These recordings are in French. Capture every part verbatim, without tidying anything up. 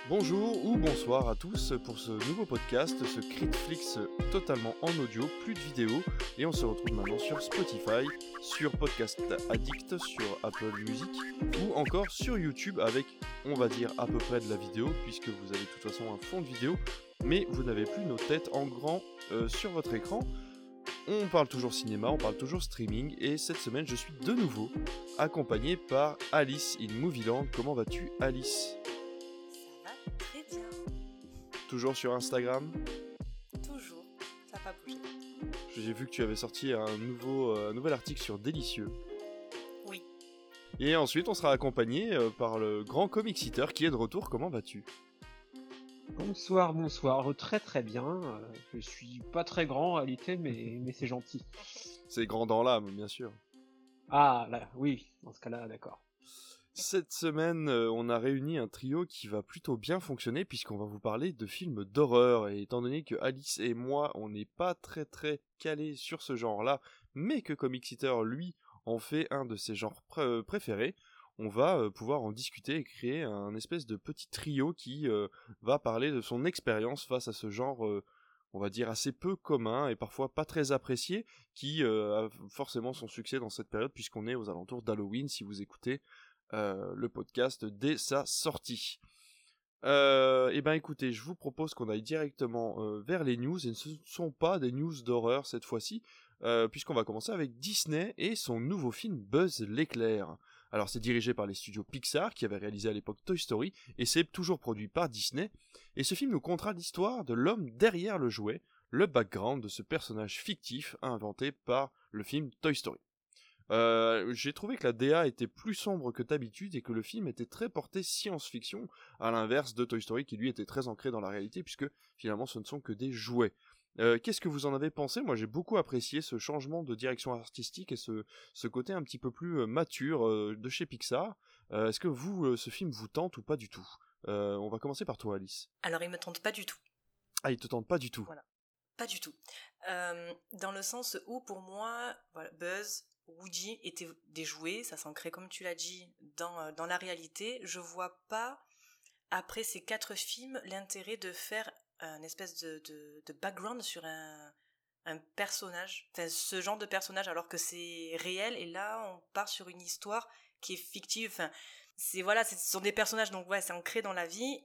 Bonjour ou bonsoir à tous pour ce nouveau podcast, ce Critflix totalement en audio, plus de vidéo, et on se retrouve maintenant sur Spotify, sur Podcast Addict, sur Apple Music ou encore sur YouTube avec, on va dire, à peu près de la vidéo puisque vous avez de toute façon un fond de vidéo, mais vous n'avez plus nos têtes en grand euh, sur votre écran. On parle toujours cinéma, on parle toujours streaming, et cette semaine je suis de nouveau accompagné par Alice in Movieland. Comment vas-tu, Alice ? Ça va très bien. Toujours sur Instagram ? Toujours, ça n'a pas bougé. J'ai vu que tu avais sorti un, nouveau, euh, un nouvel article sur Délicieux. Oui. Et ensuite on sera accompagné euh, par le grand comic sitter qui est de retour. Comment vas-tu ? Bonsoir, bonsoir, très très bien. Euh, je suis pas très grand en réalité, mais, mais c'est gentil. C'est grand dans l'âme, bien sûr. Ah, là, oui, dans ce cas-là, d'accord. Cette semaine, euh, on a réuni un trio qui va plutôt bien fonctionner puisqu'on va vous parler de films d'horreur. Et étant donné que Alice et moi, on n'est pas très très calés sur ce genre-là, mais que Comic Sitter, lui, en fait un de ses genres pr- préférés, on va euh, pouvoir en discuter et créer un espèce de petit trio qui euh, va parler de son expérience face à ce genre, euh, on va dire, assez peu commun et parfois pas très apprécié, qui euh, a forcément son succès dans cette période puisqu'on est aux alentours d'Halloween si vous écoutez euh, le podcast dès sa sortie. Euh, et ben écoutez, je vous propose qu'on aille directement euh, vers les news, et ce ne sont pas des news d'horreur cette fois-ci, euh, puisqu'on va commencer avec Disney et son nouveau film Buzz l'éclair. Alors c'est dirigé par les studios Pixar qui avaient réalisé à l'époque Toy Story, et c'est toujours produit par Disney, et ce film nous contera l'histoire de l'homme derrière le jouet, le background de ce personnage fictif inventé par le film Toy Story. Euh, j'ai trouvé que la D A était plus sombre que d'habitude et que le film était très porté science-fiction, à l'inverse de Toy Story qui lui était très ancré dans la réalité puisque finalement ce ne sont que des jouets. Euh, qu'est-ce que vous en avez pensé ? Moi j'ai beaucoup apprécié ce changement de direction artistique et ce, ce côté un petit peu plus euh, mature euh, de chez Pixar. Euh, est-ce que vous, euh, ce film vous tente ou pas du tout ? euh, On va commencer par toi, Alice. Alors il me tente pas du tout. Ah, il te tente pas du tout. Voilà. Pas du tout. Euh, dans le sens où pour moi, voilà, Buzz, Woody étaient des jouets, ça s'ancrait comme tu l'as dit dans, dans la réalité. Je vois pas, après ces quatre films, l'intérêt de faire un espèce de, de, de background sur un, un personnage, enfin ce genre de personnage alors que c'est réel, et là on part sur une histoire qui est fictive. Enfin, c'est voilà, ce sont des personnages, donc ouais, c'est ancré dans la vie,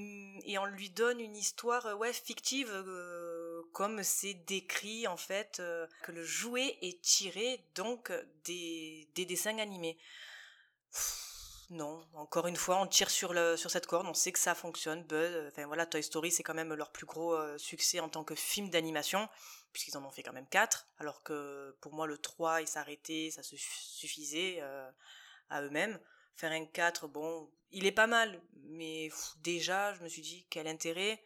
et on lui donne une histoire euh, ouais fictive, euh, comme c'est décrit en fait, euh, que le jouet est tiré donc des, des dessins animés. Pff, non, encore une fois, on tire sur le sur cette corde, on sait que ça fonctionne. Buzz, euh, enfin voilà, Toy Story c'est quand même leur plus gros euh, succès en tant que film d'animation, puisqu'ils en ont fait quand même quatre, alors que pour moi le trois il s'arrêtait, ça se suffisait euh, à eux-mêmes. Faire un quatre, bon, il est pas mal, mais pff, déjà, je me suis dit, quel intérêt.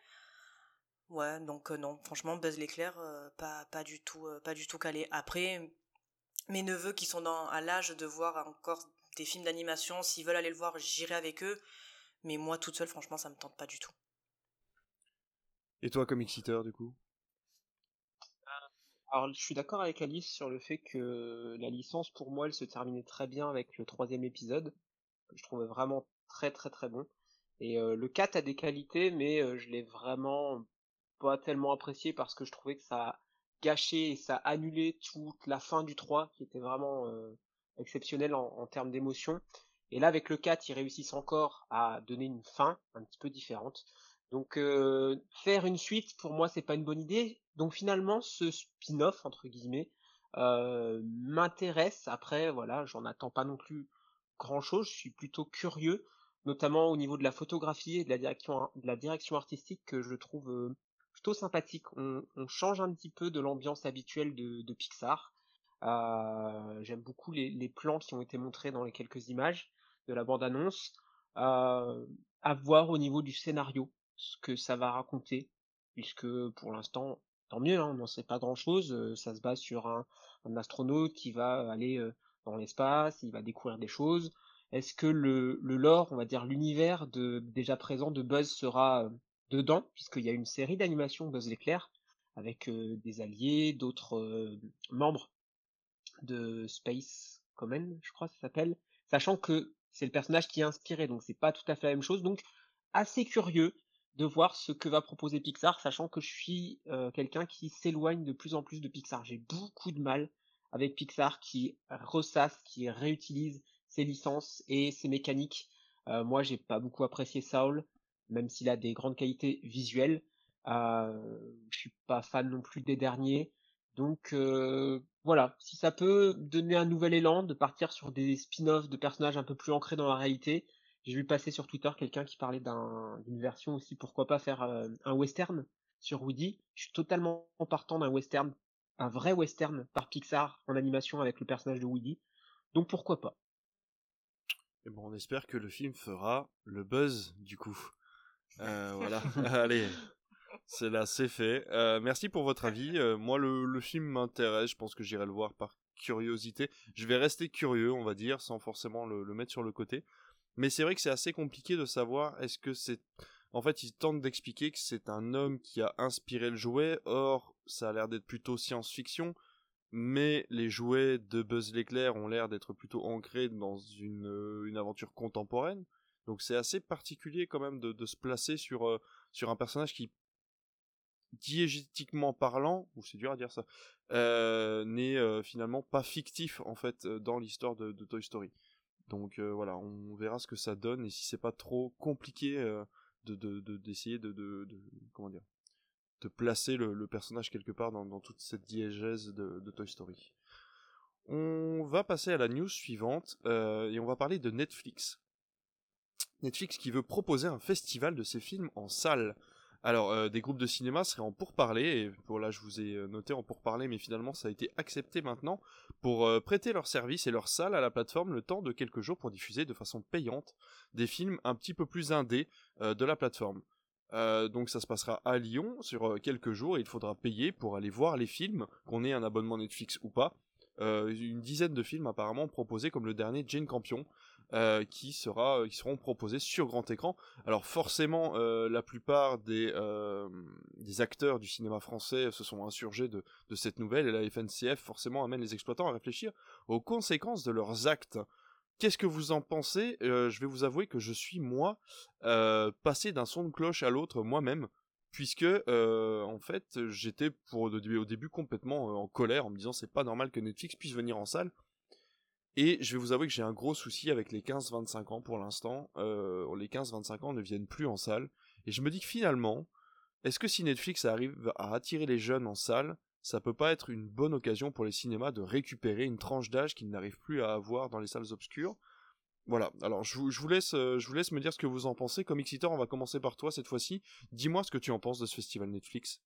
Ouais, donc euh, non, franchement, Buzz l'éclair, euh, pas, pas du tout, euh, pas du tout calé. Après, mes neveux qui sont dans, à l'âge de voir encore des films d'animation, s'ils veulent aller le voir, j'irai avec eux. Mais moi, toute seule, franchement, ça me tente pas du tout. Et toi, comic sitter, du coup ? Alors, je suis d'accord avec Alice sur le fait que la licence, pour moi, elle se terminait très bien avec le troisième épisode, que je trouvais vraiment très très très bon. Et euh, le quatre a des qualités, mais euh, je l'ai vraiment pas tellement apprécié parce que je trouvais que ça gâchait et ça annulait toute la fin du trois, qui était vraiment euh, exceptionnelle en, en termes d'émotion. Et là, avec le quatre, ils réussissent encore à donner une fin un petit peu différente. Donc, euh, faire une suite, pour moi, c'est pas une bonne idée. Donc, finalement, ce spin-off, entre guillemets, euh, m'intéresse. Après, voilà, j'en attends pas non plus grand-chose. Je suis plutôt curieux, notamment au niveau de la photographie et de la direction, de la direction artistique, que je trouve euh, plutôt sympathique. On, on change un petit peu de l'ambiance habituelle de, de Pixar. Euh, j'aime beaucoup les, les plans qui ont été montrés dans les quelques images de la bande-annonce. Euh, à voir au niveau du scénario ce que ça va raconter, puisque pour l'instant, tant mieux, hein, on n'en sait pas grand-chose. Euh, ça se base sur un, un astronaute qui va aller euh, dans l'espace, il va découvrir des choses. Est-ce que le, le lore, on va dire l'univers de, déjà présent de Buzz sera euh, dedans, puisqu'il y a une série d'animations Buzz l'éclair, avec euh, des alliés, d'autres euh, membres de Space Command, je crois que ça s'appelle, sachant que c'est le personnage qui est inspiré, donc c'est pas tout à fait la même chose. Donc assez curieux de voir ce que va proposer Pixar, sachant que je suis euh, quelqu'un qui s'éloigne de plus en plus de Pixar. J'ai beaucoup de mal avec Pixar qui ressasse, qui réutilise ses licences et ses mécaniques. Euh, moi, j'ai pas beaucoup apprécié Saul, même s'il a des grandes qualités visuelles. Euh, je suis pas fan non plus des derniers. Donc euh, voilà, si ça peut donner un nouvel élan, de partir sur des spin-offs de personnages un peu plus ancrés dans la réalité. J'ai vu passer sur Twitter quelqu'un qui parlait d'un, d'une version aussi, pourquoi pas faire euh, un western sur Woody. Je suis totalement partant d'un western, un vrai western par Pixar en animation avec le personnage de Woody. Donc pourquoi pas. Et bon, on espère que le film fera le buzz du coup. Euh, voilà, allez, c'est là, c'est fait. Euh, merci pour votre avis. Euh, moi, le, le film m'intéresse. Je pense que j'irai le voir par curiosité. Je vais rester curieux, on va dire, sans forcément le, le mettre sur le côté. Mais c'est vrai que c'est assez compliqué de savoir est-ce que c'est... En fait, ils tentent d'expliquer que c'est un homme qui a inspiré le jouet. Or, ça a l'air d'être plutôt science-fiction. Mais les jouets de Buzz l'éclair ont l'air d'être plutôt ancrés dans une, euh, une aventure contemporaine. Donc c'est assez particulier quand même de, de se placer sur, euh, sur un personnage qui, diégétiquement parlant, ou c'est dur à dire ça, euh, n'est euh, finalement pas fictif en fait euh, dans l'histoire de, de Toy Story. Donc euh, voilà, on verra ce que ça donne et si c'est pas trop compliqué euh, de, de, de- d'essayer de, de, de- comment dire, de placer le, le personnage quelque part dans, dans toute cette diégèse de, de Toy Story. On va passer à la news suivante euh, et on va parler de Netflix. Netflix qui veut proposer un festival de ses films en salle. Alors, euh, des groupes de cinéma seraient en pourparlers, et pour là je vous ai euh, noté en pourparlers, mais finalement ça a été accepté maintenant, pour euh, prêter leurs services et leurs salles à la plateforme le temps de quelques jours pour diffuser de façon payante des films un petit peu plus indés euh, de la plateforme. Euh, donc ça se passera à Lyon sur euh, quelques jours et il faudra payer pour aller voir les films, qu'on ait un abonnement Netflix ou pas. Euh, une dizaine de films apparemment proposés comme le dernier Jane Campion, euh, qui, sera, qui seront proposés sur grand écran. Alors forcément, euh, la plupart des, euh, des acteurs du cinéma français se sont insurgés de, de cette nouvelle, et la F N C F forcément amène les exploitants à réfléchir aux conséquences de leurs actes. Qu'est-ce que vous en pensez? euh, Je vais vous avouer que je suis, moi, euh, passé d'un son de cloche à l'autre moi-même, puisque, euh, en fait, j'étais pour au début, au début complètement euh, en colère, en me disant c'est pas normal que Netflix puisse venir en salle. Et je vais vous avouer que j'ai un gros souci avec les quinze vingt-cinq ans pour l'instant. Euh, les quinze vingt-cinq ans ne viennent plus en salle. Et je me dis que finalement, est-ce que si Netflix arrive à attirer les jeunes en salle, ça peut pas être une bonne occasion pour les cinémas de récupérer une tranche d'âge qu'ils n'arrivent plus à avoir dans les salles obscures? Voilà, alors je vous, je vous laisse, euh, je vous laisse me dire ce que vous en pensez. Comme Excitor, on va commencer par toi cette fois-ci. Dis-moi ce que tu en penses de ce festival Netflix.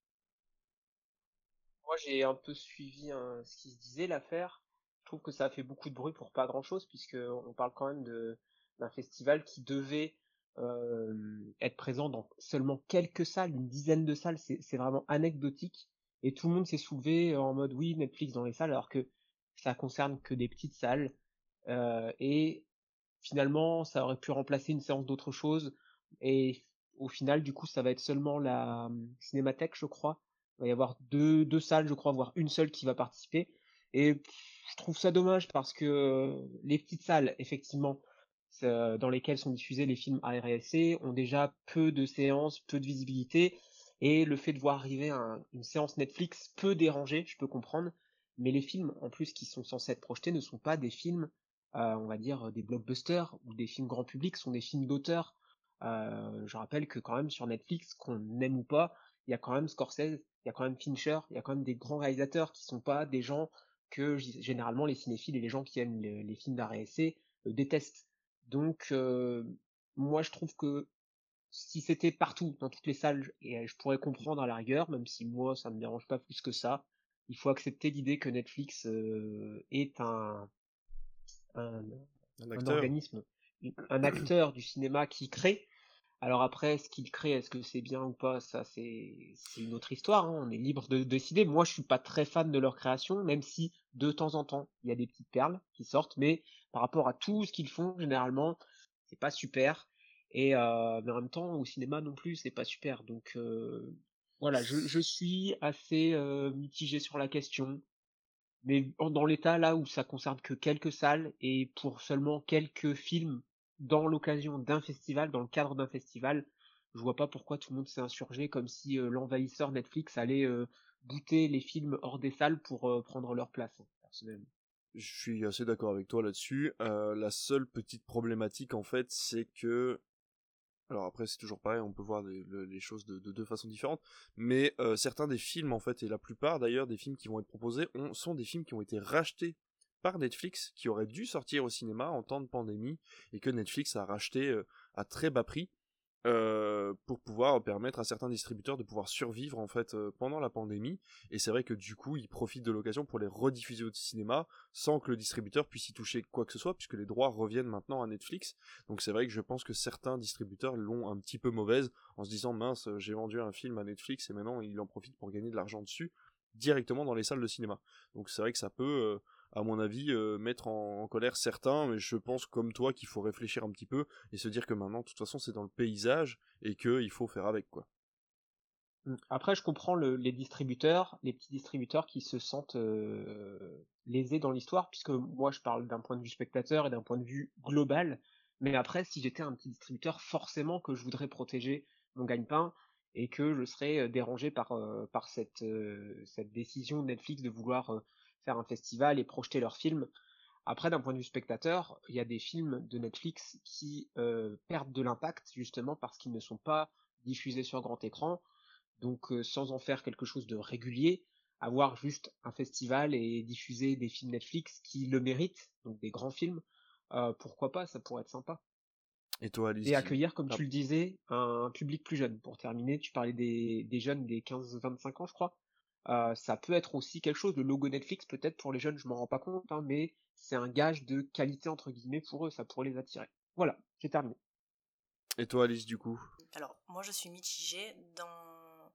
Moi, j'ai un peu suivi hein, ce qui se disait, l'affaire. Je trouve que ça a fait beaucoup de bruit pour pas grand-chose, puisque on parle quand même de d'un festival qui devait euh, être présent dans seulement quelques salles, une dizaine de salles. C'est c'est vraiment anecdotique. Et tout le monde s'est soulevé en mode oui, Netflix dans les salles, alors que ça concerne que des petites salles. Euh, et finalement, ça aurait pu remplacer une séance d'autre chose. Et au final, du coup, ça va être seulement la euh, Cinémathèque, je crois. Il va y avoir deux, deux salles, je crois, voire une seule qui va participer. Et pff, je trouve ça dommage parce que euh, les petites salles, effectivement, ça- dans lesquelles sont diffusés les films A R S C, ont déjà peu de séances, peu de visibilité. Et le fait de voir arriver un- une séance Netflix peut déranger, je peux comprendre. Mais les films, en plus, qui sont censés être projetés, ne sont pas des films euh, on va dire des blockbusters ou des films grand public sont des films d'auteur. Euh, je rappelle que quand même sur Netflix, qu'on aime ou pas, il y a quand même Scorsese, il y a quand même Fincher, il y a quand même des grands réalisateurs qui sont pas des gens que généralement les cinéphiles et les gens qui aiment les, les films d'art et essai euh, détestent. Donc euh, moi je trouve que si c'était partout dans toutes les salles, et je pourrais comprendre à la rigueur, même si moi ça me dérange pas plus que ça, il faut accepter l'idée que Netflix euh, est un un, Un un acteur? organisme, un acteur du cinéma qui crée. Alors après, ce qu'il crée, est-ce que c'est bien ou pas, ça c'est c'est une autre histoire, hein. On est libre de, de décider. Moi, je suis pas très fan de leur création, même si de temps en temps il y a des petites perles qui sortent, mais par rapport à tout ce qu'ils font, généralement, c'est pas super. Et euh, mais en même temps, au cinéma non plus, c'est pas super. Donc euh, voilà, je, je suis assez euh, mitigé sur la question. Mais en- dans l'état là où ça concerne que quelques salles et pour seulement quelques films dans l'occasion d'un festival, dans le cadre d'un festival, je vois pas pourquoi tout le monde s'est insurgé comme si euh, l'envahisseur Netflix allait euh, booter les films hors des salles pour euh, prendre leur place, hein, personnellement. Je suis assez d'accord avec toi là-dessus. Euh, la seule petite problématique en fait, c'est que alors après c'est toujours pareil, on peut voir les, le- les choses de, de deux façons différentes, mais euh, certains des films en fait, et la plupart d'ailleurs des films qui vont être proposés ont- sont des films qui ont été rachetés par Netflix, qui auraient dû sortir au cinéma en temps de pandémie, et que Netflix a racheté euh, à très bas prix, euh, pour pouvoir permettre à certains distributeurs de pouvoir survivre en fait euh, pendant la pandémie. Et c'est vrai que du coup ils profitent de l'occasion pour les rediffuser au cinéma sans que le distributeur puisse y toucher quoi que ce soit, puisque les droits reviennent maintenant à Netflix. Donc c'est vrai que je pense que certains distributeurs l'ont un petit peu mauvaise en se disant mince, j'ai vendu un film à Netflix et maintenant il en profite pour gagner de l'argent dessus directement dans les salles de cinéma. Donc c'est vrai que ça peut euh, à mon avis euh, mettre en, en colère certains, mais je pense comme toi qu'il faut réfléchir un petit peu et se dire que maintenant de toute façon c'est dans le paysage et qu'il faut faire avec quoi. Mm. Après, je comprends le- les distributeurs, les petits distributeurs qui se sentent euh, lésés dans l'histoire, puisque moi je parle d'un point de vue spectateur et d'un point de vue global. Mais après, si j'étais un petit distributeur, forcément que je voudrais protéger mon gagne-pain et que je serais euh, dérangé par euh, par cette euh, cette décision de Netflix de vouloir euh, faire un festival et projeter leurs films. Après, d'un point de vue spectateur, il y a des films de Netflix qui euh, perdent de l'impact justement parce qu'ils ne sont pas diffusés sur grand écran, donc euh, sans en faire quelque chose de régulier, avoir juste un festival et diffuser des films Netflix qui le méritent, donc des grands films, euh, pourquoi pas, ça pourrait être sympa. Et toi Alice Et dis... accueillir, comme ah, tu le disais, un public plus jeune. Pour terminer, tu parlais des, des jeunes des quinze vingt-cinq ans, je crois. Euh, ça peut être aussi quelque chose, le logo Netflix, peut-être pour les jeunes, je m'en rends pas compte, hein, mais c'est un gage de qualité, entre guillemets, pour eux, ça pourrait les attirer. Voilà, j'ai terminé. et toi Alice du coup? Alors, moi, je suis mitigée dans,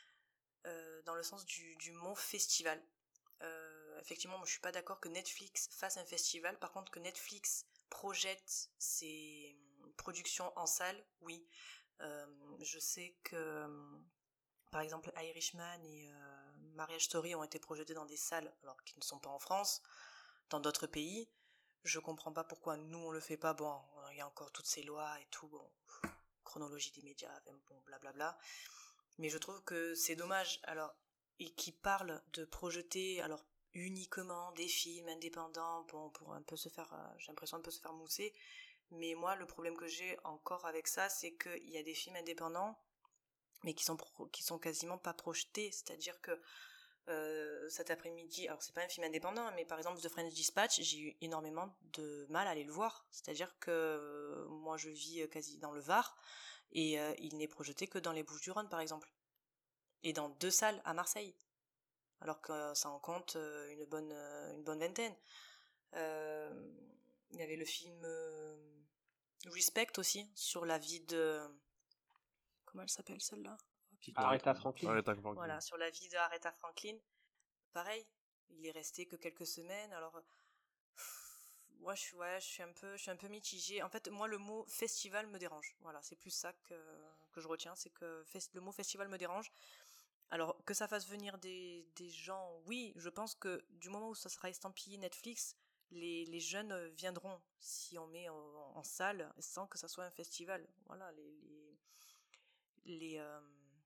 euh, dans le sens du, du mot festival. Euh, effectivement, moi, je suis pas d'accord que Netflix fasse un festival. Par contre, que Netflix projette ses productions en salle, oui. Euh, je sais que, par exemple, Irishman et euh, Marriage Story ont été projetés dans des salles, alors qu'ils ne sont pas en France, dans d'autres pays. Je comprends pas pourquoi nous on le fait pas. Bon, il y a encore toutes ces lois et tout. Bon, chronologie des médias, bon, blablabla. Mais je trouve que c'est dommage. Alors, et qui parle de projeter, alors uniquement des films indépendants, bon, pour un peu se faire, euh, j'ai l'impression un peu se faire mousser. Mais moi, le problème que j'ai encore avec ça, c'est qu'il y a des films indépendants, mais qui sont pro- qui sont quasiment pas projetés. C'est-à-dire que euh, cet après-midi, alors c'est pas un film indépendant, mais par exemple The French Dispatch, j'ai eu énormément de mal à aller le voir. C'est-à-dire que euh, moi je vis euh, quasi dans le Var et euh, il n'est projeté que dans les Bouches-du-Rhône par exemple, et dans deux salles à Marseille, alors que euh, ça en compte euh, une bonne euh, une bonne vingtaine. Euh, Il y avait le film euh, Respect aussi sur la vie de, comment elle s'appelle celle-là? Oh, putain. Aretha Franklin. Aretha Franklin. Voilà, sur la vie de Aretha Franklin. Pareil, il est resté que quelques semaines. Alors, pff, moi, je suis, ouais, je suis un peu, je suis un peu mitigée. En fait, moi, le mot festival me dérange. Voilà, c'est plus ça que que je retiens, c'est que fes- le mot festival me dérange. Alors que ça fasse venir des des gens, oui, je pense que du moment où ça sera estampillé Netflix, les les jeunes euh, viendront si on met en, en salle sans que ça soit un festival. Voilà, les les les euh,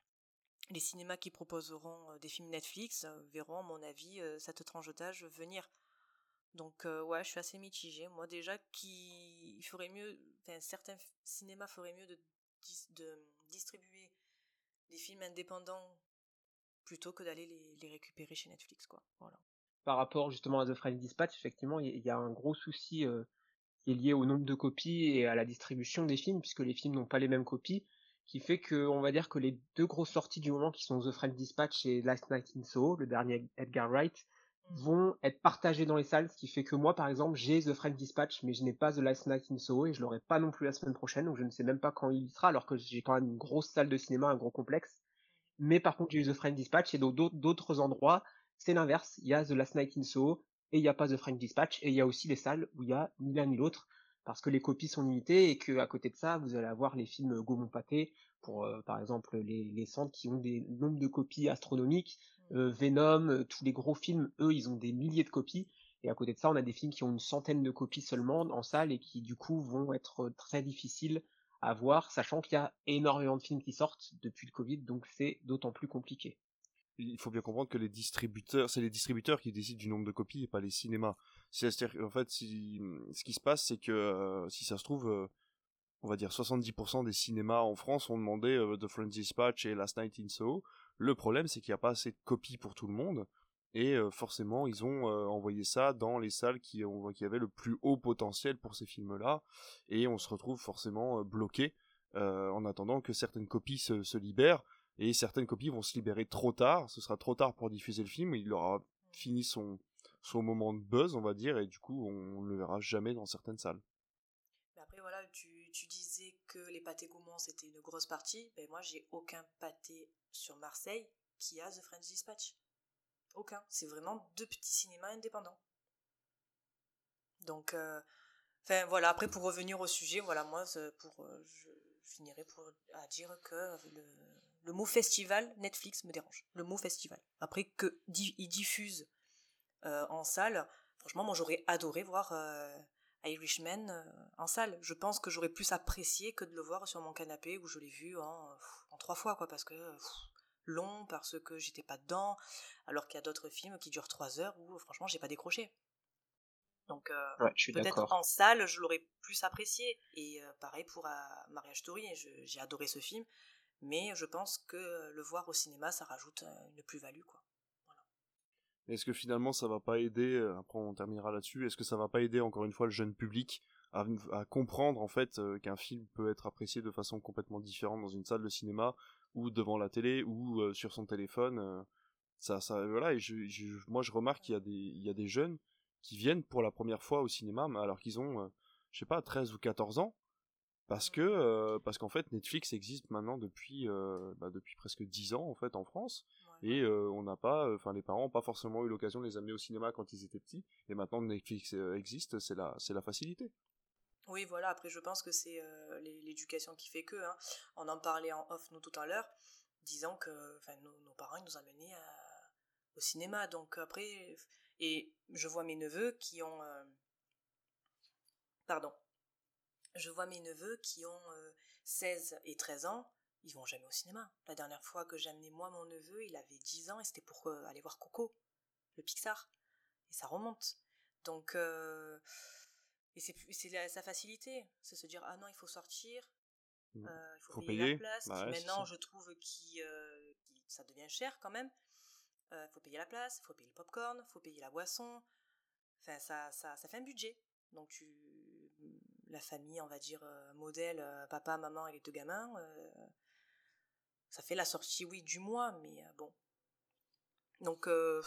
les cinémas qui proposeront euh, des films Netflix euh, verront, à mon avis, euh, cette tranche d'âge venir. Donc, euh, ouais, je suis assez mitigée. Moi, déjà, qui ferait mieux, enfin, certains f- cinémas feraient mieux de, dis- de distribuer des films indépendants plutôt que d'aller les, les récupérer chez Netflix, quoi. Voilà. Par rapport justement à The French Dispatch, effectivement, il y, y a un gros souci euh, qui est lié au nombre de copies et à la distribution des films, puisque les films n'ont pas les mêmes copies, qui fait que, on va dire que les deux grosses sorties du moment, qui sont The French Dispatch et Last Night in Soho, le dernier Edgar Wright, Mm. vont être partagées dans les salles, ce qui fait que moi, par exemple, j'ai The French Dispatch, mais je n'ai pas The Last Night in Soho, et je l'aurai pas non plus la semaine prochaine, donc je ne sais même pas quand il y sera, alors que j'ai quand même une grosse salle de cinéma, un gros complexe. Mais par contre, j'ai eu The French Dispatch, et dans d'autres d'autres endroits, c'est l'inverse. Il y a The Last Night in Soho, et il n'y a pas The French Dispatch, et il y a aussi les salles où il y a ni l'un ni l'autre, parce que les copies sont limitées, et que à côté de ça, vous allez avoir les films Gaumont Pathé, pour euh, par exemple les, les centres qui ont des nombres de copies astronomiques, euh, Venom, euh, tous les gros films, eux, ils ont des milliers de copies, et à côté de ça, on a des films qui ont une centaine de copies seulement en salle, et qui du coup vont être très difficiles à voir, sachant qu'il y a énormément de films qui sortent depuis le Covid, donc c'est d'autant plus compliqué. Il faut bien comprendre que les distributeurs, c'est les distributeurs qui décident du nombre de copies et pas les cinémas. C'est-à-dire qu'en fait, si, ce qui se passe, c'est que euh, si ça se trouve, euh, on va dire soixante-dix pour cent des cinémas en France ont demandé euh, The French Dispatch et Last Night in Soho. Le problème, c'est qu'il n'y a pas assez de copies pour tout le monde. Et euh, forcément, ils ont euh, envoyé ça dans les salles qui, ont, qui avaient le plus haut potentiel pour ces films-là. Et on se retrouve forcément euh, bloqué euh, en attendant que certaines copies se, se libèrent. Et certaines copies vont se libérer trop tard. Ce sera trop tard pour diffuser le film. Il aura fini son, son moment de buzz, on va dire. Et du coup, on ne le verra jamais dans certaines salles. Mais après, voilà, tu, tu disais que les pâtés gourmands, c'était une grosse partie. Ben moi, j'ai aucun pâté sur Marseille qui a The French Dispatch. Aucun. C'est vraiment deux petits cinémas indépendants. Donc, euh, enfin voilà. Après, pour revenir au sujet, voilà, moi, pour, euh, je, je finirai pour à dire que le, le mot festival, Netflix me dérange. Le mot festival. Après que di, il diffuse euh, en salle, franchement, moi, j'aurais adoré voir euh, Irishman euh, en salle. Je pense que j'aurais plus apprécié que de le voir sur mon canapé où je l'ai vu en, en trois fois, quoi, parce que pff, long, parce que j'étais pas dedans, alors qu'il y a d'autres films qui durent trois heures où franchement j'ai pas décroché. Donc euh, ouais, je suis peut-être d'accord. en salle je l'aurais plus apprécié. Et euh, pareil pour euh, Marriage Story, je, j'ai adoré ce film, mais je pense que le voir au cinéma ça rajoute une plus-value, quoi. Voilà. Est-ce que finalement ça va pas aider, après on terminera là-dessus, est-ce que ça va pas aider encore une fois le jeune public à, à comprendre en fait euh, qu'un film peut être apprécié de façon complètement différente dans une salle de cinéma ou devant la télé ou euh, sur son téléphone euh, ça ça voilà et je, je moi je remarque qu'il y a des il y a des jeunes qui viennent pour la première fois au cinéma alors qu'ils ont euh, je sais pas treize ou quatorze ans parce que euh, parce qu'en fait Netflix existe maintenant depuis euh, bah, depuis presque dix ans en fait en France. Ouais. Et euh, on n'a pas enfin les parents n'ont pas forcément eu l'occasion de les amener au cinéma quand ils étaient petits et maintenant Netflix euh, existe, c'est la c'est la facilité. Oui, voilà, après je pense que c'est euh, l'éducation qui fait que, hein. On en parlait en off nous tout à l'heure, disant que nos, nos parents ils nous amenaient à, au cinéma, donc après, et je vois mes neveux qui ont, euh, pardon, je vois mes neveux qui ont euh, seize et treize ans, ils vont jamais au cinéma. La dernière fois que j'ai amené moi mon neveu, il avait dix ans et c'était pour euh, aller voir Coco, le Pixar, et ça remonte. Donc... Euh, Et c'est, c'est la, sa facilité, c'est se dire ah non il faut sortir, euh, il faut, faut payer, payer la place. Bah ouais, maintenant je trouve que euh, ça devient cher quand même. Il euh, faut payer la place, il faut payer le popcorn, il faut payer la boisson. Enfin ça, ça, ça fait un budget. Donc tu, la famille on va dire euh, modèle, euh, papa, maman et les deux gamins, euh, ça fait la sortie oui du mois, mais euh, bon. Donc euh,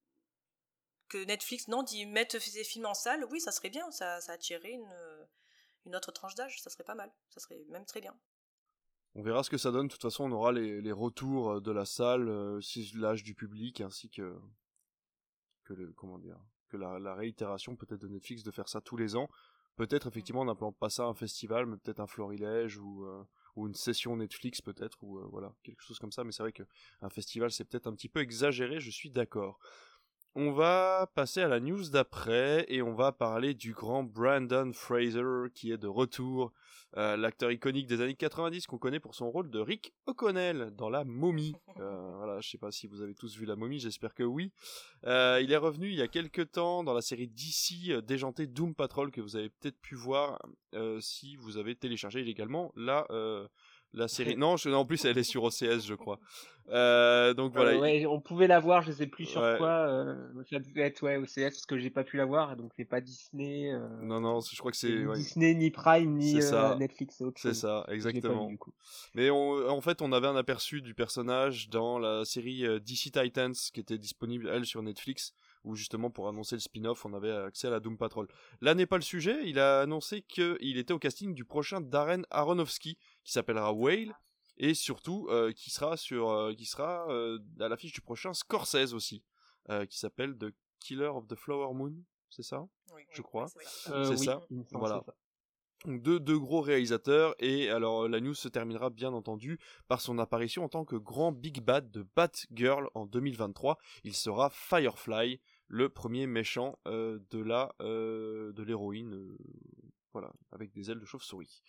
que Netflix, non, d'y mettre ses films en salle, oui, ça serait bien, ça, ça attirerait une, une autre tranche d'âge, ça serait pas mal, ça serait même très bien. On verra ce que ça donne, de toute façon on aura les, les retours de la salle, euh, l'âge du public, ainsi que, que, le, comment dire, que la, la réitération peut-être de Netflix de faire ça tous les ans. Peut-être effectivement on n'appelons pas ça un festival, mais peut-être un florilège ou, euh, ou une session Netflix peut-être, ou euh, voilà, quelque chose comme ça, mais c'est vrai qu'un festival c'est peut-être un petit peu exagéré, je suis d'accord. On va passer à la news d'après et on va parler du grand Brandon Fraser qui est de retour, euh, l'acteur iconique des années quatre-vingt-dix qu'on connaît pour son rôle de Rick O'Connell dans La Momie. Euh, voilà, je sais pas si vous avez tous vu La Momie, j'espère que oui. Euh, il est revenu il y a quelques temps dans la série D C euh, déjantée Doom Patrol que vous avez peut-être pu voir euh, si vous avez téléchargé illégalement la euh, la série. Non, je... non, en plus elle est sur O C S je crois. Euh, donc voilà. Euh, ouais, on pouvait la voir, je sais plus sur ouais. quoi. Euh, ça devait être ouais O C S parce que j'ai pas pu la voir, donc c'est pas Disney. Euh, non non, je crois que c'est ni ouais. Disney ni Prime ni euh, Netflix, c'est autre c'est chose. ça, exactement. Pas vu, du coup. Mais on, en fait, on avait un aperçu du personnage dans la série euh, D C Titans qui était disponible elle sur Netflix, où justement pour annoncer le spin-off, on avait accès à la Doom Patrol. Là n'est pas le sujet. Il a annoncé qu'il était au casting du prochain Darren Aronofsky qui s'appellera Whale. Et surtout euh, qui sera sur euh, qui sera euh, à l'affiche du prochain Scorsese aussi euh, qui s'appelle The Killer of the Flower Moon, c'est ça oui, je oui, crois oui, c'est, euh, c'est oui, ça semble, voilà c'est ça. Donc deux, deux gros réalisateurs et alors la news se terminera bien entendu par son apparition en tant que grand big bad de Batgirl en deux mille vingt-trois. Il sera Firefly, le premier méchant euh, de la euh, de l'héroïne euh, voilà avec des ailes de chauve-souris.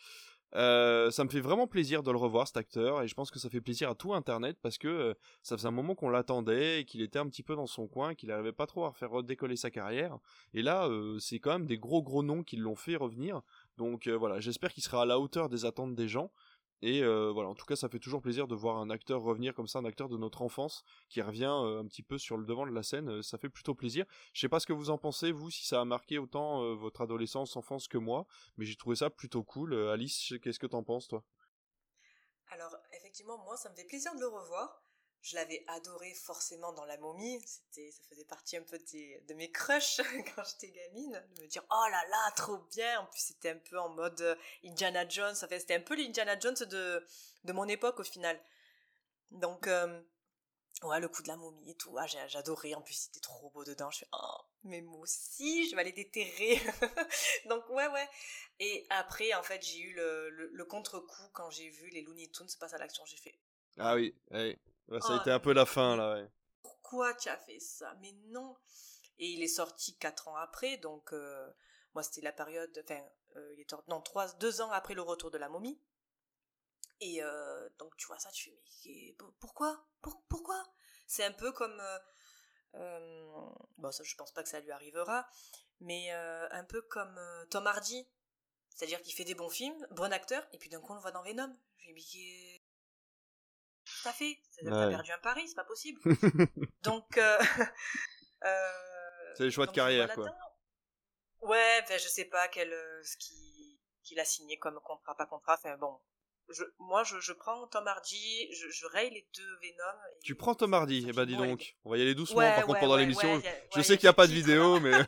Euh, ça me fait vraiment plaisir de le revoir, cet acteur, et je pense que ça fait plaisir à tout Internet parce que euh, ça faisait un moment qu'on l'attendait et qu'il était un petit peu dans son coin, qu'il n'arrivait pas trop à faire redécoller sa carrière. Et là, euh, c'est quand même des gros gros noms qui l'ont fait revenir. Donc euh, voilà, j'espère qu'il sera à la hauteur des attentes des gens. Et euh, voilà, en tout cas, ça fait toujours plaisir de voir un acteur revenir comme ça, un acteur de notre enfance qui revient euh, un petit peu sur le devant de la scène. Euh, ça fait plutôt plaisir. Je sais pas ce que vous en pensez, vous, si ça a marqué autant euh, votre adolescence, enfance que moi, mais j'ai trouvé ça plutôt cool. Euh, Alice, qu'est-ce que t'en penses, toi? Alors, effectivement, moi, ça me fait plaisir de le revoir. Je l'avais adoré forcément dans La Momie. C'était, ça faisait partie un peu des, de mes crushs quand j'étais gamine. De me dire, oh là là, trop bien. En plus, c'était un peu en mode euh, Indiana Jones. Enfin, c'était un peu l'Indiana Jones de, de mon époque au final. Donc, euh, ouais, le coup de la momie et tout. Ah, j'ai, j'adorais. En plus, c'était trop beau dedans. Je fais, oh, mais moi aussi, je vais aller déterrer. Donc, ouais, ouais. Et après, en fait, j'ai eu le, le, le contre-coup quand j'ai vu les Looney Tunes se passer à l'action. J'ai fait, Ah oui, ouais. Ouais, ça a oh été un peu la fin, mais là, ouais. pourquoi tu as fait ça? Mais non. Et il est sorti quatre ans après, donc euh, moi c'était la période, enfin, euh, il est or- non trois, deux ans après le retour de la momie. Et euh, donc tu vois ça, tu fais mais pourquoi, Pour- pourquoi? C'est un peu comme, euh, euh, bon ça je pense pas que ça lui arrivera, mais euh, un peu comme euh, Tom Hardy, c'est-à-dire qu'il fait des bons films, bon acteur, et puis d'un coup on le voit dans Venom. Je me dis tout à fait, t'as Ouais. perdu un pari, c'est pas possible. Donc euh, C'est les Euh, choix de donc je le vois carrière, quoi. là-dedans. Ouais, enfin, je sais pas quel, euh, ce qui, qu'il a signé comme contrat, pas contrat. Enfin bon, je, moi je, je prends Tom Hardy, je, je raye les deux Venom Tu et prends Tom ça, Hardy, ça eh ben file dis bon. Elle est... donc. On va y aller doucement, Ouais, par contre, ouais, pendant ouais, l'émission. ouais, y a, Je ouais, y sais a qu'il n'y a du pas de titre là. vidéo, mais...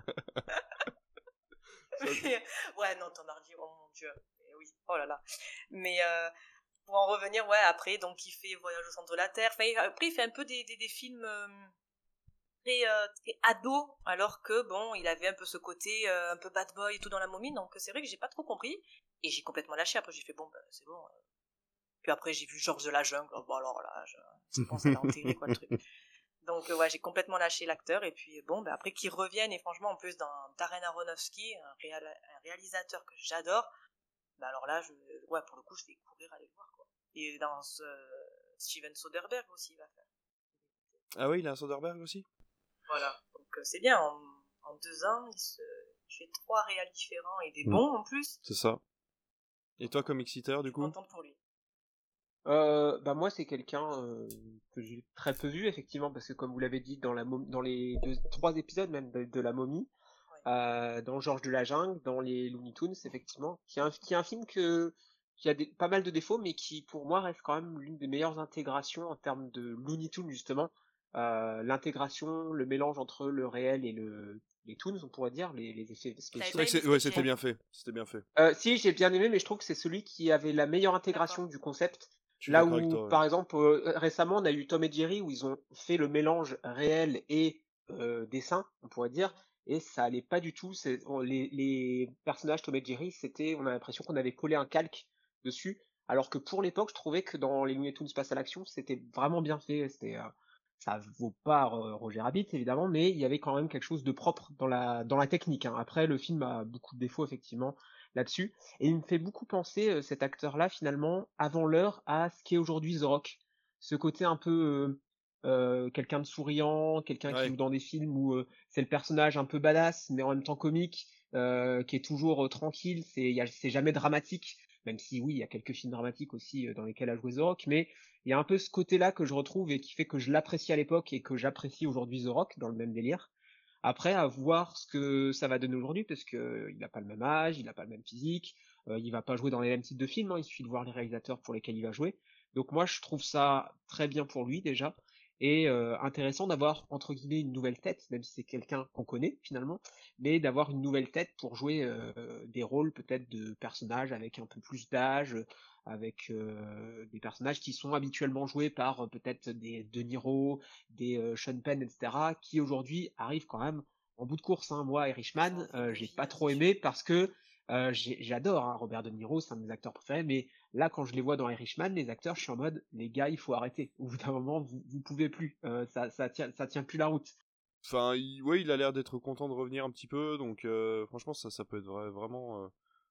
Ça- Mais, ouais, non, Tom Hardy, oh mon dieu. Mais oui, oh là là. Mais euh, pour en revenir, ouais, après, donc il fait Voyage au centre de la Terre. Enfin, après, il fait un peu des, des, des films... euh, très, euh, très ado, alors que bon, il avait un peu ce côté euh, un peu bad boy et tout dans La Momie, donc c'est vrai que j'ai pas trop compris et j'ai complètement lâché. Après j'ai fait bon, ben, c'est bon. euh. Puis après j'ai vu Georges de la Jungle, bon alors là, je... c'est bon, ça l'a enterré quoi le truc. Donc euh, ouais, j'ai complètement lâché l'acteur et puis bon, ben après qu'il revienne et franchement en plus dans Darren Aronofsky, un, réal... un réalisateur que j'adore, ben alors là, je... ouais pour le coup je vais courir aller le voir quoi. Et dans ce... Steven Soderbergh aussi il va faire. Ah oui, il a un Soderbergh aussi? Voilà, donc euh, c'est bien, en, en deux ans, il se il fait trois réals différents et des Mm. bons en plus. C'est ça. Et toi, comme exciteur, Je du suis coup? contente pour lui. Euh, bah moi c'est quelqu'un euh, que j'ai très peu vu effectivement parce que comme vous l'avez dit dans la mom- dans les deux, trois épisodes même de, de la momie, Ouais. euh, dans Georges de la Jungle, dans les Looney Tunes effectivement, qui est un, qui est un film que qui a des, pas mal de défauts mais qui pour moi reste quand même l'une des meilleures intégrations en termes de Looney Tunes justement. Euh, l'intégration, le mélange entre le réel et le les toons on pourrait dire les, les effets T'avais C'est spéciaux. vrai pas que aimé c'est... ce ouais, que j'ai c'était aimé. bien fait. C'était bien fait. Euh, si, j'ai bien aimé, mais je trouve que c'est celui qui avait la meilleure intégration D'accord. du concept. Je suis Là d'accord avec où, toi, ouais. par exemple, euh, récemment, on a eu Tom et Jerry où ils ont fait le mélange réel et euh, dessin, on pourrait dire, et ça allait pas du tout. C'est, on- les, les personnages Tom et Jerry, c'était, on a l'impression qu'on avait collé un calque dessus, alors que pour l'époque, je trouvais que dans les Looney Tunes Passe à l'action, c'était vraiment bien fait. C'était, euh, ça vaut pas euh, Roger Rabbit évidemment, mais il y avait quand même quelque chose de propre dans la dans la technique, hein. Après, le film a beaucoup de défauts effectivement là-dessus. Et il me fait beaucoup penser, euh, cet acteur-là, finalement, avant l'heure, à ce qu'est aujourd'hui The Rock. Ce côté un peu euh, euh, quelqu'un de souriant, quelqu'un qui Ouais. joue dans des films où euh, c'est le personnage un peu badass, mais en même temps comique, euh, qui est toujours euh, tranquille, c'est, y a- c'est jamais dramatique, même si oui, il y a quelques films dramatiques aussi euh, dans lesquels a joué The Rock, mais il y a un peu ce côté-là que je retrouve et qui fait que je l'apprécie à l'époque et que j'apprécie aujourd'hui The Rock, dans le même délire. Après, à voir ce que ça va donner aujourd'hui, parce que euh, il n'a pas le même âge, il n'a pas le même physique, euh, il va pas jouer dans les mêmes types de films, hein, il suffit de voir les réalisateurs pour lesquels il va jouer. Donc moi, je trouve ça très bien pour lui déjà, et euh, intéressant d'avoir entre guillemets une nouvelle tête, même si c'est quelqu'un qu'on connaît finalement, mais d'avoir une nouvelle tête pour jouer euh, des rôles peut-être de personnages avec un peu plus d'âge, avec euh, des personnages qui sont habituellement joués par euh, peut-être des De Niro, des euh, Sean Penn, et cetera, qui aujourd'hui arrivent quand même en bout de course. Hein. Moi, Ils sont en Irishman, fin euh, de j'ai vie, pas hein, c'est trop sûr. aimé parce que euh, j'ai- j'adore hein, Robert De Niro, c'est un de mes acteurs préférés, mais là, quand je les vois dans Irishman, les acteurs, je suis en mode, les gars, il faut arrêter. Au bout d'un moment, vous, vous pouvez plus, euh, ça, ça tient, ça tient plus la route. Enfin, il... ouais, il a l'air d'être content de revenir un petit peu, donc euh, franchement, ça, ça peut être vra- vraiment, euh,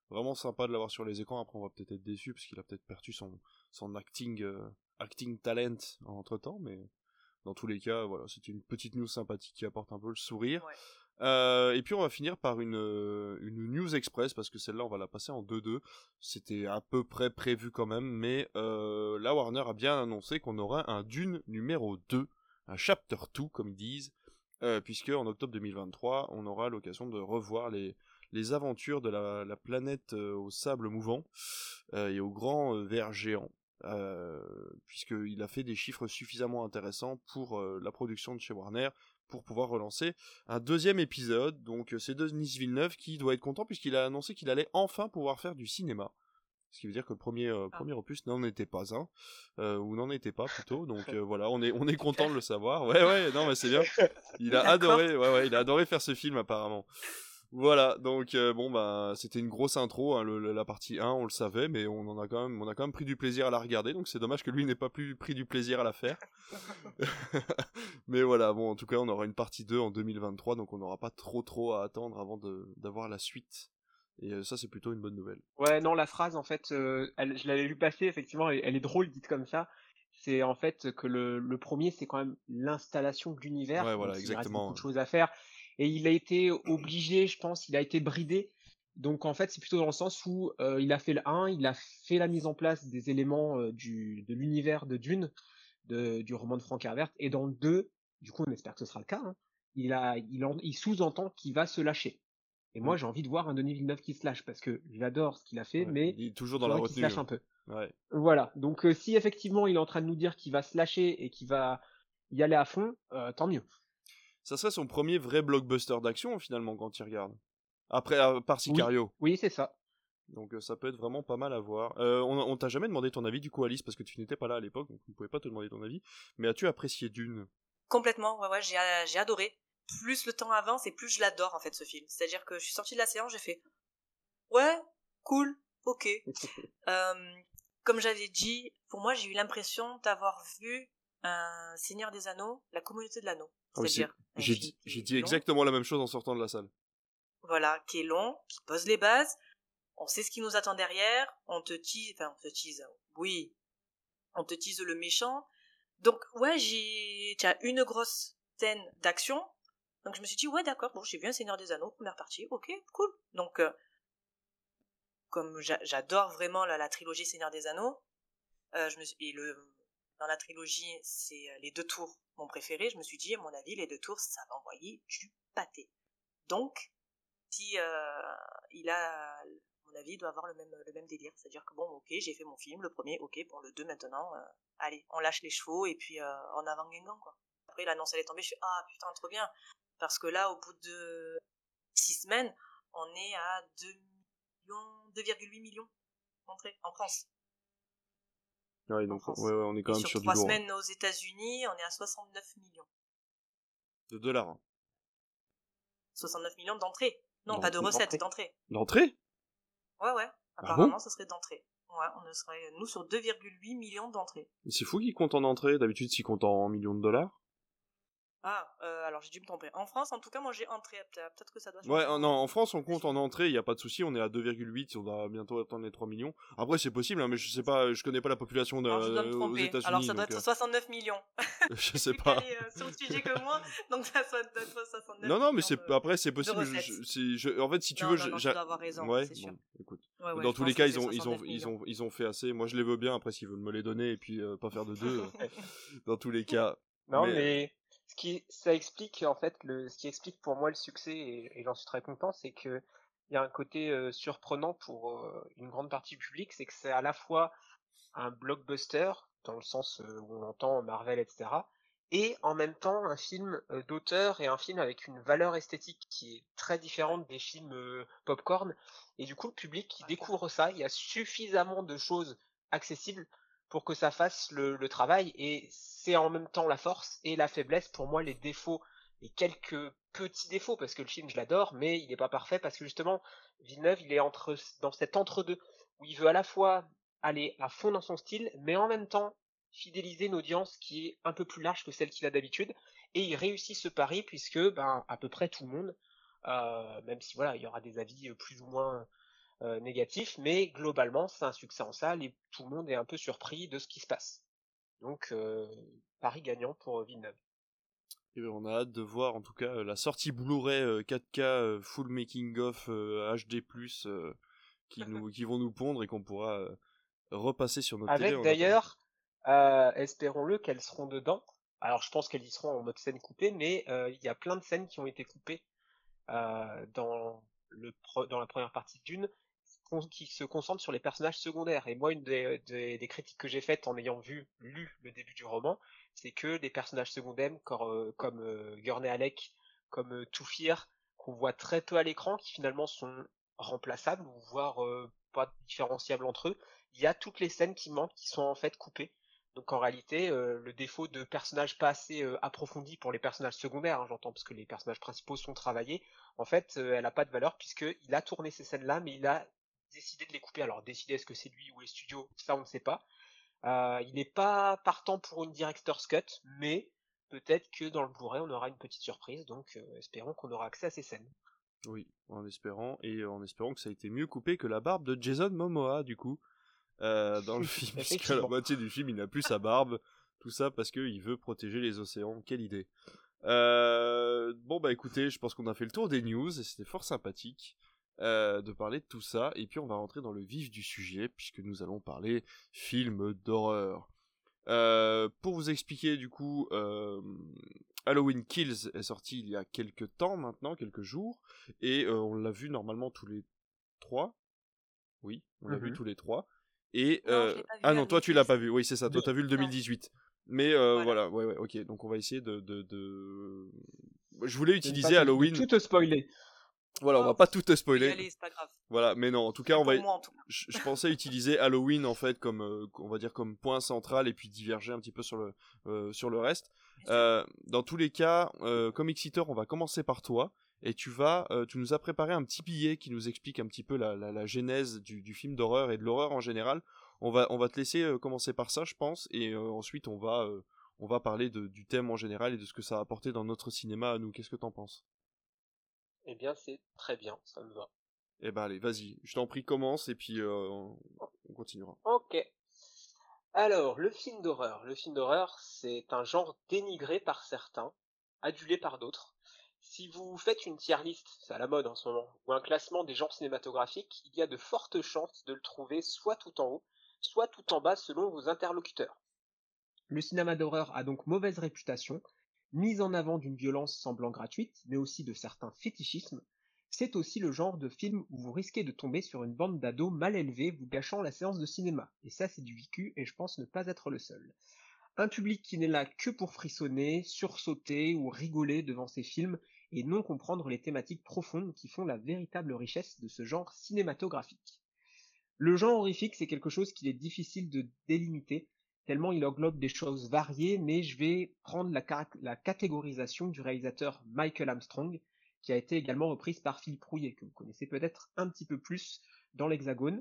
Vraiment sympa de l'avoir sur les écrans. Après, on va peut-être être déçu parce qu'il a peut-être perdu son, son acting, euh, acting talent entre temps, mais dans tous les cas, voilà, c'était une petite news sympathique qui apporte un peu le sourire. Ouais. Euh, et puis on va finir par une, euh, une news express parce que celle-là on va la passer en deux deux. C'était à peu près prévu quand même, mais euh, la Warner a bien annoncé qu'on aura un Dune numéro deux, un chapter deux comme ils disent, euh, puisque en octobre deux mille vingt-trois on aura l'occasion de revoir les, les aventures de la, la planète euh, au sable mouvant euh, et au grand euh, ver géant. Euh, puisqu'il a fait des chiffres suffisamment intéressants pour euh, la production de chez Warner pour pouvoir relancer un deuxième épisode. Donc c'est Denis Villeneuve qui doit être content puisqu'il a annoncé qu'il allait enfin pouvoir faire du cinéma. Ce qui veut dire que le premier, euh, Ah. premier opus n'en était pas un, euh, ou n'en était pas plutôt. Donc euh, voilà, on est, on est content de le savoir. Ouais, ouais, non, mais c'est bien. Il a adoré, ouais, ouais, il a adoré faire ce film apparemment. Voilà, donc euh, bon bah c'était une grosse intro, hein, le, le- la partie un, on le savait, mais on en a quand même, on a quand même pris du plaisir à la regarder, donc c'est dommage que lui n'ait pas plus pris du plaisir à la faire. Mais voilà, bon en tout cas on aura une partie deux en deux mille vingt-trois, donc on n'aura pas trop trop à attendre avant de d'avoir la suite. Et euh, ça c'est plutôt une bonne nouvelle. Ouais, non, la phrase, en fait, euh, elle- je l'avais lu passer, effectivement, elle, elle est drôle dite comme ça. C'est en fait que le, le premier, c'est quand même l'installation de l'univers, Ouais, même voilà, s'il reste beaucoup exactement. de choses à faire. Et il a été obligé, je pense, il a été bridé. Donc en fait, c'est plutôt dans le sens où euh, il a fait le un, il a fait la mise en place des éléments euh, du, de l'univers de Dune, de, du roman de Frank Herbert. Et dans le deux, du coup, on espère que ce sera le cas, hein, il a, il, en- il sous-entend qu'il va se lâcher. Et moi, Mm. j'ai envie de voir un Denis Villeneuve qui se lâche, parce que j'adore ce qu'il a fait, Ouais, mais il est toujours il dans la faudrait qu'il se retenue. lâche un peu. Ouais. Voilà. Donc, euh, si effectivement il est en train de nous dire qu'il va se lâcher et qu'il va y aller à fond, euh, tant mieux. Ça serait son premier vrai blockbuster d'action finalement quand tu regardes. Après, à part Oui, Sicario. oui, c'est ça. Donc euh, ça peut être vraiment pas mal à voir. Euh, on, on t'a jamais demandé ton avis du coup Alice parce que tu n'étais pas là à l'époque donc on ne pouvait pas te demander ton avis. Mais as-tu apprécié Dune? Complètement, ouais, ouais, j'ai, euh, j'ai adoré. Plus le temps avance et plus je l'adore en fait ce film. C'est-à-dire que je suis sortie de la séance, j'ai fait ouais, cool, ok. Euh, comme j'avais dit, pour moi j'ai eu l'impression d'avoir vu un Seigneur des Anneaux, la communauté de l'anneau. Ah oui, c'est- C'est-à-dire un j'ai film dit, qui j'ai est dit long, exactement la même chose en sortant de la salle. voilà, qui est long, qui pose les bases. On sait ce qui nous attend derrière. On te tease, enfin on te tease, oui, on te tease le méchant. Donc ouais, j'ai, tiens, une grosse scène d'action. Donc je me suis dit ouais d'accord, bon j'ai vu un Seigneur des Anneaux, première partie, ok, cool. Donc euh, comme j'a- j'adore vraiment la, la trilogie Seigneur des Anneaux, euh, je me suis, et le dans la trilogie c'est euh, les deux tours mon préféré, je me suis dit à mon avis les deux tours ça va envoyer du pâté. Donc si euh, il a, à mon avis il doit avoir le même le même délire, c'est-à-dire que bon ok j'ai fait mon film, le premier, ok bon le deux maintenant, euh, allez on lâche les chevaux et puis euh, en avant Guingamp quoi. Après l'annonce elle est tombée, je suis ah putain trop bien parce que là au bout de six semaines on est à deux millions, deux virgule huit millions d'entrées en France. Ouais, En donc France. ouais, ouais, on est quand Et même sur sur du trois lourd. hein. semaines aux États-Unis, on est à soixante-neuf millions. De dollars. hein. soixante-neuf millions d'entrées. Non, Non, pas de recettes, d'entrée. d'entrées. L'entrée? Ouais, ouais. Ah Apparemment, bon? ce serait d'entrées. Ouais, on serait, nous, sur deux virgule huit millions d'entrées. Mais c'est fou qu'ils comptent en entrée. D'habitude, s'ils comptent en millions de dollars. Ah, euh, alors j'ai dû me tromper. En France, en tout cas, moi j'ai entrée. Peut-être que ça doit changer. Ouais, euh, non, en France, on compte en entrée, il y a pas de souci, on est à deux virgule huit, on va bientôt atteindre les trois millions. Après, c'est possible, hein, mais je sais pas, je connais pas la population de, Alors je dois me euh, aux tromper. États-Unis. Alors ça doit donc, être euh, soixante-neuf millions. je sais Plus pas. calé euh, sur le sujet que moi, donc ça doit être soixante-neuf Non, non, mais millions c'est de- après, c'est possible. Je, recettes. je- c'est- je- en fait, si tu Non, veux, non, je- non, tu j'a- dois avoir raison, ouais, c'est sûr. bon, écoute. Ouais, ouais, Dans je tous les pense cas, que ils c'est ont, ils ont, soixante-neuf ils millions. ont, ils ont fait assez. Moi, je les veux bien. Après, s'ils veulent me les donner et puis euh, pas faire de deux, euh, dans tous les cas. Non, Mais, euh, mais ce qui, ça explique en fait le, ce qui explique pour moi le succès et, et j'en suis très content, c'est que il y a un côté euh, surprenant pour euh, une grande partie du public, c'est que c'est à la fois un blockbuster dans le sens euh, où on entend Marvel, et cetera, et en même temps un film euh, d'auteur et un film avec une valeur esthétique qui est très différente des films euh, popcorn. Et du coup, le public qui Ouais, découvre ça, il y a suffisamment de choses accessibles pour que ça fasse le, le travail. Et c'est en même temps la force et la faiblesse. Pour moi, les défauts, et quelques petits défauts, parce que le film, je l'adore, mais il n'est pas parfait, parce que justement, Villeneuve, il est entre, dans cet entre-deux, où il veut à la fois aller à fond dans son style, mais en même temps fidéliser une audience qui est un peu plus large que celle qu'il a d'habitude, et il réussit ce pari puisque ben à peu près tout le monde, euh, même si voilà il y aura des avis plus ou moins euh, négatif, mais globalement c'est un succès en salle et tout le monde est un peu surpris de ce qui se passe. Donc euh, pari gagnant pour Villeneuve. Et on a hâte de voir en tout cas euh, la sortie Blu-ray euh, quatre K euh, full making of euh, H D plus euh, qui nous qui vont nous pondre et qu'on pourra euh, repasser sur notre télé Avec en attendant. d'ailleurs, euh, espérons-le, qu'elles seront dedans. Alors je pense qu'elles y seront en mode scène coupée, mais euh, il y a plein de scènes qui ont été coupées euh, dans, le pro- dans la première partie d'une, qui se concentrent sur les personnages secondaires. Et moi, une des, des, des critiques que j'ai faites en ayant vu, lu le début du roman, c'est que les personnages secondaires, comme, euh, comme euh, Gurney Halleck, comme euh, Toufir, qu'on voit très peu à l'écran, qui finalement sont remplaçables, ou voire euh, pas différenciables entre eux, il y a toutes les scènes qui manquent, qui sont en fait coupées. Donc en réalité, euh, le défaut de personnages pas assez euh, approfondis pour les personnages secondaires, hein, j'entends, parce que les personnages principaux sont travaillés, en fait, euh, elle a pas de valeur puisqu'il a tourné ces scènes-là, mais il a décidé de les couper. Alors décider, est-ce que c'est lui ou les studios, ça on ne sait pas. Euh, il n'est pas partant pour une director's cut, mais peut-être que dans le Blu-ray on aura une petite surprise, donc euh, espérons qu'on aura accès à ces scènes. Oui, en espérant et en espérant que ça a été mieux coupé que la barbe de Jason Momoa du coup euh, dans le film, puisqu'à la moitié du film il n'a plus sa barbe, tout ça parce qu'il veut protéger les océans. Quelle idée. Euh, bon bah écoutez, je pense qu'on a fait le tour des news et c'était fort sympathique euh, de parler de tout ça, et puis on va rentrer dans le vif du sujet puisque nous allons parler film d'horreur. Euh, pour vous expliquer du coup, euh, Halloween Kills est sorti il y a quelques temps maintenant, quelques jours, et euh, on l'a vu normalement tous les trois. Oui, on l'a Mm-hmm. vu tous les trois. Et non, euh... je l'ai pas vu, ah non, toi tu l'as pas Kills. vu. Oui, c'est ça. Toi Oui. t'as vu le deux mille dix-huit. Mais euh, voilà. Voilà. ouais, ouais, ok. Donc on va essayer de, de, de... Je voulais De ne utiliser pas te- de Halloween. tout te spoiler. Voilà, on va Oh, pas tout te tu peux y spoiler. aller, c'est pas grave. Voilà, mais non. En tout cas, C'est on va. pour moi en tout cas. Je, je pensais utiliser Halloween en fait comme, euh, on va dire comme point central et puis diverger un petit peu sur le euh, sur le reste. Bien sûr. Euh, dans tous les cas, euh, comme Excitor, on va commencer par toi. Et tu vas, euh, tu nous as préparé un petit billet qui nous explique un petit peu la, la, la genèse du, du film d'horreur et de l'horreur en général. On va, on va te laisser euh, commencer par ça, je pense, et euh, ensuite on va, euh, on va parler de, du thème en général et de ce que ça a apporté dans notre cinéma à nous. Qu'est-ce que t'en penses? Eh bien, c'est très bien, ça me va. Eh ben allez, vas-y, je t'en prie, commence et puis euh, on, on continuera. Ok. Alors, le film d'horreur. Le film d'horreur, c'est un genre dénigré par certains, adulé par d'autres. Si vous faites une tier list, c'est à la mode en ce moment, ou un classement des genres cinématographiques, il y a de fortes chances de le trouver soit tout en haut, soit tout en bas selon vos interlocuteurs. Le cinéma d'horreur a donc mauvaise réputation, mise en avant d'une violence semblant gratuite, mais aussi de certains fétichismes. C'est aussi le genre de film où vous risquez de tomber sur une bande d'ados mal élevés vous gâchant la séance de cinéma. Et ça, c'est du vécu, et je pense ne pas être le seul. Un public qui n'est là que pour frissonner, sursauter ou rigoler devant ces films, et non comprendre les thématiques profondes qui font la véritable richesse de ce genre cinématographique. Le genre horrifique, c'est quelque chose qu'il est difficile de délimiter, tellement il englobe des choses variées, mais je vais prendre la, la catégorisation du réalisateur Michael Armstrong, qui a été également reprise par Philippe Rouillet, que vous connaissez peut-être un petit peu plus dans l'Hexagone.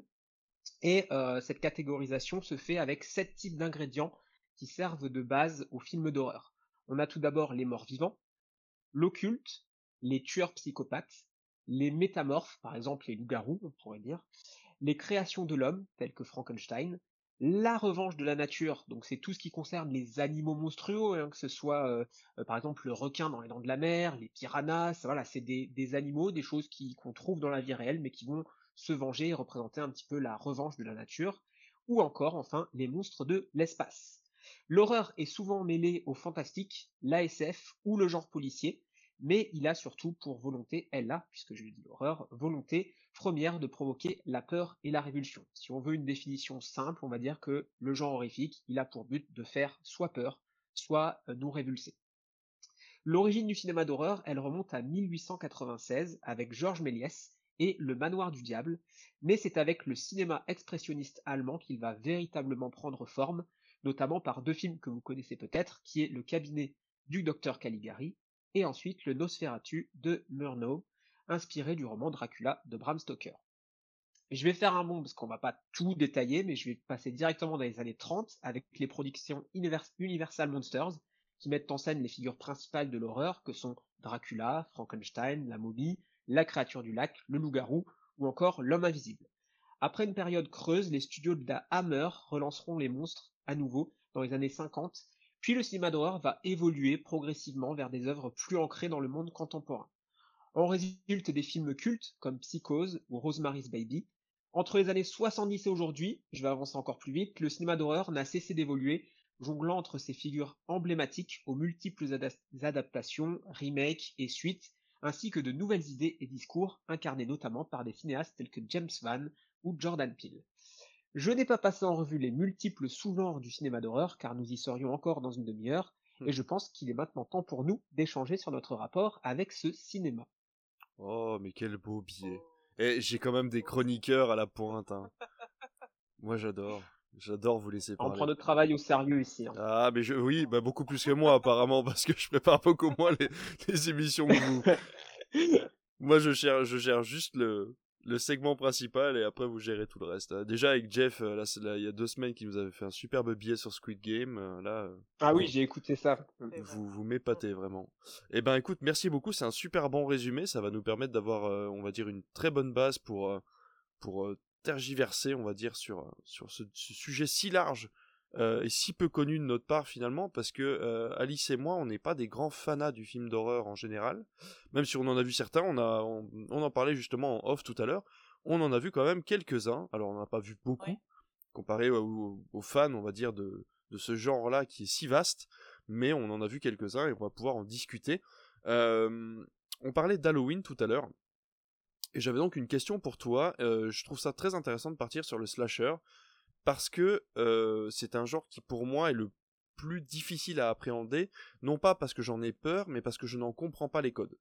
Et euh, cette catégorisation se fait avec sept types d'ingrédients qui servent de base aux films d'horreur. On a tout d'abord les morts vivants, l'occulte, les tueurs psychopathes, les métamorphes, par exemple les loups-garous, on pourrait dire, les créations de l'homme, telles que Frankenstein, la revanche de la nature, donc c'est tout ce qui concerne les animaux monstrueux, hein, que ce soit euh, euh, par exemple le requin dans les dents de la mer, les piranhas, voilà, c'est des, des animaux, des choses qui, qu'on trouve dans la vie réelle, mais qui vont se venger et représenter un petit peu la revanche de la nature, ou encore enfin les monstres de l'espace. L'horreur est souvent mêlée au fantastique, l'A S F ou le genre policier, mais il a surtout pour volonté, elle a, puisque je dis l'horreur, volonté première de provoquer la peur et la révulsion. Si on veut une définition simple, on va dire que le genre horrifique, il a pour but de faire soit peur, soit nous révulser. L'origine du cinéma d'horreur, elle remonte à mille huit cent quatre-vingt-seize avec Georges Méliès et Le Manoir du Diable, mais c'est avec le cinéma expressionniste allemand qu'il va véritablement prendre forme, notamment par deux films que vous connaissez peut-être, qui est Le Cabinet du docteur Caligari et ensuite Le Nosferatu de Murnau, inspiré du roman Dracula de Bram Stoker. Je vais faire un bond parce qu'on va pas tout détailler, mais je vais passer directement dans les années trente avec les productions Universal Monsters qui mettent en scène les figures principales de l'horreur que sont Dracula, Frankenstein, la momie, la créature du lac, le loup-garou ou encore L'Homme Invisible. Après une période creuse, les studios de la Hammer relanceront les monstres à nouveau dans les années cinquante, puis le cinéma d'horreur va évoluer progressivement vers des œuvres plus ancrées dans le monde contemporain. En résultent des films cultes comme Psychose ou Rosemary's Baby. Entre les années soixante-dix et aujourd'hui, je vais avancer encore plus vite, le cinéma d'horreur n'a cessé d'évoluer, jonglant entre ces figures emblématiques aux multiples adap- adaptations, remakes et suites, ainsi que de nouvelles idées et discours incarnés notamment par des cinéastes tels que James Wan ou Jordan Peele. Je n'ai pas passé en revue les multiples sous-genres du cinéma d'horreur, car nous y serions encore dans une demi-heure, et je pense qu'il est maintenant temps pour nous d'échanger sur notre rapport avec ce cinéma. Oh, mais quel beau billet. Et j'ai quand même des chroniqueurs à la pointe, hein. Moi, j'adore. J'adore vous laisser On parler. prend notre travail au sérieux ici. Hein. Ah, mais je, oui, bah beaucoup plus que moi, apparemment, parce que je prépare beaucoup moins les, les émissions que vous. Moi, je gère, je gère juste le, le segment principal et après, vous gérez tout le reste. Euh, Déjà, avec Jeff, euh, là, c'est là, il y a deux semaines, qui nous avait fait un superbe billet sur Squid Game. euh, Là, euh, Ah oui, vous, j'ai écouté ça. C'est vrai. vous, vous m'épatez vraiment. Eh ben, écoute, merci beaucoup. C'est un super bon résumé. Ça va nous permettre d'avoir, euh, on va dire, une très bonne base pour, euh, pour euh, tergiverser, on va dire, sur, euh, sur ce, ce sujet si large euh, et si peu connu de notre part finalement, parce que euh, Alice et moi, on n'est pas des grands fanats du film d'horreur en général, même si on en a vu certains, on, a, on, on en parlait justement en off tout à l'heure, on en a vu quand même quelques-uns, alors on n'en a pas vu beaucoup, Ouais. comparé aux, aux fans, on va dire, de, de ce genre-là qui est si vaste, mais on en a vu quelques-uns et on va pouvoir en discuter. Euh, on parlait d'Halloween tout à l'heure, et j'avais donc une question pour toi. Euh, je trouve ça très intéressant de partir sur le slasher parce que euh, c'est un genre qui pour moi est le plus difficile à appréhender, non pas parce que j'en ai peur, mais parce que je n'en comprends pas les codes.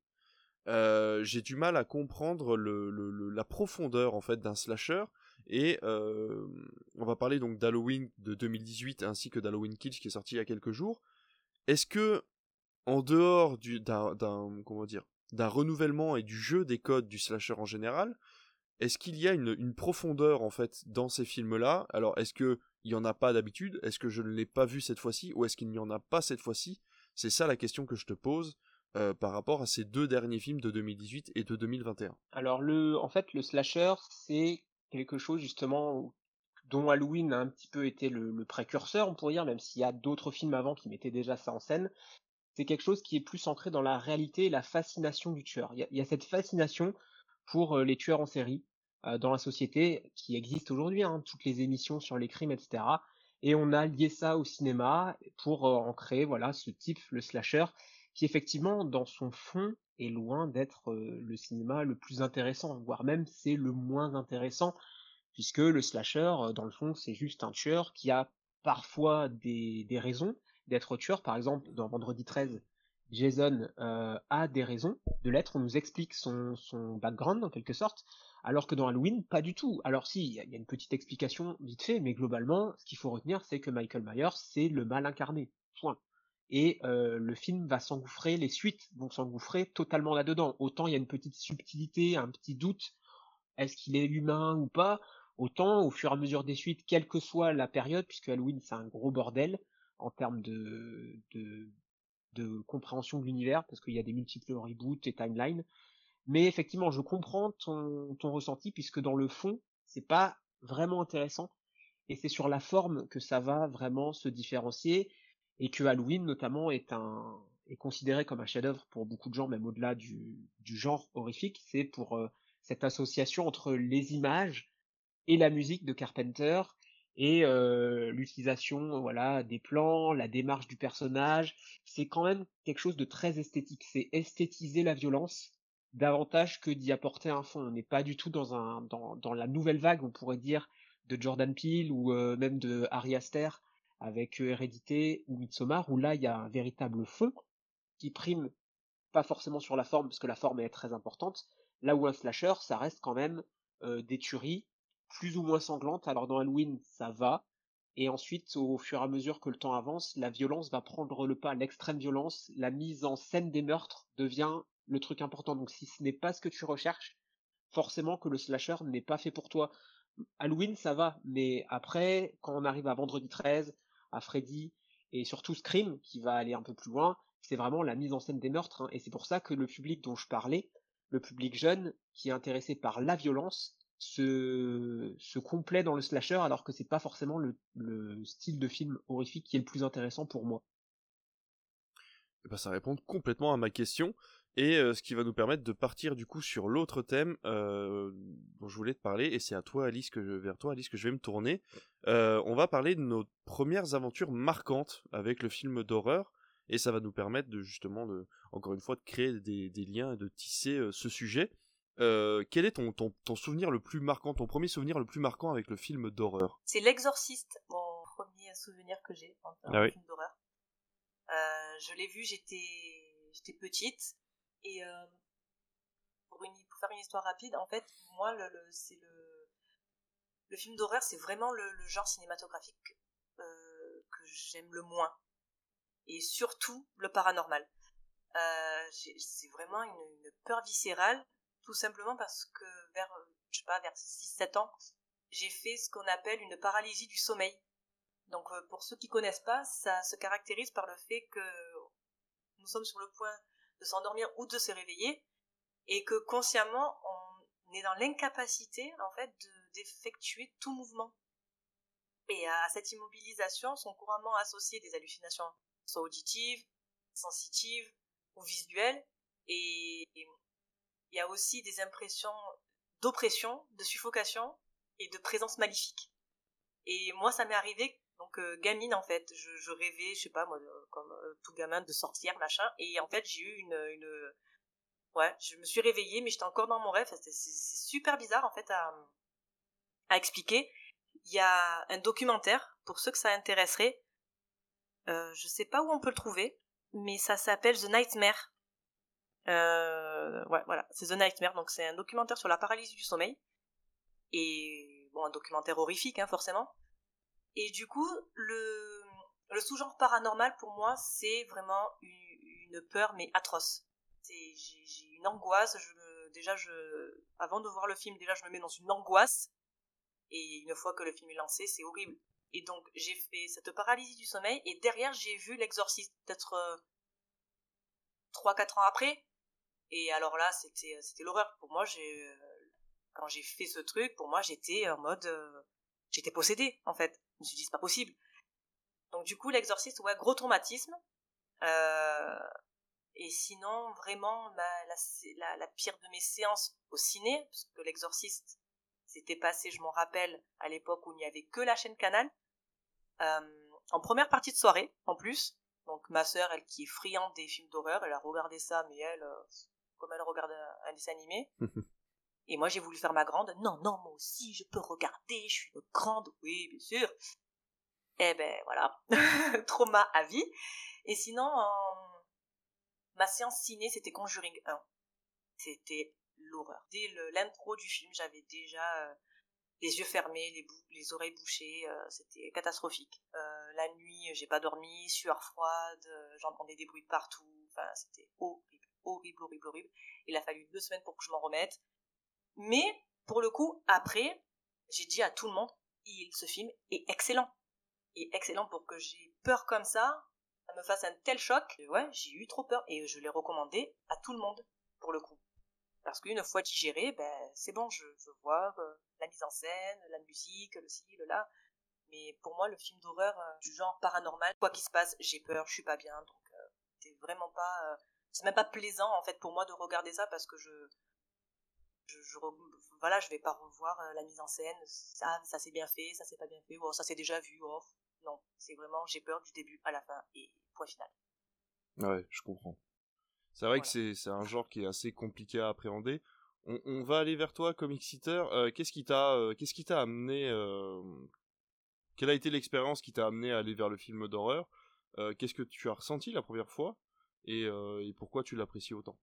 Euh, j'ai du mal à comprendre le, le, le- la profondeur en fait d'un slasher et euh, on va parler donc d'Halloween de deux mille dix-huit ainsi que d'Halloween Kills qui est sorti il y a quelques jours. Est-ce que en dehors du d'un d'un comment dire d'un renouvellement et du jeu des codes du slasher en général, est-ce qu'il y a une, une profondeur en fait dans ces films-là? Alors est-ce que il y en a pas d'habitude? Est-ce que je ne l'ai pas vu cette fois-ci? Ou est-ce qu'il n'y en a pas cette fois-ci? C'est ça la question que je te pose euh, par rapport à ces deux derniers films de deux mille dix-huit et de deux mille vingt et un. Alors le, en fait, le slasher, c'est quelque chose justement dont Halloween a un petit peu été le, le précurseur, on pourrait dire, même s'il y a d'autres films avant qui mettaient déjà ça en scène. C'est quelque chose qui est plus ancré dans la réalité et la fascination du tueur. Il y a, il y a cette fascination pour euh, les tueurs en série euh, dans la société qui existe aujourd'hui, hein, toutes les émissions sur les crimes, et cetera. Et on a lié ça au cinéma pour euh, en créer voilà ce type, le slasher, qui effectivement dans son fond est loin d'être euh, le cinéma le plus intéressant, voire même c'est le moins intéressant, puisque le slasher, euh, dans le fond, c'est juste un tueur qui a parfois des, des raisons d'être tueur. Par exemple, dans Vendredi treize, Jason euh, a des raisons de l'être, on nous explique son, son background en quelque sorte, alors que dans Halloween, pas du tout. Alors si, il y, y a une petite explication vite fait, mais globalement, ce qu'il faut retenir, c'est que Michael Myers, c'est le mal incarné. Point. Et euh, le film va s'engouffrer, les suites vont s'engouffrer totalement là-dedans. Autant il y a une petite subtilité, un petit doute, est-ce qu'il est humain ou pas, autant au fur et à mesure des suites, quelle que soit la période, puisque Halloween c'est un gros bordel en termes de, de, de compréhension de l'univers, parce qu'il y a des multiples reboots et timelines, mais effectivement je comprends ton, ton ressenti, puisque dans le fond, c'est pas vraiment intéressant, et c'est sur la forme que ça va vraiment se différencier, et que Halloween notamment est un est considéré comme un chef-d'œuvre pour beaucoup de gens, même au-delà du, du genre horrifique, c'est pour euh, cette association entre les images et la musique de Carpenter et euh, l'utilisation voilà des plans, la démarche du personnage, c'est quand même quelque chose de très esthétique, c'est esthétiser la violence davantage que d'y apporter un fond. On n'est pas du tout dans un dans, dans la nouvelle vague, on pourrait dire, de Jordan Peele ou euh, même de Ari Aster avec euh, Hérédité ou Midsommar, où là il y a un véritable fond qui prime pas forcément sur la forme, parce que la forme est très importante, là où un slasher, ça reste quand même euh, des tueries plus ou moins sanglantes. Alors dans Halloween, ça va, et ensuite, au fur et à mesure que le temps avance, la violence va prendre le pas, l'extrême violence, la mise en scène des meurtres devient le truc important. Donc si ce n'est pas ce que tu recherches, forcément que le slasher n'est pas fait pour toi. Halloween, ça va, mais après, quand on arrive à Vendredi treize, à Freddy, et surtout Scream, qui va aller un peu plus loin, c'est vraiment la mise en scène des meurtres, hein, et c'est pour ça que le public dont je parlais le public jeune qui est intéressé par la violence se, se complaît dans le slasher alors que c'est pas forcément le, le style de film horrifique qui est le plus intéressant pour moi. Eh ben, ça répond complètement à ma question, et euh, ce qui va nous permettre de partir du coup sur l'autre thème euh, dont je voulais te parler, et c'est à toi Alice que je, vers toi Alice que je vais me tourner. Euh, on va parler de nos premières aventures marquantes avec le film d'horreur, et ça va nous permettre de justement, de, encore une fois, de créer des, des liens et de tisser euh, ce sujet. Euh, quel est ton, ton, ton souvenir le plus marquant, ton premier souvenir le plus marquant avec le film d'horreur? C'est L'Exorciste, mon premier souvenir que j'ai en tant Ah oui. film d'horreur. Euh, je l'ai vu, j'étais, j'étais petite, et euh, pour, une, pour faire une histoire rapide, en fait, moi, le, le, c'est le, le film d'horreur, c'est vraiment le, le genre cinématographique euh, que j'aime le moins, et surtout le paranormal. Euh, c'est vraiment une, une peur viscérale, tout simplement parce que vers, je sais pas, vers six sept ans, j'ai fait ce qu'on appelle une paralysie du sommeil. Donc euh, pour ceux qui connaissent pas, ça se caractérise par le fait que nous sommes sur le point de s'endormir ou de se réveiller, et que consciemment on est dans l'incapacité en fait de, d'effectuer tout mouvement. Et à cette immobilisation sont couramment associées des hallucinations, soit auditives, sensitives ou visuelles, et il y a aussi des impressions d'oppression, de suffocation et de présence maléfique. Et moi ça m'est arrivé donc euh, gamine en fait, je, je rêvais, je sais pas moi, euh, comme euh, tout gamin, de sortir machin, et en fait j'ai eu une, une ouais, je me suis réveillée mais j'étais encore dans mon rêve. C'est, c'est, c'est super bizarre en fait à, à expliquer. Il y a un documentaire pour ceux que ça intéresserait, euh, je sais pas où on peut le trouver, mais ça s'appelle The Nightmare. Euh, ouais, voilà, c'est The Nightmare, donc c'est un documentaire sur la paralysie du sommeil, et bon, un documentaire horrifique hein, forcément. Et du coup, le, le sous-genre paranormal pour moi, c'est vraiment une, une peur mais atroce. C'est, j'ai, j'ai une angoisse. Je me, déjà, je, avant de voir le film, déjà je me mets dans une angoisse. Et une fois que le film est lancé, c'est horrible. Et donc j'ai fait cette paralysie du sommeil. Et derrière, j'ai vu L'Exorciste, peut-être euh, trois quatre ans après. Et alors là, c'était, c'était l'horreur. Pour moi, j'ai, euh, quand j'ai fait ce truc, pour moi, j'étais en mode, euh, j'étais possédée en fait. Je me suis dit, c'est pas possible. Donc du coup, L'Exorciste, ouais, gros traumatisme. Euh, et sinon, vraiment, bah, la, la, la pire de mes séances au ciné, parce que L'Exorciste, c'était passé, je m'en rappelle, à l'époque où il n'y avait que la chaîne Canal, euh, en première partie de soirée, en plus. Donc ma sœur, elle qui est friande des films d'horreur, elle a regardé ça, mais elle, euh, comme elle regarde un, un dessin animé. Et moi, j'ai voulu faire ma grande. Non, non, moi aussi, je peux regarder, je suis une grande. Oui, bien sûr. Eh ben, voilà. Trauma à vie. Et sinon, euh, ma séance ciné, c'était Conjuring un. C'était l'horreur. Dès le, l'intro du film, j'avais déjà euh, les yeux fermés, les, bou- les oreilles bouchées. Euh, c'était catastrophique. Euh, la nuit, j'ai pas dormi, sueur froide, euh, j'entendais des bruits de partout. Enfin, c'était horrible, horrible, horrible, horrible. Il a fallu deux semaines pour que je m'en remette. Mais, pour le coup, après, j'ai dit à tout le monde, il, ce film est excellent. Et excellent pour que j'ai peur comme ça, ça me fasse un tel choc. Et ouais, j'ai eu trop peur. Et je l'ai recommandé à tout le monde, pour le coup. Parce qu'une fois digéré, ben, c'est bon, je, je vois euh, la mise en scène, la musique, le ci, le là. Mais pour moi, le film d'horreur euh, du genre paranormal, quoi qu'il se passe, j'ai peur, je suis pas bien. Donc, euh, c'est vraiment pas... Euh, c'est même pas plaisant, en fait, pour moi de regarder ça, parce que je... Je, je, voilà, je vais pas revoir euh, la mise en scène, ça, ça c'est bien fait, ça c'est pas bien fait, bon, ça c'est déjà vu, oh. Non, c'est vraiment, j'ai peur du début à la fin, et point final. Ouais, je comprends. C'est vrai Voilà. que c'est, c'est un genre qui est assez compliqué à appréhender. On, on va aller vers toi, Comic Eater. Euh, qu'est-ce qui t'a, euh, qu'est-ce qui t'a amené, euh, quelle a été l'expérience qui t'a amené à aller vers le film d'horreur? euh, Qu'est-ce que tu as ressenti la première fois, et, euh, et pourquoi tu l'apprécies autant?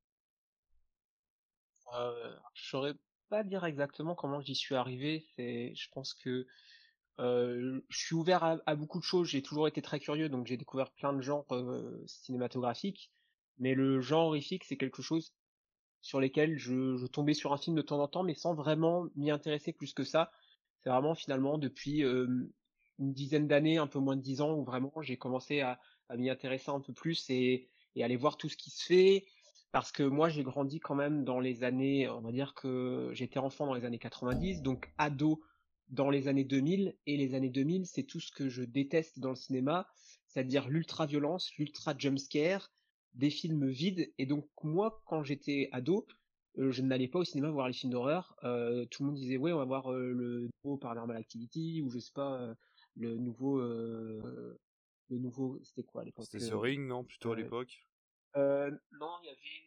Euh, je saurais pas dire exactement comment j'y suis arrivé. C'est, je pense que euh, je suis ouvert à, à beaucoup de choses. J'ai toujours été très curieux, donc j'ai découvert plein de genres euh, cinématographiques. Mais le genre horrifique, c'est quelque chose sur lesquels je, je tombais sur un film de temps en temps, mais sans vraiment m'y intéresser plus que ça. C'est vraiment finalement depuis euh, une dizaine d'années, un peu moins de dix ans, où vraiment j'ai commencé à, à m'y intéresser un peu plus et, et aller voir tout ce qui se fait. Parce que moi, j'ai grandi quand même dans les années, on va dire que j'étais enfant dans les années quatre-vingt-dix, donc ado dans les années deux mille, et les années deux mille, c'est tout ce que je déteste dans le cinéma, c'est-à-dire l'ultra-violence, l'ultra-jumpscare, des films vides, et donc moi, quand j'étais ado, euh, je n'allais pas au cinéma voir les films d'horreur, euh, tout le monde disait, ouais, on va voir euh, le nouveau Paranormal Activity, ou je sais pas, euh, le nouveau... euh, le nouveau, c'était quoi à l'époque? C'était The euh, Ring, non, plutôt à euh, l'époque. euh, non, il y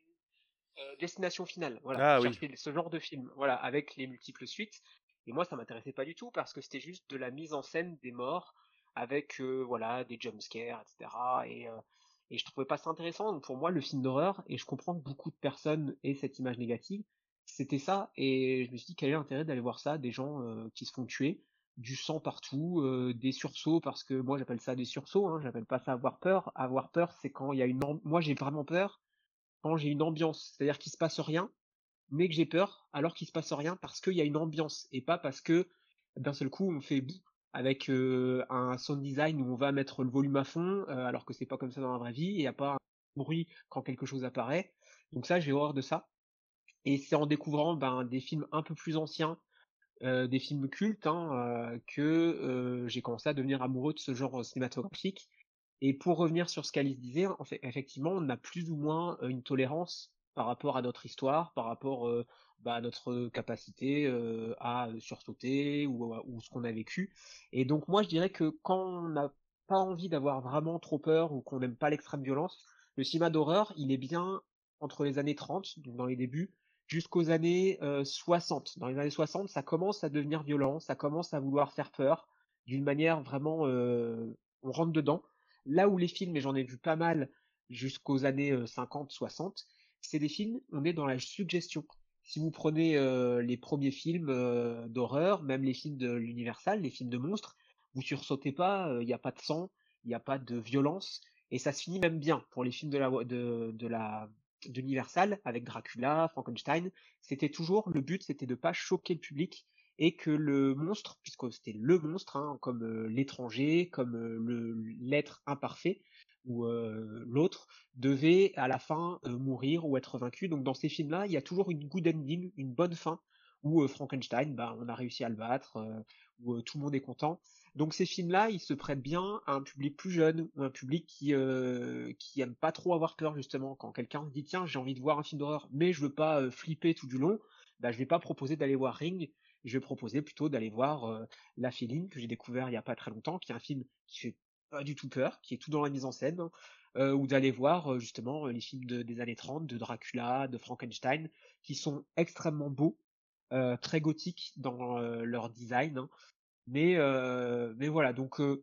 avait euh, Destination Finale, voilà, Ah ils oui. cherchaient ce genre de film, voilà, avec les multiples suites. Et moi, ça m'intéressait pas du tout parce que c'était juste de la mise en scène des morts avec, euh, voilà, des jumpscares, et cetera. Et, euh, et je trouvais pas ça intéressant. Donc pour moi, le film d'horreur, et je comprends que beaucoup de personnes aient cette image négative, c'était ça. Et je me suis dit quel est l'intérêt d'aller voir ça, des gens euh, qui se font tuer, du sang partout, euh, des sursauts, parce que moi j'appelle ça des sursauts, hein, j'appelle pas ça avoir peur. Avoir peur, c'est quand il y a une, am- moi j'ai vraiment peur quand j'ai une ambiance, c'est-à-dire qu'il se passe rien, mais que j'ai peur alors qu'il se passe rien parce qu'il y a une ambiance et pas parce que d'un seul coup on fait bouh avec euh, un sound design où on va mettre le volume à fond euh, alors que c'est pas comme ça dans la vraie vie et il n'y a pas un bruit quand quelque chose apparaît. Donc ça, j'ai horreur de ça. Et c'est en découvrant ben, des films un peu plus anciens, euh, des films cultes, hein, euh, que euh, j'ai commencé à devenir amoureux de ce genre cinématographique. Et pour revenir sur ce qu'Alice disait, en fait, effectivement, on a plus ou moins euh, une tolérance par rapport à notre histoire, par rapport euh, bah, à notre capacité euh, à sursauter ou, ou ce qu'on a vécu. Et donc moi, je dirais que quand on n'a pas envie d'avoir vraiment trop peur ou qu'on n'aime pas l'extrême violence, le cinéma d'horreur, il est bien entre les années trente, donc dans les débuts, jusqu'aux années euh, soixante. Dans les années soixante, ça commence à devenir violent, ça commence à vouloir faire peur d'une manière vraiment, euh, on rentre dedans. Là où les films, et j'en ai vu pas mal jusqu'aux années euh, cinquante, soixante, c'est des films, on est dans la suggestion. Si vous prenez euh, les premiers films euh, d'horreur, même les films de l'Universal, les films de monstres, vous sursautez pas, il euh, n'y a pas de sang, il n'y a pas de violence, et ça se finit même bien pour les films de la de, de la d'Universal avec Dracula, Frankenstein. C'était toujours le but, c'était de pas choquer le public et que le monstre, puisque c'était le monstre, hein, comme euh, l'étranger, comme euh, le l'être imparfait ou euh, l'autre, devait à la fin euh, mourir ou être vaincu. Donc dans ces films-là, il y a toujours une good ending, une bonne fin, où euh, Frankenstein, bah, on a réussi à le battre, euh, où euh, tout le monde est content. Donc ces films-là, ils se prêtent bien à un public plus jeune, ou un public qui euh, qui aime pas trop avoir peur justement. Quand quelqu'un se dit tiens j'ai envie de voir un film d'horreur, mais je veux pas euh, flipper tout du long, bah je vais pas proposer d'aller voir Ring, je vais proposer plutôt d'aller voir euh, La Féline que j'ai découvert il y a pas très longtemps, qui est un film qui fait pas du tout peur, qui est tout dans la mise en scène, hein, euh, ou d'aller voir euh, justement les films de, des années trente, de Dracula, de Frankenstein, qui sont extrêmement beaux, euh, très gothiques dans euh, leur design, hein. Mais euh, mais voilà, donc euh,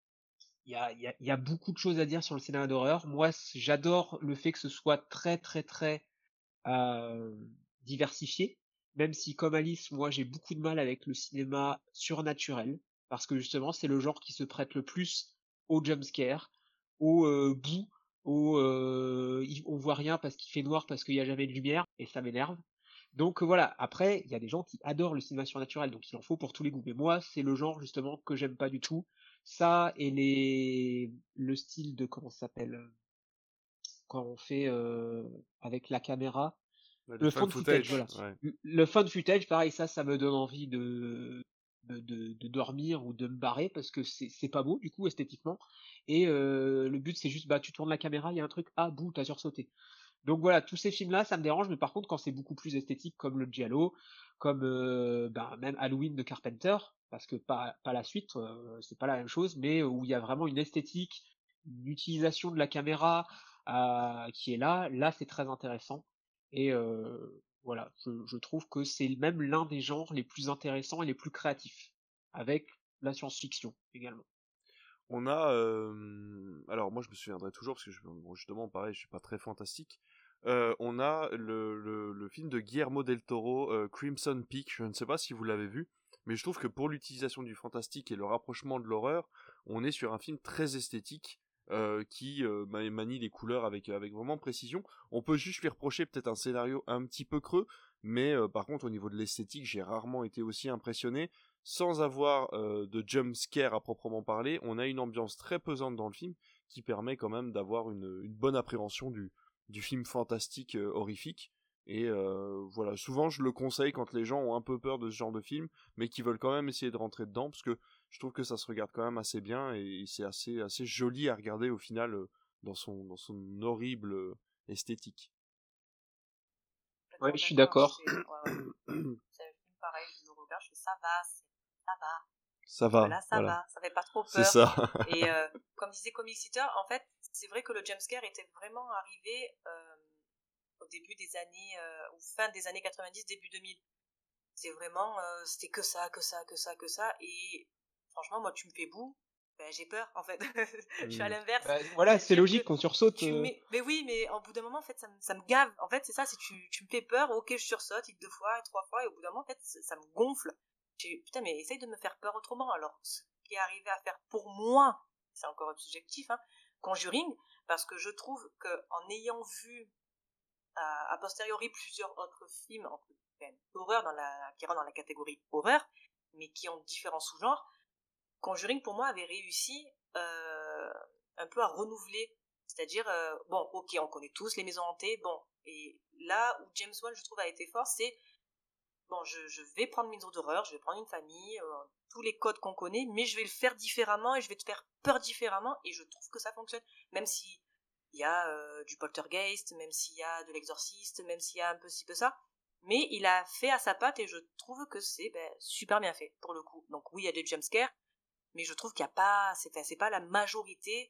il y a, y, a, y a beaucoup de choses à dire sur le cinéma d'horreur. Moi, j'adore le fait que ce soit très très très euh, diversifié, même si comme Alice, moi j'ai beaucoup de mal avec le cinéma surnaturel, parce que justement c'est le genre qui se prête le plus au jumpscare, au euh, bout, au euh, on voit rien parce qu'il fait noir parce qu'il n'y a jamais de lumière, et ça m'énerve. Donc euh, voilà, après il y a des gens qui adorent le cinéma surnaturel, donc il en faut pour tous les goûts. Mais moi c'est le genre justement que j'aime pas du tout. Ça et les le style de comment ça s'appelle euh, quand on fait euh, avec la caméra Le le fan fan footage, footage, voilà. ouais. Le le fan footage, pareil, ça, ça me donne envie de, de, de, de dormir ou de me barrer parce que c'est c'est pas beau, du coup, esthétiquement. Et euh, le but, c'est juste, bah, tu tournes la caméra, il y a un truc, ah, bouh, t'as sursauté. Donc voilà, tous ces films-là, ça me dérange, mais par contre, quand c'est beaucoup plus esthétique, comme le Giallo, comme euh, bah, même Halloween de Carpenter, parce que pas, pas la suite, euh, c'est pas la même chose, mais où il y a vraiment une esthétique, une utilisation de la caméra euh, qui est là, là, c'est très intéressant. Et euh, voilà, je, je trouve que c'est même l'un des genres les plus intéressants et les plus créatifs, avec la science-fiction également. On a, euh, alors moi je me souviendrai toujours parce que je, bon, justement pareil, je suis pas très fantastique. Euh, on a le, le, le film de Guillermo del Toro, euh, Crimson Peak. Je ne sais pas si vous l'avez vu, mais je trouve que pour l'utilisation du fantastique et le rapprochement de l'horreur, on est sur un film très esthétique euh, qui euh, manie les couleurs avec avec vraiment précision. On peut juste lui reprocher peut-être un scénario un petit peu creux, mais euh, par contre au niveau de l'esthétique, j'ai rarement été aussi impressionné. Sans avoir euh, de jump scare à proprement parler, on a une ambiance très pesante dans le film qui permet quand même d'avoir une, une bonne appréhension du, du film fantastique euh, horrifique. Et euh, voilà, souvent je le conseille quand les gens ont un peu peur de ce genre de film, mais qui veulent quand même essayer de rentrer dedans, parce que je trouve que ça se regarde quand même assez bien, et c'est assez, assez joli à regarder au final, euh, dans son, dans son horrible euh, esthétique. Ouais, je suis d'accord. C'est, ouais, ouais. C'est un film pareil, je le regarde, je fais ça va, c'est, ça va. Ça va, Voilà, ça voilà. va, ça fait pas trop peur. C'est ça. Et euh, comme disait Comic Sitter, en fait, c'est vrai que le jumpscare était vraiment arrivé euh, au début des années, euh, ou fin des années quatre-vingt-dix, début deux mille. C'est vraiment, euh, c'était que ça, que ça, que ça, que ça. Et franchement, moi, tu me fais boue, ben, j'ai peur, en fait. Je suis à l'inverse. Bah, voilà, c'est logique qu'on sursaute. Tu euh... mets... Mais oui, mais au bout d'un moment, en fait, ça me, ça me gave. En fait, c'est ça, si tu, tu me fais peur, ok, je sursaute, deux fois, trois fois, et au bout d'un moment, en fait, ça me gonfle. J'ai, putain, mais essaye de me faire peur autrement. Alors, ce qui est arrivé à faire pour moi, c'est encore subjectif, hein, Conjuring, parce que je trouve qu'en ayant vu à, a posteriori plusieurs autres films enfin, d'horreur dans la, qui rentrent dans la catégorie horreur, mais qui ont différents sous-genres, Conjuring pour moi avait réussi euh, un peu à renouveler, c'est-à-dire euh, bon, ok, on connaît tous les maisons hantées, bon, et là où James Wan je trouve a été fort, c'est bon, je, je vais prendre une maison d'horreur, je vais prendre une famille, euh, tous les codes qu'on connaît, mais je vais le faire différemment et je vais te faire peur différemment, et je trouve que ça fonctionne, même si il y a euh, du poltergeist, même s'il y a de l'exorciste, même s'il y a un peu ci peu ça, mais il a fait à sa patte et je trouve que c'est ben, super bien fait pour le coup. Donc oui, il y a des jumpscares, mais je trouve qu'il n'y a pas, c'est, c'est pas la majorité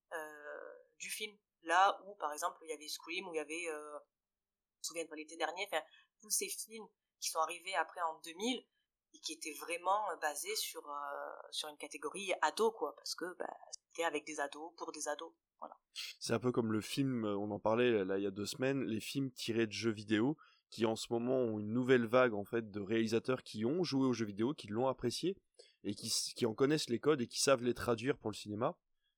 euh, du film. Là où par exemple il y avait Scream, où il y avait, euh, je me souviens de l'été dernier, enfin tous ces films qui sont arrivés après en deux mille et qui étaient vraiment basés sur euh, sur une catégorie ado quoi, parce que bah, c'était avec des ados pour des ados. Voilà. C'est un peu comme le film, on en parlait là il y a deux semaines, les films tirés de jeux vidéo, qui en ce moment ont une nouvelle vague en fait de réalisateurs qui ont joué aux jeux vidéo, qui l'ont apprécié, et qui, qui en connaissent les codes et qui savent les traduire pour le cinéma.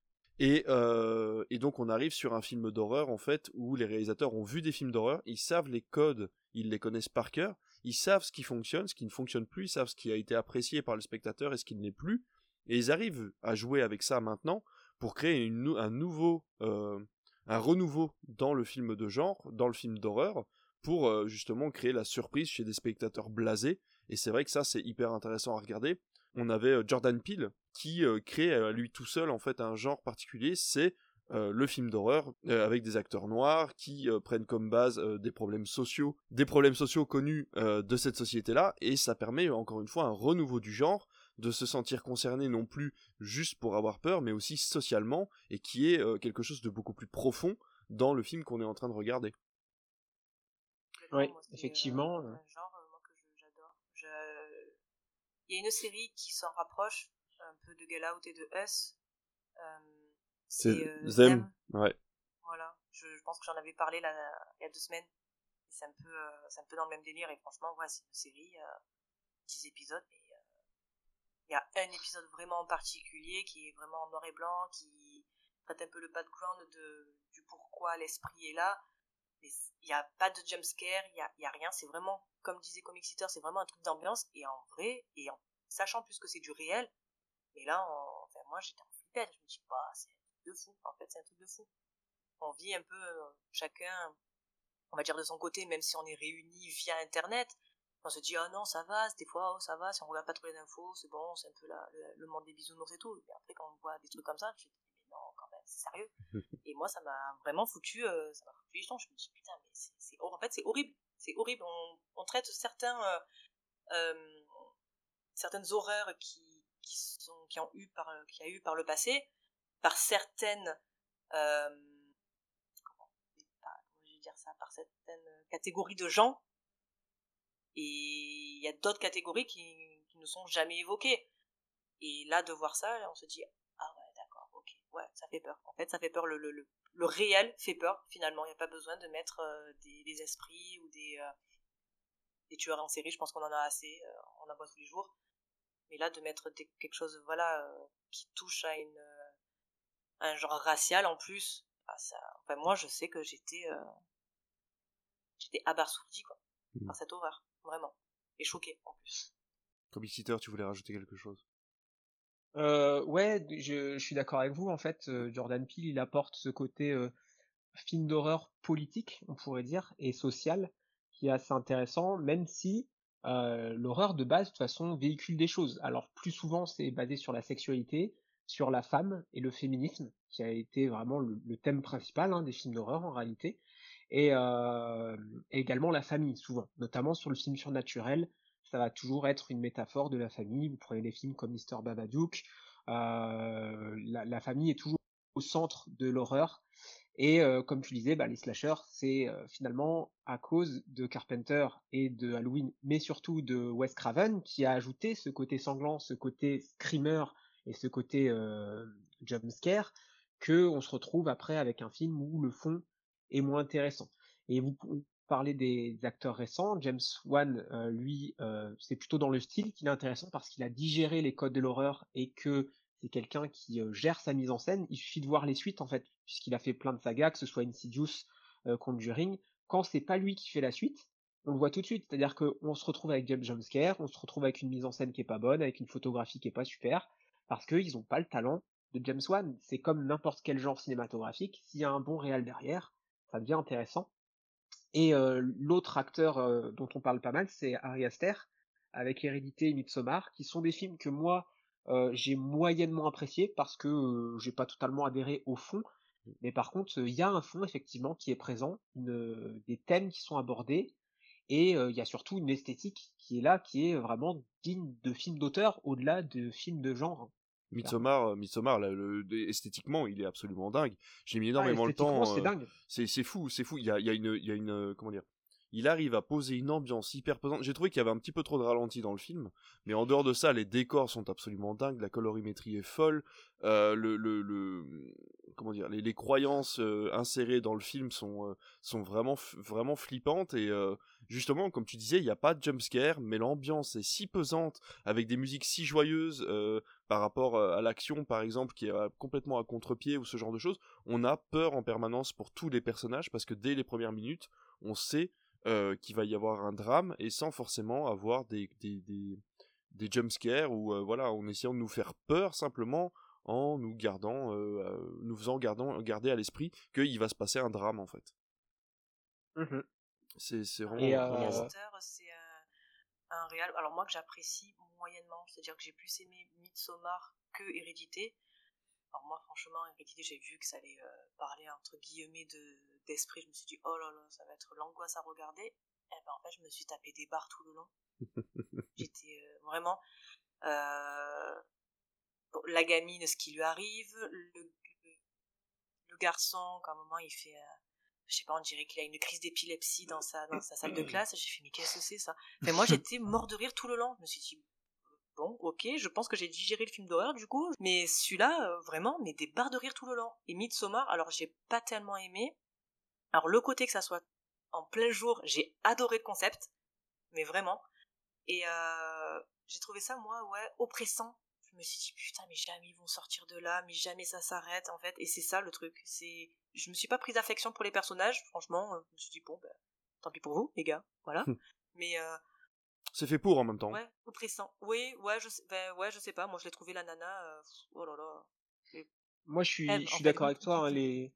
Et, euh, et donc on arrive sur un film d'horreur en fait où les réalisateurs ont vu des films d'horreur, ils savent les codes, ils les connaissent par cœur, ils savent ce qui fonctionne, ce qui ne fonctionne plus, ils savent ce qui a été apprécié par le spectateur et ce qui ne l'est plus, et ils arrivent à jouer avec ça maintenant pour créer une, un nouveau, euh, un renouveau dans le film de genre, dans le film d'horreur, pour euh, justement créer la surprise chez des spectateurs blasés. Et c'est vrai que ça c'est hyper intéressant à regarder. On avait euh, Jordan Peele qui euh, crée à lui tout seul en fait un genre particulier, c'est euh, le film d'horreur euh, avec des acteurs noirs qui euh, prennent comme base euh, des problèmes sociaux, des problèmes sociaux connus euh, de cette société-là, et ça permet encore une fois un renouveau du genre, de se sentir concerné non plus juste pour avoir peur, mais aussi socialement, et qui est euh, quelque chose de beaucoup plus profond dans le film qu'on est en train de regarder. Oui, effectivement. Euh, un genre euh, moi, que je, j'adore. Je... Il y a une série qui s'en rapproche un peu de Get Out et de Us. Euh, c'est c'est euh, Them. Them. Ouais. Voilà. Je, je pense que j'en avais parlé là, il y a deux semaines. C'est un peu, euh, c'est un peu dans le même délire et franchement, ouais, c'est une série, euh, dix épisodes, mais il y a un épisode vraiment en particulier qui est vraiment en noir et blanc, qui traite un peu le background de, du pourquoi l'esprit est là. Il n'y a pas de jumpscare, il n'y a, y a rien, c'est vraiment, comme disait Comic Sitter, c'est vraiment un truc d'ambiance, et en vrai, et en sachant plus que c'est du réel, mais là, en, enfin, moi j'étais en flippette, je me dis, bah, c'est un truc de fou, en fait, c'est un truc de fou. On vit un peu, euh, chacun, on va dire de son côté, même si on est réunis via Internet, on se dit, ah oh non, ça va, des fois, oh, ça va, si on regarde pas trop les infos, c'est bon, c'est un peu la, le, le monde des bisounours et tout. Et après, quand on voit des trucs comme ça, je me dis, mais non, quand même, c'est sérieux. Et moi, ça m'a vraiment foutu, euh, ça m'a foutu les jetons. Je me dis, putain, mais c'est, c'est, en fait, c'est horrible. C'est horrible. On, on traite certains, euh, euh, certaines horreurs qui, qui sont, qui ont eu par, qui a eu par le passé, par certaines, euh, comment, pas, comment je vais dire ça, par certaines catégories de gens. Et il y a d'autres catégories qui, qui ne sont jamais évoquées. Et là, de voir ça, on se dit, ah ouais, d'accord, ok, ouais, ça fait peur. En fait, ça fait peur, le, le, le, le réel fait peur, finalement. Il n'y a pas besoin de mettre euh, des, des esprits ou des, euh, des tueurs en série, je pense qu'on en a assez, euh, on en voit tous les jours. Mais là, de mettre des, quelque chose, voilà, euh, qui touche à une, euh, un genre racial en plus, ah, ça, enfin, moi, je sais que j'étais, euh, j'étais abasourdie, quoi, mmh. par cette horreur. Vraiment. Et choqué, en plus. Comme Exeter, tu voulais rajouter quelque chose? euh, Ouais, je, je suis d'accord avec vous. En fait, euh, Jordan Peele, il apporte ce côté euh, film d'horreur politique, on pourrait dire, et social, qui est assez intéressant, même si euh, l'horreur de base, de toute façon, véhicule des choses. Alors plus souvent, c'est basé sur la sexualité, sur la femme et le féminisme, qui a été vraiment le, le thème principal hein, des films d'horreur en réalité, et, euh, et également la famille, souvent, notamment sur le film surnaturel. Ça va toujours être une métaphore de la famille. Vous prenez des films comme mister Babadook, euh, la, la famille est toujours au centre de l'horreur. Et euh, comme tu disais, bah, les slashers, c'est euh, finalement à cause de Carpenter et de Halloween, mais surtout de Wes Craven, qui a ajouté ce côté sanglant, ce côté screamer et ce côté euh, jumpscare, que on se retrouve après avec un film où le fond est moins intéressant. Et vous parlez des acteurs récents, James Wan, euh, lui, euh, c'est plutôt dans le style qu'il est intéressant parce qu'il a digéré les codes de l'horreur et que c'est quelqu'un qui euh, gère sa mise en scène. Il suffit de voir les suites en fait, puisqu'il a fait plein de sagas, que ce soit Insidious, euh, Conjuring. Quand c'est pas lui qui fait la suite, on le voit tout de suite. C'est-à-dire qu'on se retrouve avec James Jumpscare, on se retrouve avec une mise en scène qui est pas bonne, avec une photographie qui est pas super, parce qu'ils ont pas le talent de James Wan. C'est comme n'importe quel genre cinématographique. S'il y a un bon réal derrière, ça devient intéressant. Et euh, l'autre acteur euh, dont on parle pas mal, c'est Ari Aster, avec Hérédité et Midsommar, qui sont des films que moi, euh, j'ai moyennement apprécié parce que euh, j'ai pas totalement adhéré au fond, mais par contre il euh, y a un fond effectivement qui est présent, une, euh, des thèmes qui sont abordés, et il euh, y a surtout une esthétique qui est là, qui est vraiment digne de films d'auteur au-delà de films de genre. Midsommar, euh, Midsommar là, le, le, esthétiquement, il est absolument dingue. J'ai mis Ah, énormément le temps. c'est euh, dingue. C'est, c'est fou, c'est fou. Il y a, il y a une, il y a une, euh, comment dire. Il arrive à poser une ambiance hyper pesante. J'ai trouvé qu'il y avait un petit peu trop de ralenti dans le film, mais en dehors de ça, les décors sont absolument dingues, la colorimétrie est folle, euh, le, le, le, comment dire, les, les croyances euh, insérées dans le film sont, euh, sont vraiment, vraiment flippantes et euh, justement, comme tu disais, il n'y a pas de jumpscare, mais l'ambiance est si pesante avec des musiques si joyeuses euh, par rapport à l'action, par exemple, qui est euh, complètement à contre-pied ou ce genre de choses. On a peur en permanence pour tous les personnages parce que dès les premières minutes, on sait Euh, qu'il va y avoir un drame et sans forcément avoir des, des, des, des jumpscares ou euh, voilà, en essayant de nous faire peur simplement en nous gardant, euh, euh, nous faisant gardant, garder à l'esprit qu'il va se passer un drame en fait. Mmh. C'est, c'est vraiment, et vraiment euh... bon. C'est un, un réal, alors moi que j'apprécie moyennement, c'est-à-dire que j'ai plus aimé Midsommar que Hérédité. Alors moi franchement Hérédité j'ai vu que ça allait euh, parler entre guillemets de, d'esprit, je me suis dit oh là là ça va être l'angoisse à regarder, et ben en fait je me suis tapé des barres tout le long. J'étais euh, vraiment euh, bon, la gamine ce qui lui arrive, le, le, le garçon qu'à un moment il fait euh, je sais pas, on dirait qu'il a une crise d'épilepsie dans sa, dans sa salle de classe. J'ai fait mais qu'est-ce que c'est ça? Enfin, moi j'étais mort de rire tout le long, je me suis dit bon, ok, je pense que j'ai digéré le film d'horreur du coup, mais celui-là, euh, vraiment, mais des barres de rire tout le long. Et Midsommar, alors j'ai pas tellement aimé. Alors le côté que ça soit en plein jour, j'ai adoré le concept, mais vraiment. Et euh, j'ai trouvé ça, moi, ouais, oppressant. Je me suis dit, putain, mais jamais ils vont sortir de là, mais jamais ça s'arrête, en fait. Et c'est ça le truc. C'est, je me suis pas prise d'affection pour les personnages, franchement. Je me suis dit, bon, ben, tant pis pour vous, les gars, voilà. mais euh, c'est fait pour en même temps. Ouais, oppressant. Oui, ouais, je sais, ben, ouais, je sais pas. Moi, je l'ai trouvé la nana. Euh, oh là là. Et... Moi, je suis, Elle, je en suis fait. d'accord avec toi. Hein, les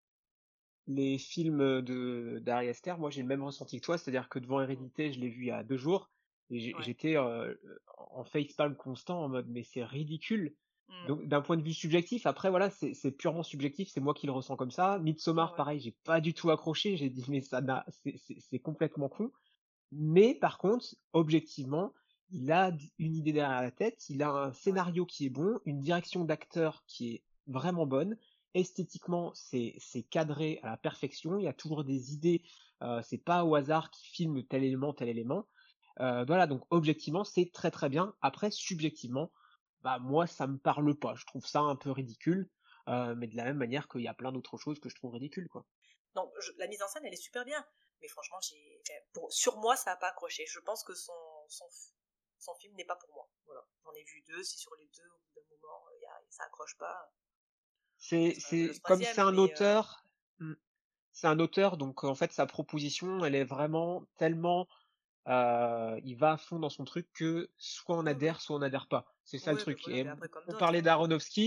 les films de d'Ari Aster, moi, j'ai le même ressenti que toi, c'est-à-dire que devant Hérédité, je l'ai vu il y a deux jours et Ouais. j'étais euh, en facepalm constant en mode mais c'est ridicule. Mm. Donc d'un point de vue subjectif, après voilà, c'est, c'est purement subjectif, c'est moi qui le ressens comme ça. Midsommar, ouais. Pareil, j'ai pas du tout accroché, j'ai dit mais ça n'a, c'est, c'est, c'est complètement con. Mais par contre, objectivement, il a une idée derrière la tête, il a un scénario qui est bon, une direction d'acteur qui est vraiment bonne, esthétiquement c'est, c'est cadré à la perfection, il y a toujours des idées, euh, c'est pas au hasard qu'il filme tel élément, tel élément. Euh, voilà, donc objectivement c'est très très bien. Après, subjectivement, bah moi ça me parle pas, je trouve ça un peu ridicule, euh, mais de la même manière qu'il y a plein d'autres choses que je trouve ridicules, quoi. Donc je, la mise en scène elle est super bien. Mais franchement, j'ai, enfin, pour, sur moi, ça n'a pas accroché. Je pense que son, son, son film n'est pas pour moi. Voilà. J'en ai vu deux, si sur les deux, au bout d'un moment, y a, ça accroche pas. C'est, c'est, comme c'est un auteur, euh... c'est un auteur, donc en fait, sa proposition, elle est vraiment tellement, euh, il va à fond dans son truc que soit on adhère, soit on n'adhère pas. C'est ça oui, le truc. Voilà, Et après, on parlait d'Aronofsky,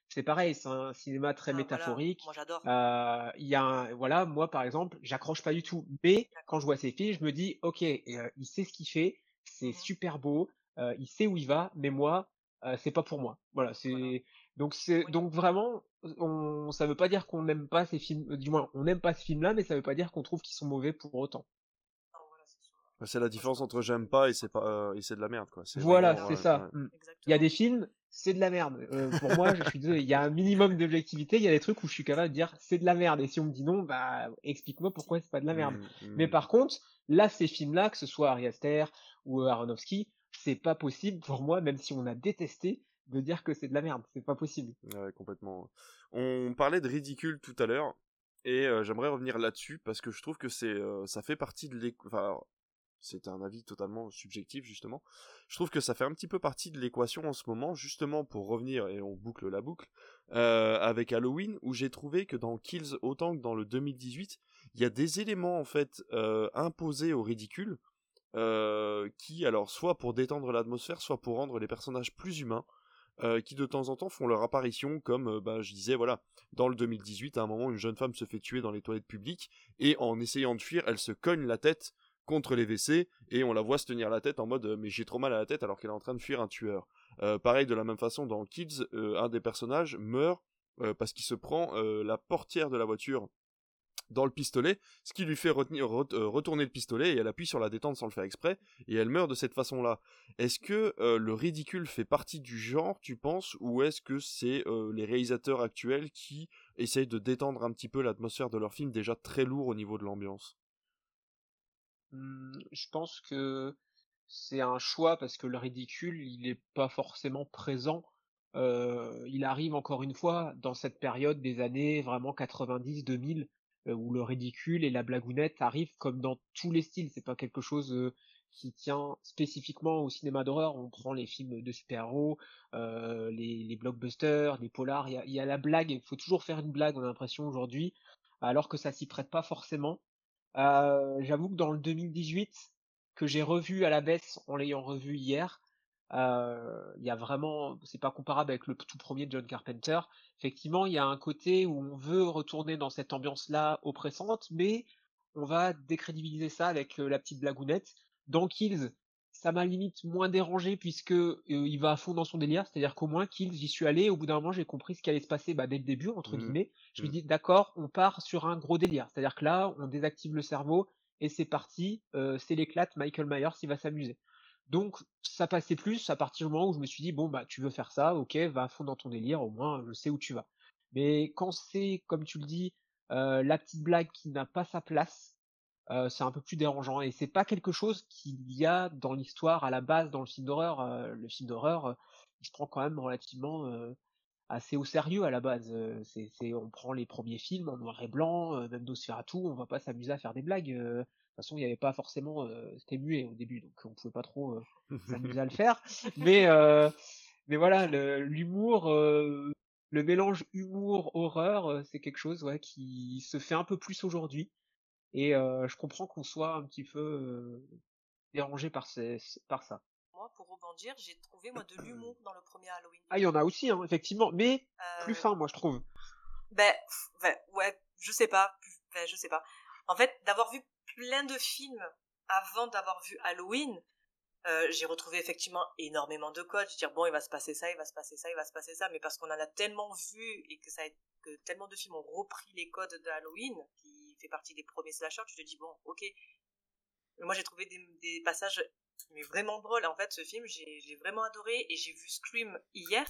c'est pareil, c'est un cinéma très Ah, voilà. métaphorique. Moi, j'adore. Euh, Il y a un, voilà, moi par exemple, j'accroche pas du tout. Mais quand je vois ces films, je me dis, ok, euh, il sait ce qu'il fait, c'est Mhm. super beau, euh, il sait où il va, mais moi, euh, c'est pas pour moi. Voilà, c'est Voilà. donc c'est Oui. donc vraiment, on, ça veut pas dire qu'on n'aime pas ces films, euh, du moins, on n'aime pas ce film-là, mais ça veut pas dire qu'on trouve qu'ils sont mauvais pour autant. Non, voilà, c'est sûr. Bah, c'est la différence Franchement, entre c'est- j'aime pas et c'est pas euh, et c'est de la merde quoi. C'est Voilà, vraiment Voilà, c'est ouais, ça. ouais. Mm. Il y a exactement. des films, c'est de la merde. Euh, pour moi, je suis désolé, il y a un minimum d'objectivité, il y a des trucs où je suis capable de dire c'est de la merde. Et si on me dit non, bah explique-moi pourquoi c'est pas de la merde. Mm, Mais mm. par contre, là, ces films-là, que ce soit Ari Aster ou euh, Aronofsky, c'est pas possible pour moi, même si on a détesté, de dire que c'est de la merde. C'est pas possible. Ouais, complètement. On parlait de ridicule tout à l'heure et euh, j'aimerais revenir là-dessus parce que je trouve que c'est euh, ça fait partie de l'équ... enfin alors, c'est un avis totalement subjectif justement. Je trouve que ça fait un petit peu partie de l'équation en ce moment justement pour revenir et on boucle la boucle euh, avec Halloween où j'ai trouvé que dans Kills autant que dans le deux mille dix-huit, il y a des éléments en fait euh, imposés au ridicule euh, qui alors soit pour détendre l'atmosphère, soit pour rendre les personnages plus humains. Euh, qui de temps en temps font leur apparition, comme euh, bah, je disais, voilà, dans le deux mille dix-huit, à un moment, une jeune femme se fait tuer dans les toilettes publiques, et en essayant de fuir, elle se cogne la tête contre les W C, et on la voit se tenir la tête en mode euh, mais j'ai trop mal à la tête alors qu'elle est en train de fuir un tueur. Euh, pareil, de la même façon, dans Kids, euh, un des personnages meurt euh, parce qu'il se prend euh, la portière de la voiture dans le pistolet, ce qui lui fait retenir, re- euh, retourner le pistolet et elle appuie sur la détente sans le faire exprès et elle meurt de cette façon-là. Est-ce que euh, le ridicule fait partie du genre, tu penses, ou est-ce que c'est euh, les réalisateurs actuels qui essayent de détendre un petit peu l'atmosphère de leur film déjà très lourd au niveau de l'ambiance? Hmm, je pense que c'est un choix parce que le ridicule, il est pas forcément présent. Euh, il arrive encore une fois dans cette période des années vraiment quatre-vingt-dix deux mille euh, où le ridicule et la blagounette arrivent comme dans tous les styles. C'est pas quelque chose euh, qui tient spécifiquement au cinéma d'horreur. On prend les films de super-héros, euh, les, les blockbusters, les polars. Il y a, il y a la blague. Il faut toujours faire une blague. On a l'impression aujourd'hui, alors que ça s'y prête pas forcément. Euh, j'avoue que dans le deux mille dix-huit, que j'ai revu à la baisse en l'ayant revu hier, euh, il y a vraiment, c'est pas comparable avec le tout premier de John Carpenter. Effectivement, il y a un côté où on veut retourner dans cette ambiance-là oppressante, mais on va décrédibiliser ça avec euh, la petite blagounette. Dans Kills, ça m'a limite moins dérangé puisque euh, il va à fond dans son délire, c'est-à-dire qu'au moins Kills, j'y suis allé, au bout d'un moment j'ai compris ce qui allait se passer bah, dès le début, entre Mmh, guillemets. Je me mmh. dis d'accord, on part sur un gros délire, c'est-à-dire que là, on désactive le cerveau et c'est parti, euh, c'est l'éclate, Michael Myers, il va s'amuser. Donc ça passait plus à partir du moment où je me suis dit bon bah tu veux faire ça, ok, va à fond dans ton délire, au moins je sais où tu vas. Mais quand c'est, comme tu le dis, euh, la petite blague qui n'a pas sa place, euh, c'est un peu plus dérangeant et c'est pas quelque chose qu'il y a dans l'histoire à la base dans le film d'horreur. Euh, le film d'horreur, euh, il se prend quand même relativement euh, assez au sérieux à la base. Euh, c'est, c'est, on prend les premiers films en noir et blanc, euh, même Nosferatu, on va pas s'amuser à faire des blagues. Euh, de toute façon, il n'y avait pas forcément, euh, c'était muet au début, donc on pouvait pas trop euh, s'amuser à le faire. Mais, euh, mais voilà, le- l'humour, euh, le mélange humour-horreur, euh, c'est quelque chose ouais, qui se fait un peu plus aujourd'hui. Et euh, je comprends qu'on soit un petit peu euh, dérangé par, ces, par ça. Moi, pour rebondir, j'ai trouvé moi de l'humour dans le premier Halloween. Ah, il y en a aussi, hein, effectivement, mais plus Euh, fin, moi, je trouve. ben, pff, ben, ouais, je sais pas, ben, je sais pas. En fait, d'avoir vu plein de films avant d'avoir vu Halloween, euh, j'ai retrouvé effectivement énormément de codes. Je veux dire, bon, il va se passer ça, il va se passer ça, il va se passer ça, mais parce qu'on en a tellement vu et que ça a, que tellement de films ont repris les codes de Halloween, qui fait partie des premiers slashers, tu te dis, bon, ok. Mais moi, j'ai trouvé des, des passages mais vraiment drôles. En fait, ce film, j'ai, j'ai vraiment adoré et j'ai vu Scream hier,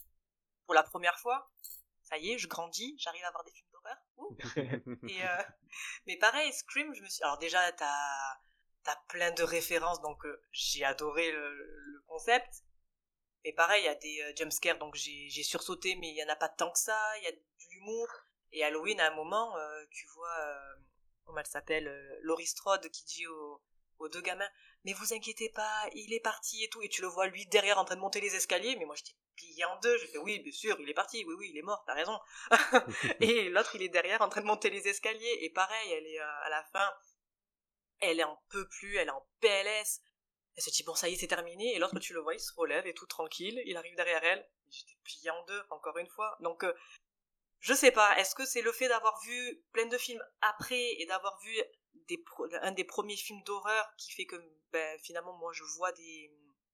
pour la première fois. Ça y est, je grandis, j'arrive à voir des films d'horreur. Ouh. Et euh, mais pareil, Scream, je me suis. Alors déjà, t'as t'as plein de références, donc euh, j'ai adoré le, le concept. Mais pareil, il y a des euh, jumpscares, donc j'ai j'ai sursauté, mais il y en a pas tant que ça. Il y a de l'humour. Et Halloween, à un moment, euh, tu vois, euh, comment elle s'appelle, euh, Laurie Strode, qui dit aux, aux deux gamins, mais vous inquiétez pas, il est parti et tout. Et tu le vois lui derrière en train de monter les escaliers, mais moi j'étais plié en deux. J'ai fait oui, bien sûr, il est parti. Oui, oui, il est mort. T'as raison. Et l'autre, il est derrière en train de monter les escaliers. Et pareil, elle est euh, à la fin, elle en peut plus, elle est en P L S. Elle se dit bon ça y est c'est terminé, et l'autre tu le vois il se relève et tout tranquille, il arrive derrière elle, j'étais pliée en deux encore une fois. Donc euh, je sais pas, est-ce que c'est le fait d'avoir vu plein de films après et d'avoir vu des pro- un des premiers films d'horreur qui fait que ben, finalement moi je vois des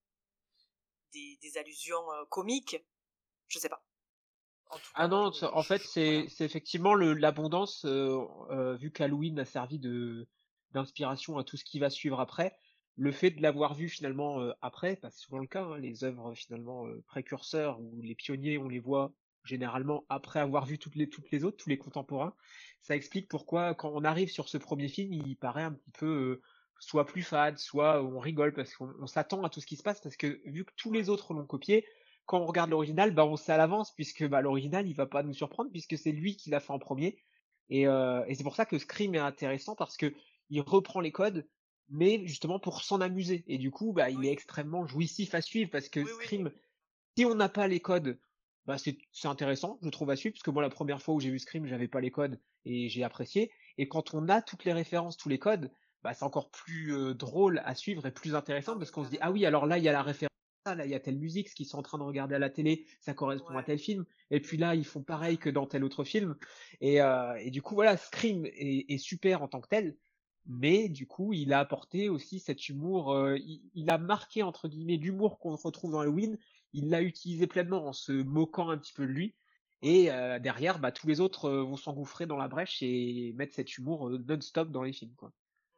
des, des allusions euh, comiques, je sais pas. En tout cas Ah moi non, je, ça- en je- fait, je- c'est voilà. c'est effectivement le l'abondance, euh, euh, vu qu'Halloween a servi de d'inspiration à tout ce qui va suivre après. Le fait de l'avoir vu finalement euh, après, bah, c'est souvent le cas, hein, les œuvres finalement euh, précurseurs ou les pionniers, on les voit généralement après avoir vu toutes les toutes les autres, tous les contemporains. Ça explique pourquoi quand on arrive sur ce premier film, il paraît un petit peu euh, soit plus fade, soit on rigole parce qu'on on s'attend à tout ce qui se passe parce que vu que tous les Ouais. autres l'ont copié, quand on regarde l'original, bah on sait à l'avance puisque bah l'original il va pas nous surprendre puisque c'est lui qui l'a fait en premier. Et, euh, et c'est pour ça que Scream est intéressant parce que il reprend les codes, mais justement pour s'en amuser. Et du coup, bah il est Oui, extrêmement jouissif à suivre parce que oui, oui. Scream, si on n'a pas les codes, bah c'est c'est intéressant, je trouve à suivre parce que moi la première fois où j'ai vu Scream, j'avais pas les codes et j'ai apprécié. Et quand on a toutes les références, tous les codes, bah c'est encore plus euh, drôle à suivre et plus Ah intéressant parce oui, qu'on se dit ah carrément. oui alors là il y a la référence ça, là il y a telle musique, ce qu'ils sont en train de regarder à la télé, ça correspond à Ouais. tel film, et puis là ils font pareil que dans tel autre film, et, euh, et du coup voilà, Scream est, est super en tant que tel, mais du coup il a apporté aussi cet humour, euh, il, il a marqué entre guillemets l'humour qu'on retrouve dans Halloween, il l'a utilisé pleinement en se moquant un petit peu de lui, Ouais. et euh, derrière bah, tous les autres euh, vont s'engouffrer dans la brèche et mettre cet humour euh, non-stop dans les films quoi.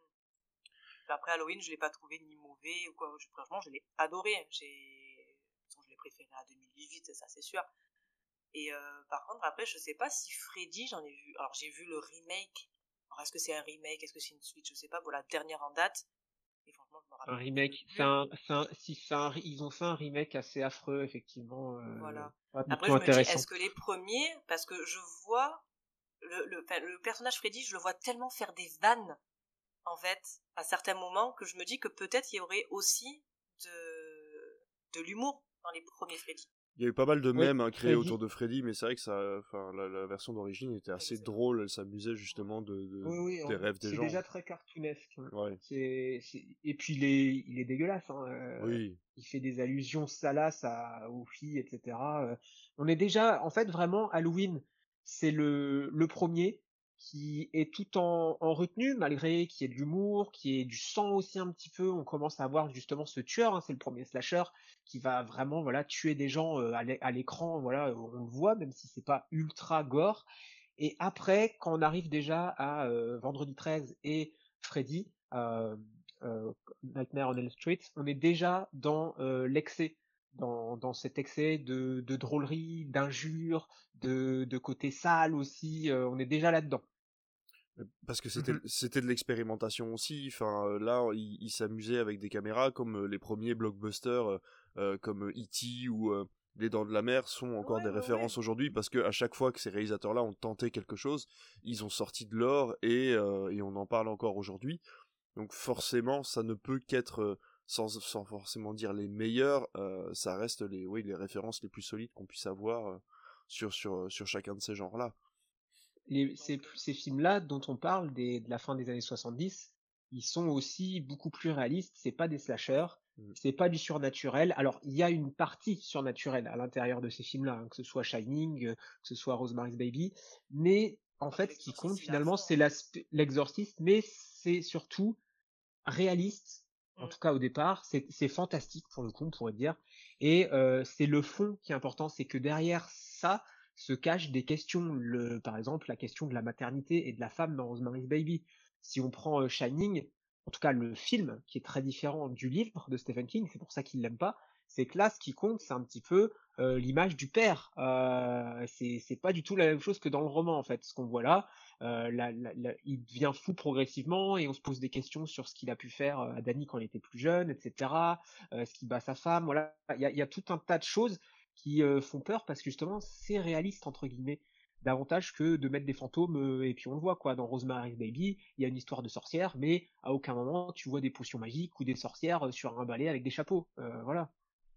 Puis après Halloween, je l'ai pas trouvé ni mauvais ou quoi. Je- franchement, je l'ai adoré. J'ai, de toute façon, je l'ai préféré à deux mille dix-huit, ça c'est sûr. Et euh, par contre, après, je sais pas si Freddy, j'en ai vu. Alors, j'ai vu le remake. Alors, est-ce que c'est un remake, est-ce que c'est une suite, je sais pas. Bon, la dernière en date. Et franchement, je me Un rappelle même remake, c'est plus. un, c'est un, si c'est un, ils ont fait un remake assez affreux effectivement, euh, Voilà. pas du Après, tout je me dis, intéressant. est-ce que les premiers, parce que je vois le, le, enfin, le personnage Freddy, je le vois tellement faire des vannes, en fait, à certains moments, que je me dis que peut-être il y aurait aussi de, de l'humour dans les premiers Freddy. Il y a eu pas mal de Oui, mèmes hein, créés autour Freddy. de Freddy, mais c'est vrai que ça, enfin, la, la version d'origine était assez Exact. drôle, elle s'amusait justement de, de- Oui, oui, des hein. rêves des C'est gens. déjà très cartoonesque, hein. Ouais, C'est, c'est... Et puis il est, il est dégueulasse, hein. euh, oui. Il fait des allusions salaces à, aux filles, et cetera. euh. On est déjà, en fait, vraiment, Halloween, c'est le, le premier qui est tout en, en retenue, malgré qu'il y ait de l'humour, qu'il y ait du sang aussi un petit peu. On commence à voir justement ce tueur, hein, c'est le premier slasher qui va vraiment, voilà, tuer des gens euh, à l'é- à l'écran, voilà, on le voit, même si c'est pas ultra gore. Et après, quand on arrive déjà à euh, Vendredi treize et Freddy, euh, euh, Nightmare on Elm Street, on est déjà dans euh, l'excès, dans, dans cet excès de, de drôlerie, d'injures, de, de côté sale aussi, euh, on est déjà là-dedans. Parce que c'était Mhm. c'était de l'expérimentation aussi. Enfin, euh, là, ils il s'amusaient avec des caméras comme euh, les premiers blockbusters euh, euh, comme E T ou euh, Les Dents de la Mer sont encore Ouais, des ouais, ouais. références aujourd'hui parce que à chaque fois que ces réalisateurs-là ont tenté quelque chose, ils ont sorti de l'or et, euh, et on en parle encore aujourd'hui. Donc forcément, ça ne peut qu'être euh, sans, sans forcément dire les meilleurs, euh, ça reste les oui les références les plus solides qu'on puisse avoir euh, sur sur sur chacun de ces genres-là. Les, Donc, ces, euh, ces films-là dont on parle des, de la fin des années soixante-dix, ils sont aussi beaucoup plus réalistes. C'est pas des slashers, Mm. c'est pas du surnaturel. Alors il y a une partie surnaturelle à l'intérieur de ces films-là, hein, que ce soit Shining, euh, que ce soit Rosemary's Baby, mais en ah, mais fait ce qui compte l'exorciste, il est à finalement fond. c'est l'aspect- l'exorciste, mais c'est surtout réaliste. En Hein. tout cas au départ, c'est c'est fantastique pour le coup, on pourrait dire. Et euh, c'est le fond qui est important, c'est que derrière ça se cachent des questions. Le, par exemple, la question de la maternité et de la femme dans Rosemary's Baby. Si on prend euh, Shining, en tout cas le film, qui est très différent du livre de Stephen King, c'est pour ça qu'il l'aime pas, c'est que là, ce qui compte, c'est un petit peu euh, l'image du père. Euh, c'est c'est pas du tout la même chose que dans le roman, en fait. Ce qu'on voit là, euh, la, la, la, il devient fou progressivement et on se pose des questions sur ce qu'il a pu faire à Danny quand il était plus jeune, et cetera. Euh, ce qu'il bat sa femme, voilà. Il y a, il y a tout un tas de choses qui euh, font peur parce que justement c'est réaliste entre guillemets davantage que de mettre des fantômes euh, et puis on le voit quoi dans Rosemary's Baby il y a une histoire de sorcière mais à aucun moment tu vois des potions magiques ou des sorcières sur un balai avec des chapeaux euh, voilà.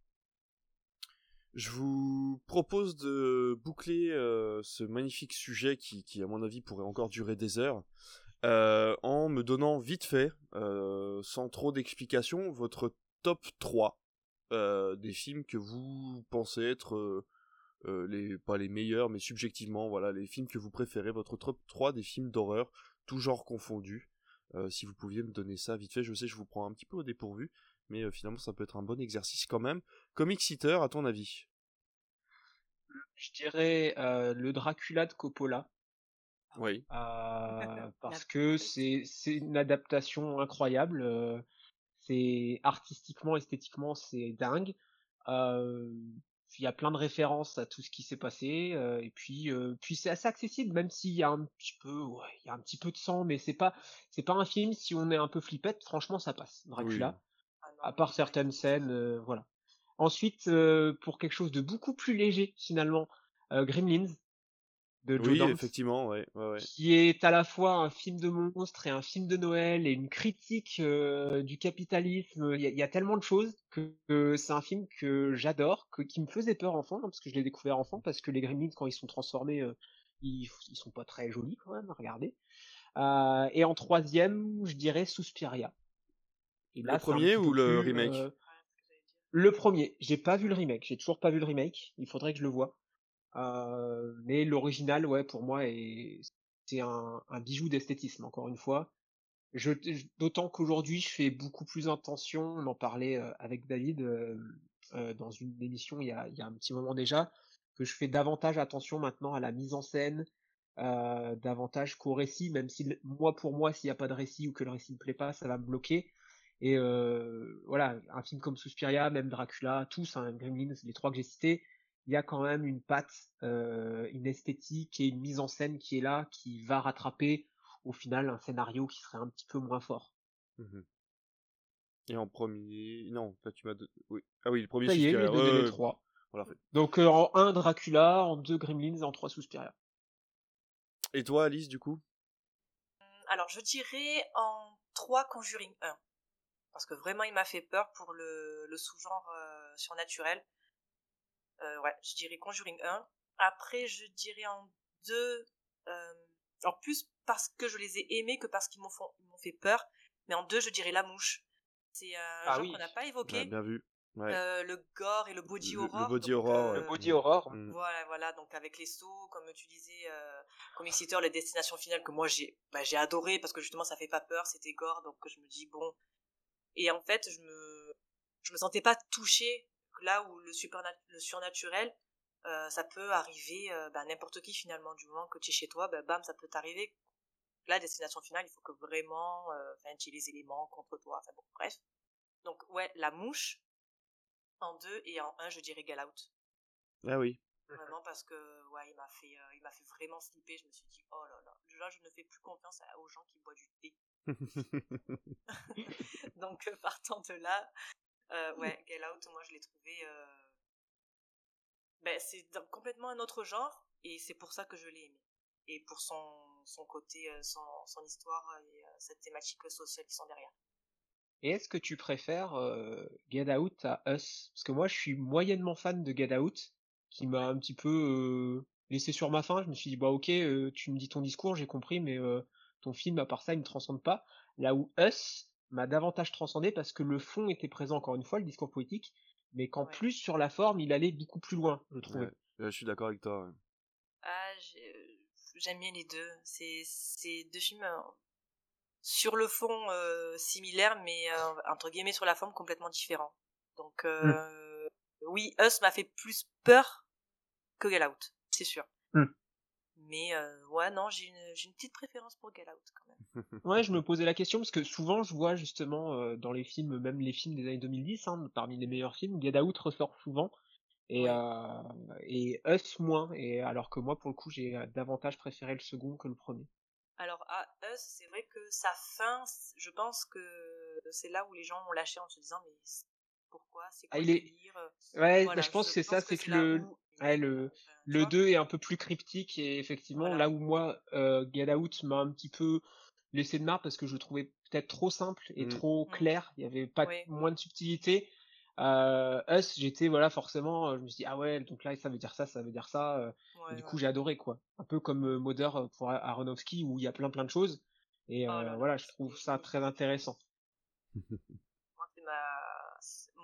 Je vous propose de boucler euh, ce magnifique sujet qui, qui, à mon avis, pourrait encore durer des heures, euh, en me donnant vite fait, euh, sans trop d'explications, votre top trois euh, des films que vous pensez être euh, euh, les pas les meilleurs, mais subjectivement, voilà, les films que vous préférez, votre top trois des films d'horreur, tout genre confondu. Euh, si vous pouviez me donner ça vite fait, je sais je vous prends un petit peu au dépourvu, mais euh, finalement ça peut être un bon exercice quand même. Comic Eater, à ton avis? Je dirais euh, le Dracula de Coppola. Oui. Euh, parce que c'est c'est une adaptation incroyable. euh, c'est artistiquement, esthétiquement, c'est dingue. Euh, il y a plein de références à tout ce qui s'est passé. euh, et puis, euh, puis c'est assez accessible, même s'il y a un petit peu, ouais, il y a un petit peu de sang, mais c'est pas, c'est pas un film. Si on est un peu flippette, franchement, ça passe. Oui. Dracula, à part certaines scènes, euh, voilà. Ensuite, euh, pour quelque chose de beaucoup plus léger, finalement, euh, Gremlins de Joe Oui, Dante, effectivement, ouais, ouais, ouais. qui est à la fois un film de monstre et un film de Noël et une critique euh, du capitalisme. Il y, a, il y a tellement de choses que, que c'est un film que j'adore, que, qui me faisait peur enfant, hein, parce que je l'ai découvert enfant, parce que les Gremlins, quand ils sont transformés, euh, ils, ils sont pas très jolis quand même à regarder. Euh, et en troisième, je dirais Suspiria. Et Le là, c'est un premier petit ou peu le plus... remake? euh, le premier, j'ai pas vu le remake, j'ai toujours pas vu le remake, il faudrait que je le voie. Euh, mais l'original, ouais, pour moi, est, c'est un, un bijou d'esthétisme, encore une fois. Je, je- d'autant qu'aujourd'hui, je fais beaucoup plus attention, on en parlait euh, avec David euh, euh, dans une émission il y a, il y a un petit moment déjà, que je fais davantage attention maintenant à la mise en scène, euh, davantage qu'au récit, même si le- moi, pour moi, s'il n'y a pas de récit ou que le récit ne plaît pas, ça va me bloquer. Et euh, voilà, un film comme Suspiria, même Dracula, tous, hein, Gremlins, les trois que j'ai cités, il y a quand même une patte, euh, une esthétique et une mise en scène qui est là, qui va rattraper au final un scénario qui serait un petit peu moins fort. Mhm. Et en premier... Non, là tu m'as... don- Oui. Ah oui, le premier Ça y est, j'ai Suspiria. Ouais, donné ouais, les ouais. trois. Voilà, fait. Donc euh, en un Dracula, en deux Gremlins et en trois Suspiria. Et toi, Alice, du coup? Alors, je dirais en trois Conjuring un. Parce que vraiment, il m'a fait peur pour le, le sous-genre euh, surnaturel. Euh, ouais, je dirais Conjuring un. Après, je dirais en deux... Euh, en plus, parce que je les ai aimés que parce qu'ils m'ont, font- ils m'ont fait peur. Mais en deux, je dirais La Mouche. C'est un Ah genre oui, qu'on n'a pas Ouais, évoqué. bien vu. Ouais. Euh, le gore et le body Le, le horror. body Donc, horror, le ouais. euh, body Mm. horror. Mm. voilà, voilà, donc avec les sauts, comme tu disais, euh, comme Exeter, les destinations finales que moi j'ai, bah, j'ai adoré parce que justement ça fait pas peur, c'était gore, donc je me dis bon. Et en fait, je me, je me sentais pas touchée là où le supernat- le surnaturel, euh, ça peut arriver, euh, bah, n'importe qui finalement, du moment que tu es chez toi, bah, bam, ça peut t'arriver. La destination finale, il faut que vraiment, euh, enfin, tu aies les éléments contre toi, enfin bon, bref. Donc ouais, La Mouche en deux et en un, je dirais Get Out. Ah oui. Vraiment parce que ouais, il m'a fait euh, il m'a fait vraiment flipper, je me suis dit oh là là, là je ne fais plus confiance à- aux gens qui boivent du thé. Donc euh, partant de là, euh, ouais, Get Out, moi je l'ai trouvé euh, ben c'est dans complètement un autre genre et c'est pour ça que je l'ai aimé. Et pour son son côté euh, son son histoire et euh, cette thématique sociale qui sont derrière. Et est-ce que tu préfères euh, Get Out à Us? Parce que moi, je suis moyennement fan de Get Out, qui m'a un petit peu euh, laissé sur ma faim. Je me suis dit, bah ok, euh, tu me dis ton discours, j'ai compris, mais euh, ton film, à part ça, il me transcende pas. Là où Us m'a davantage transcendé parce que le fond était présent, encore une fois, le discours poétique, mais qu'en Ouais. plus, sur la forme, il allait beaucoup plus loin, je Ouais. trouvais. Euh, je suis d'accord avec toi. Ouais. Ah, j'ai- j'aime bien les deux. C'est c'est deux films euh, sur le fond euh, similaires, mais euh, entre guillemets sur la forme complètement différents. Donc Hmm. euh, oui, Us m'a fait plus peur que Get Out, c'est sûr. Hmm. Mais euh, ouais, non, j'ai une, j'ai une petite préférence pour Get Out quand même. Ouais, je me posais la question parce que souvent je vois justement euh, dans les films, même les films des années deux mille dix, hein, parmi les meilleurs films, Get Out ressort souvent et, Oui. euh, et Us moins. Et alors que moi, pour le coup, j'ai euh, davantage préféré le second que le premier. Alors à Us, c'est vrai que sa fin, je pense que c'est là où les gens ont lâché en se disant mais pourquoi, c'est Ah, quoi le il est, délire. ouais, bah, Voilà, je pense je que c'est ça, pense que c'est c'est que là le, où ouais, même, le, enfin, tu le vois, deux est un peu plus cryptique et effectivement, là voilà. où moi, euh, Get Out m'a un petit peu laissé de marre parce que je le trouvais peut-être trop simple et Mm. trop Mm. clair, il y avait pas Oui. moins de subtilité. Euh, Us, j'étais, voilà, forcément, euh, je me suis dit, ah ouais, donc là, ça veut dire ça, ça veut dire ça. euh, et Ouais, du ouais, coup, j'ai ouais. adoré, quoi. Un peu comme Mm. euh, Mother pour Aronofsky où il y a plein plein de choses. Et Oh euh, là là, voilà, je trouve c'est ça très intéressant. moi, c'est ma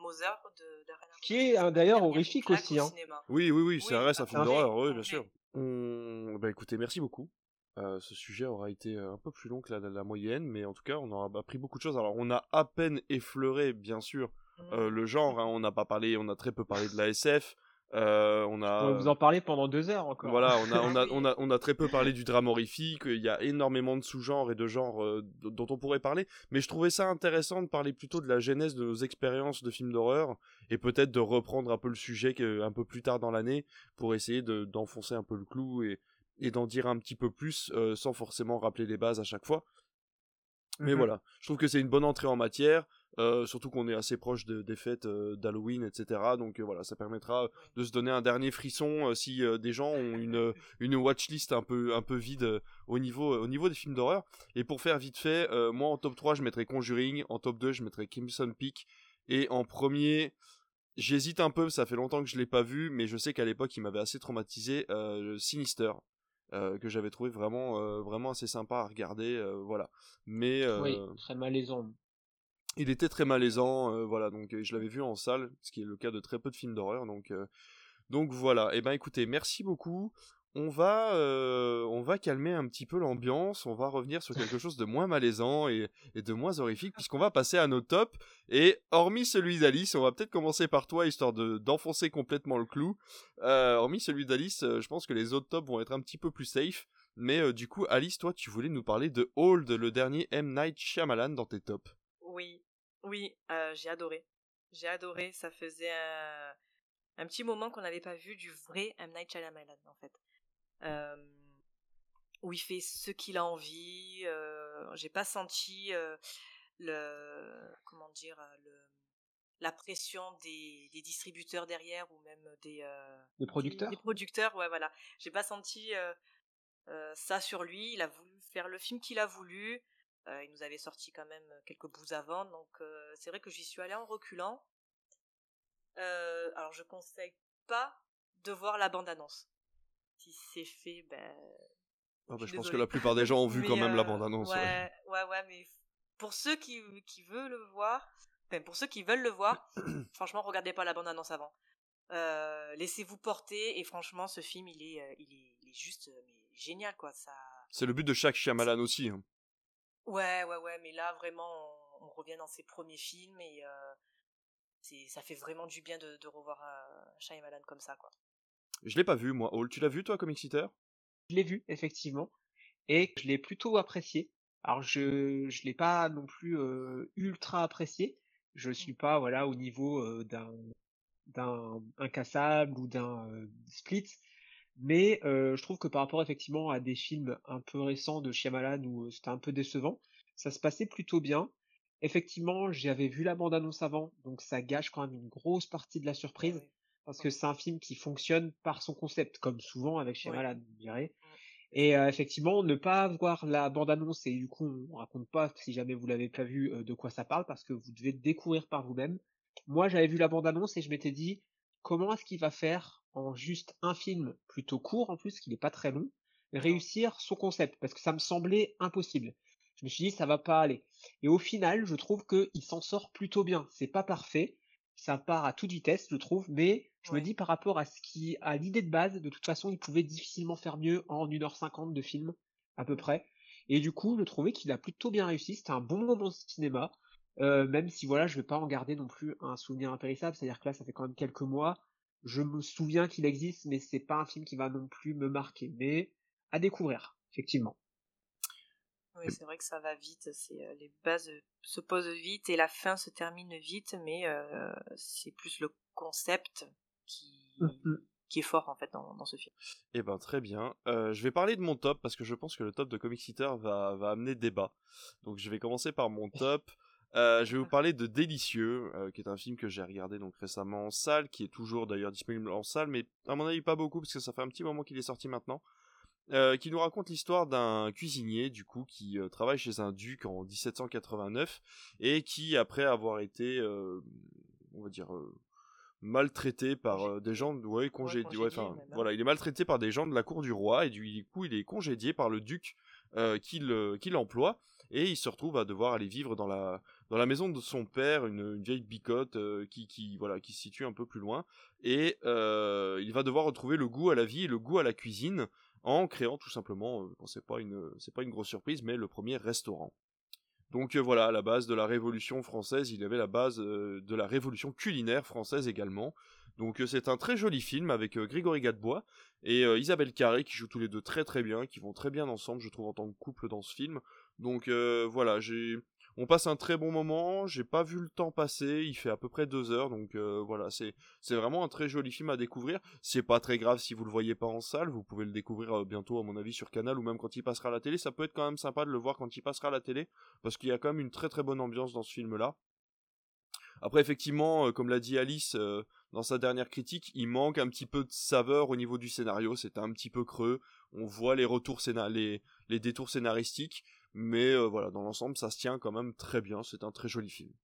Mother de d'Arena. Qui est hein, d'ailleurs horrifique aussi. Hein. Oui, oui, oui, ça oui, reste un film d'horreur, oui, bien oui. sûr. On... Bah écoutez, merci beaucoup. Euh, ce sujet aura été un peu plus long que la, la moyenne, mais en tout cas, on aura appris beaucoup de choses. Alors, on a à peine effleuré, bien sûr, euh, le genre. Hein. On n'a pas parlé, on a très peu parlé de la S F. Euh, on a. On va vous en parler pendant deux heures encore. Voilà, on a, on a, on a, on a très peu parlé du drame horrifique. Il y a énormément de sous-genres et de genres euh, dont on pourrait parler. Mais je trouvais ça intéressant de parler plutôt de la genèse de nos expériences de films d'horreur et peut-être de reprendre un peu le sujet un peu plus tard dans l'année pour essayer de, d'enfoncer un peu le clou et, et d'en dire un petit peu plus euh, sans forcément rappeler les bases à chaque fois. Mais mm-hmm. Voilà, je trouve que c'est une bonne entrée en matière. Euh, surtout qu'on est assez proche de, des fêtes euh, d'Halloween, et cetera. Donc euh, voilà, ça permettra de se donner un dernier frisson euh, si euh, des gens ont une, une watchlist un peu, un peu vide euh, au, niveau, euh, au niveau des films d'horreur. Et pour faire vite fait, euh, moi en top trois, je mettrais Conjuring, en top deux, je mettrais Crimson Peak, et en premier, j'hésite un peu, ça fait longtemps que je l'ai pas vu, mais je sais qu'à l'époque, il m'avait assez traumatisé, euh, Sinister. Euh, que j'avais trouvé vraiment, euh, vraiment assez sympa à regarder, euh, voilà. Mais euh, oui, très malaisant. Il était très malaisant, euh, voilà. Donc euh, je l'avais vu en salle, ce qui est le cas de très peu de films d'horreur. Donc, euh, donc voilà. Et ben écoutez, merci beaucoup. On va, euh, on va calmer un petit peu l'ambiance. On va revenir sur quelque chose de moins malaisant et, et de moins horrifique, puisqu'on va passer à nos tops. Et hormis celui d'Alice, on va peut-être commencer par toi, histoire de d'enfoncer complètement le clou. Euh, hormis celui d'Alice, euh, je pense que les autres tops vont être un petit peu plus safe. Mais euh, du coup, Alice, toi, tu voulais nous parler de Old, le dernier M. Night Shyamalan dans tes tops. Oui, oui, euh, j'ai adoré. J'ai adoré. Ça faisait un, un petit moment qu'on n'avait pas vu du vrai M. Night Shyamalan, en fait. Euh, où il fait ce qu'il a envie. Euh, j'ai pas senti euh, le comment dire le la pression des, des distributeurs derrière ou même des euh, des producteurs. Des, des producteurs, ouais voilà. J'ai pas senti euh, euh, ça sur lui. Il a voulu faire le film qu'il a voulu. Euh, il nous avait sorti quand même quelques bouts avant, donc euh, c'est vrai que j'y suis allée en reculant. Euh, alors je conseille pas de voir la bande-annonce. Si c'est fait, ben. Oh bah, je pense que la plupart des gens ont vu mais quand même euh, la bande-annonce. Ouais, ouais, ouais, ouais, mais pour ceux qui, qui veulent le voir, enfin pour ceux qui veulent le voir, franchement, regardez pas la bande-annonce avant. Euh, laissez-vous porter et franchement, ce film, il est, il est, il est juste, mais génial quoi. Ça. C'est le but de chaque Shyamalan aussi. Hein. Ouais, ouais, ouais, mais là vraiment, on, on revient dans ses premiers films et euh, c'est, ça fait vraiment du bien de, de revoir euh, Shyamalan comme ça quoi. Je l'ai pas vu moi. Hall, tu l'as vu toi, Comic Seater ? Je l'ai vu effectivement et je l'ai plutôt apprécié. Alors je je l'ai pas non plus euh, ultra apprécié. Je suis pas voilà au niveau euh, d'un d'un Incassable ou d'un euh, Split, mais euh, je trouve que par rapport effectivement à des films un peu récents de Shyamalan où c'était un peu décevant, ça se passait plutôt bien. Effectivement, j'avais vu la bande-annonce avant, donc ça gâche quand même une grosse partie de la surprise. Oui. Parce que c'est un film qui fonctionne par son concept, comme souvent avec Shyamalan, oui. Je dirais. Et euh, effectivement, ne pas voir la bande-annonce, et du coup, on raconte pas, si jamais vous l'avez pas vu, euh, de quoi ça parle, parce que vous devez découvrir par vous-même. Moi, j'avais vu la bande-annonce et je m'étais dit, comment est-ce qu'il va faire, en juste un film plutôt court, en plus, qu'il n'est pas très long, réussir son concept, parce que ça me semblait impossible. Je me suis dit, ça va pas aller. Et au final, je trouve qu'il s'en sort plutôt bien. C'est pas parfait. Ça part à toute vitesse, je trouve, mais je ouais. me dis par rapport à ce qui, à l'idée de base, de toute façon, il pouvait difficilement faire mieux en une heure cinquante de film, à peu près. Et du coup, je trouvais qu'il a plutôt bien réussi. C'était un bon moment de cinéma, euh, même si voilà, je vais pas en garder non plus un souvenir impérissable. C'est-à-dire que là, ça fait quand même quelques mois. Je me souviens qu'il existe, mais c'est pas un film qui va non plus me marquer. Mais à découvrir, effectivement. Oui, c'est vrai que ça va vite, c'est, euh, les bases se posent vite et la fin se termine vite, mais euh, c'est plus le concept qui, mm-hmm. qui est fort en fait dans, dans ce film. Eh ben très bien, euh, je vais parler de mon top parce que je pense que le top de Comic Seater va, va amener débat. Donc je vais commencer par mon top. Euh, je vais vous parler de Délicieux, euh, qui est un film que j'ai regardé donc récemment en salle, qui est toujours d'ailleurs disponible en salle, mais à mon avis pas beaucoup parce que ça fait un petit moment qu'il est sorti maintenant. Euh, qui nous raconte l'histoire d'un cuisinier du coup qui euh, travaille chez un duc en dix-sept cent quatre-vingt-neuf et qui après avoir été euh, on va dire euh, maltraité par euh, des gens ouais congédié ouais, enfin voilà il est maltraité par des gens de la cour du roi et du coup il est congédié par le duc euh, qui le, qui l'emploie et il se retrouve à devoir aller vivre dans la dans la maison de son père, une, une vieille bicoque euh, qui, qui, voilà, qui se situe un peu plus loin. Et euh, il va devoir retrouver le goût à la vie et le goût à la cuisine en créant tout simplement, euh, bon, c'est pas une, c'est pas une grosse surprise, mais le premier restaurant. Donc euh, voilà, à la base de la Révolution française, il y avait la base euh, de la Révolution culinaire française également. Donc euh, c'est un très joli film avec euh, Grégory Gadebois et euh, Isabelle Carré qui jouent tous les deux très très bien, qui vont très bien ensemble, je trouve, en tant que couple dans ce film. Donc euh, voilà, j'ai... on passe un très bon moment, j'ai pas vu le temps passer, il fait à peu près deux heures, donc euh, voilà, c'est, c'est vraiment un très joli film à découvrir. C'est pas très grave si vous le voyez pas en salle, vous pouvez le découvrir euh, bientôt à mon avis sur Canal ou même quand il passera à la télé, ça peut être quand même sympa de le voir quand il passera à la télé, parce qu'il y a quand même une très très bonne ambiance dans ce film-là. Après, effectivement, euh, comme l'a dit Alice euh, dans sa dernière critique, il manque un petit peu de saveur au niveau du scénario. C'est un petit peu creux. On voit les retours scénar- les, les détours scénaristiques, mais euh, voilà, dans l'ensemble, ça se tient quand même très bien. C'est un très joli film.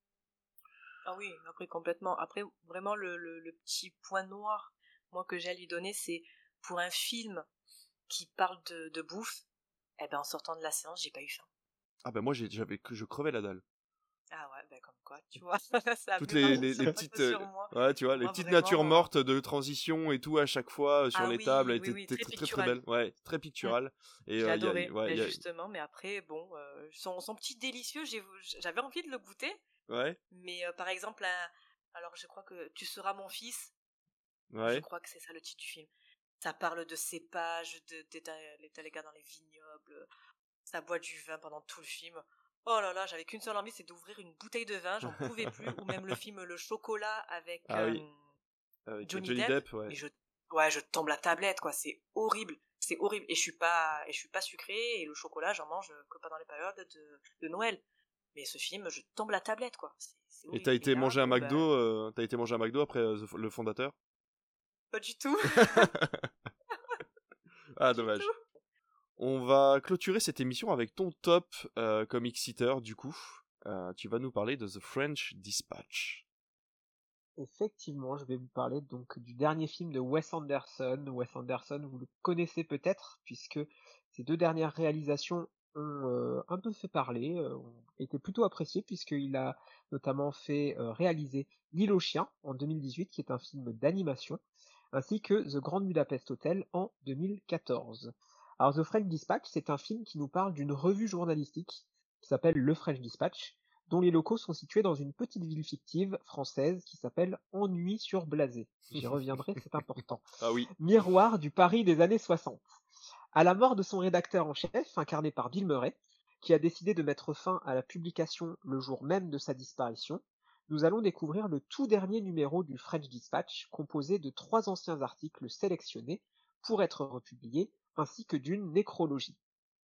Ah oui, après complètement. Après, vraiment, le, le, le petit point noir, moi, que j'ai à lui donner, c'est pour un film qui parle de, de bouffe, eh ben, en sortant de la séance, j'ai pas eu faim. Ah ben moi, j'ai, j'avais que je crevais la dalle. Ah ouais, ben comme quoi, tu vois, ça a Toutes pu les, marcher les, sur, les petites, sur euh, moi. ouais, tu vois, les Moi, petites vraiment, natures euh, mortes de transition et tout à chaque fois euh, sur Ah les oui, tables, oui, étaient oui, très très très très, très pictural. belles. Ouais, très Mm. pictural. Et J'ai euh, y a, adoré, ouais, ben y a... justement, mais après, bon, euh, son, son petit délicieux, j'ai, j'avais envie de le goûter, ouais, mais euh, par exemple, un- alors je crois que Tu seras mon fils, je ouais. crois que c'est ça le titre du film. Ça parle de cépages, de, d'état, l'état les gars dans les vignobles, ça boit du vin pendant tout le film. Oh là là, j'avais qu'une seule envie, c'est d'ouvrir une bouteille de vin, j'en pouvais plus. Ou même le film Le Chocolat avec Ah euh, oui, avec Johnny Johnny Depp, Depp, ouais. mais je, ouais, je tombe la tablette, quoi. C'est horrible, c'est horrible. Et je suis pas, et je suis pas sucrée. Et le chocolat, j'en mange que pas dans les périodes de, de Noël. Mais ce film, je tombe la tablette, quoi. C'est, c'est Et horrible. t'as Et été là, manger à bon McDo, ben, euh, t'as été manger à McDo après euh, The- le fondateur? pas du tout, pas Ah, du dommage. tout. On va clôturer cette émission avec ton top euh, comic seater, du coup. Euh, tu vas nous parler de The French Dispatch. Effectivement, je vais vous parler donc du dernier film de Wes Anderson. Wes Anderson, vous le connaissez peut-être, puisque ses deux dernières réalisations ont euh, un peu fait parler, euh, ont été plutôt appréciées, puisqu'il a notamment fait euh, réaliser L'île aux chiens en deux mille dix-huit, qui est un film d'animation, ainsi que The Grand Budapest Hotel en deux mille quatorze. Alors The French Dispatch, c'est un film qui nous parle d'une revue journalistique qui s'appelle Le French Dispatch, dont les locaux sont situés dans une petite ville fictive française qui s'appelle Ennui-sur-Blasé. J'y reviendrai, c'est important. Ah oui. Miroir du Paris des années soixante. À la mort de son rédacteur en chef, incarné par Bill Murray, qui a décidé de mettre fin à la publication le jour même de sa disparition, nous allons découvrir le tout dernier numéro du French Dispatch, composé de trois anciens articles sélectionnés pour être republiés, ainsi que d'une nécrologie.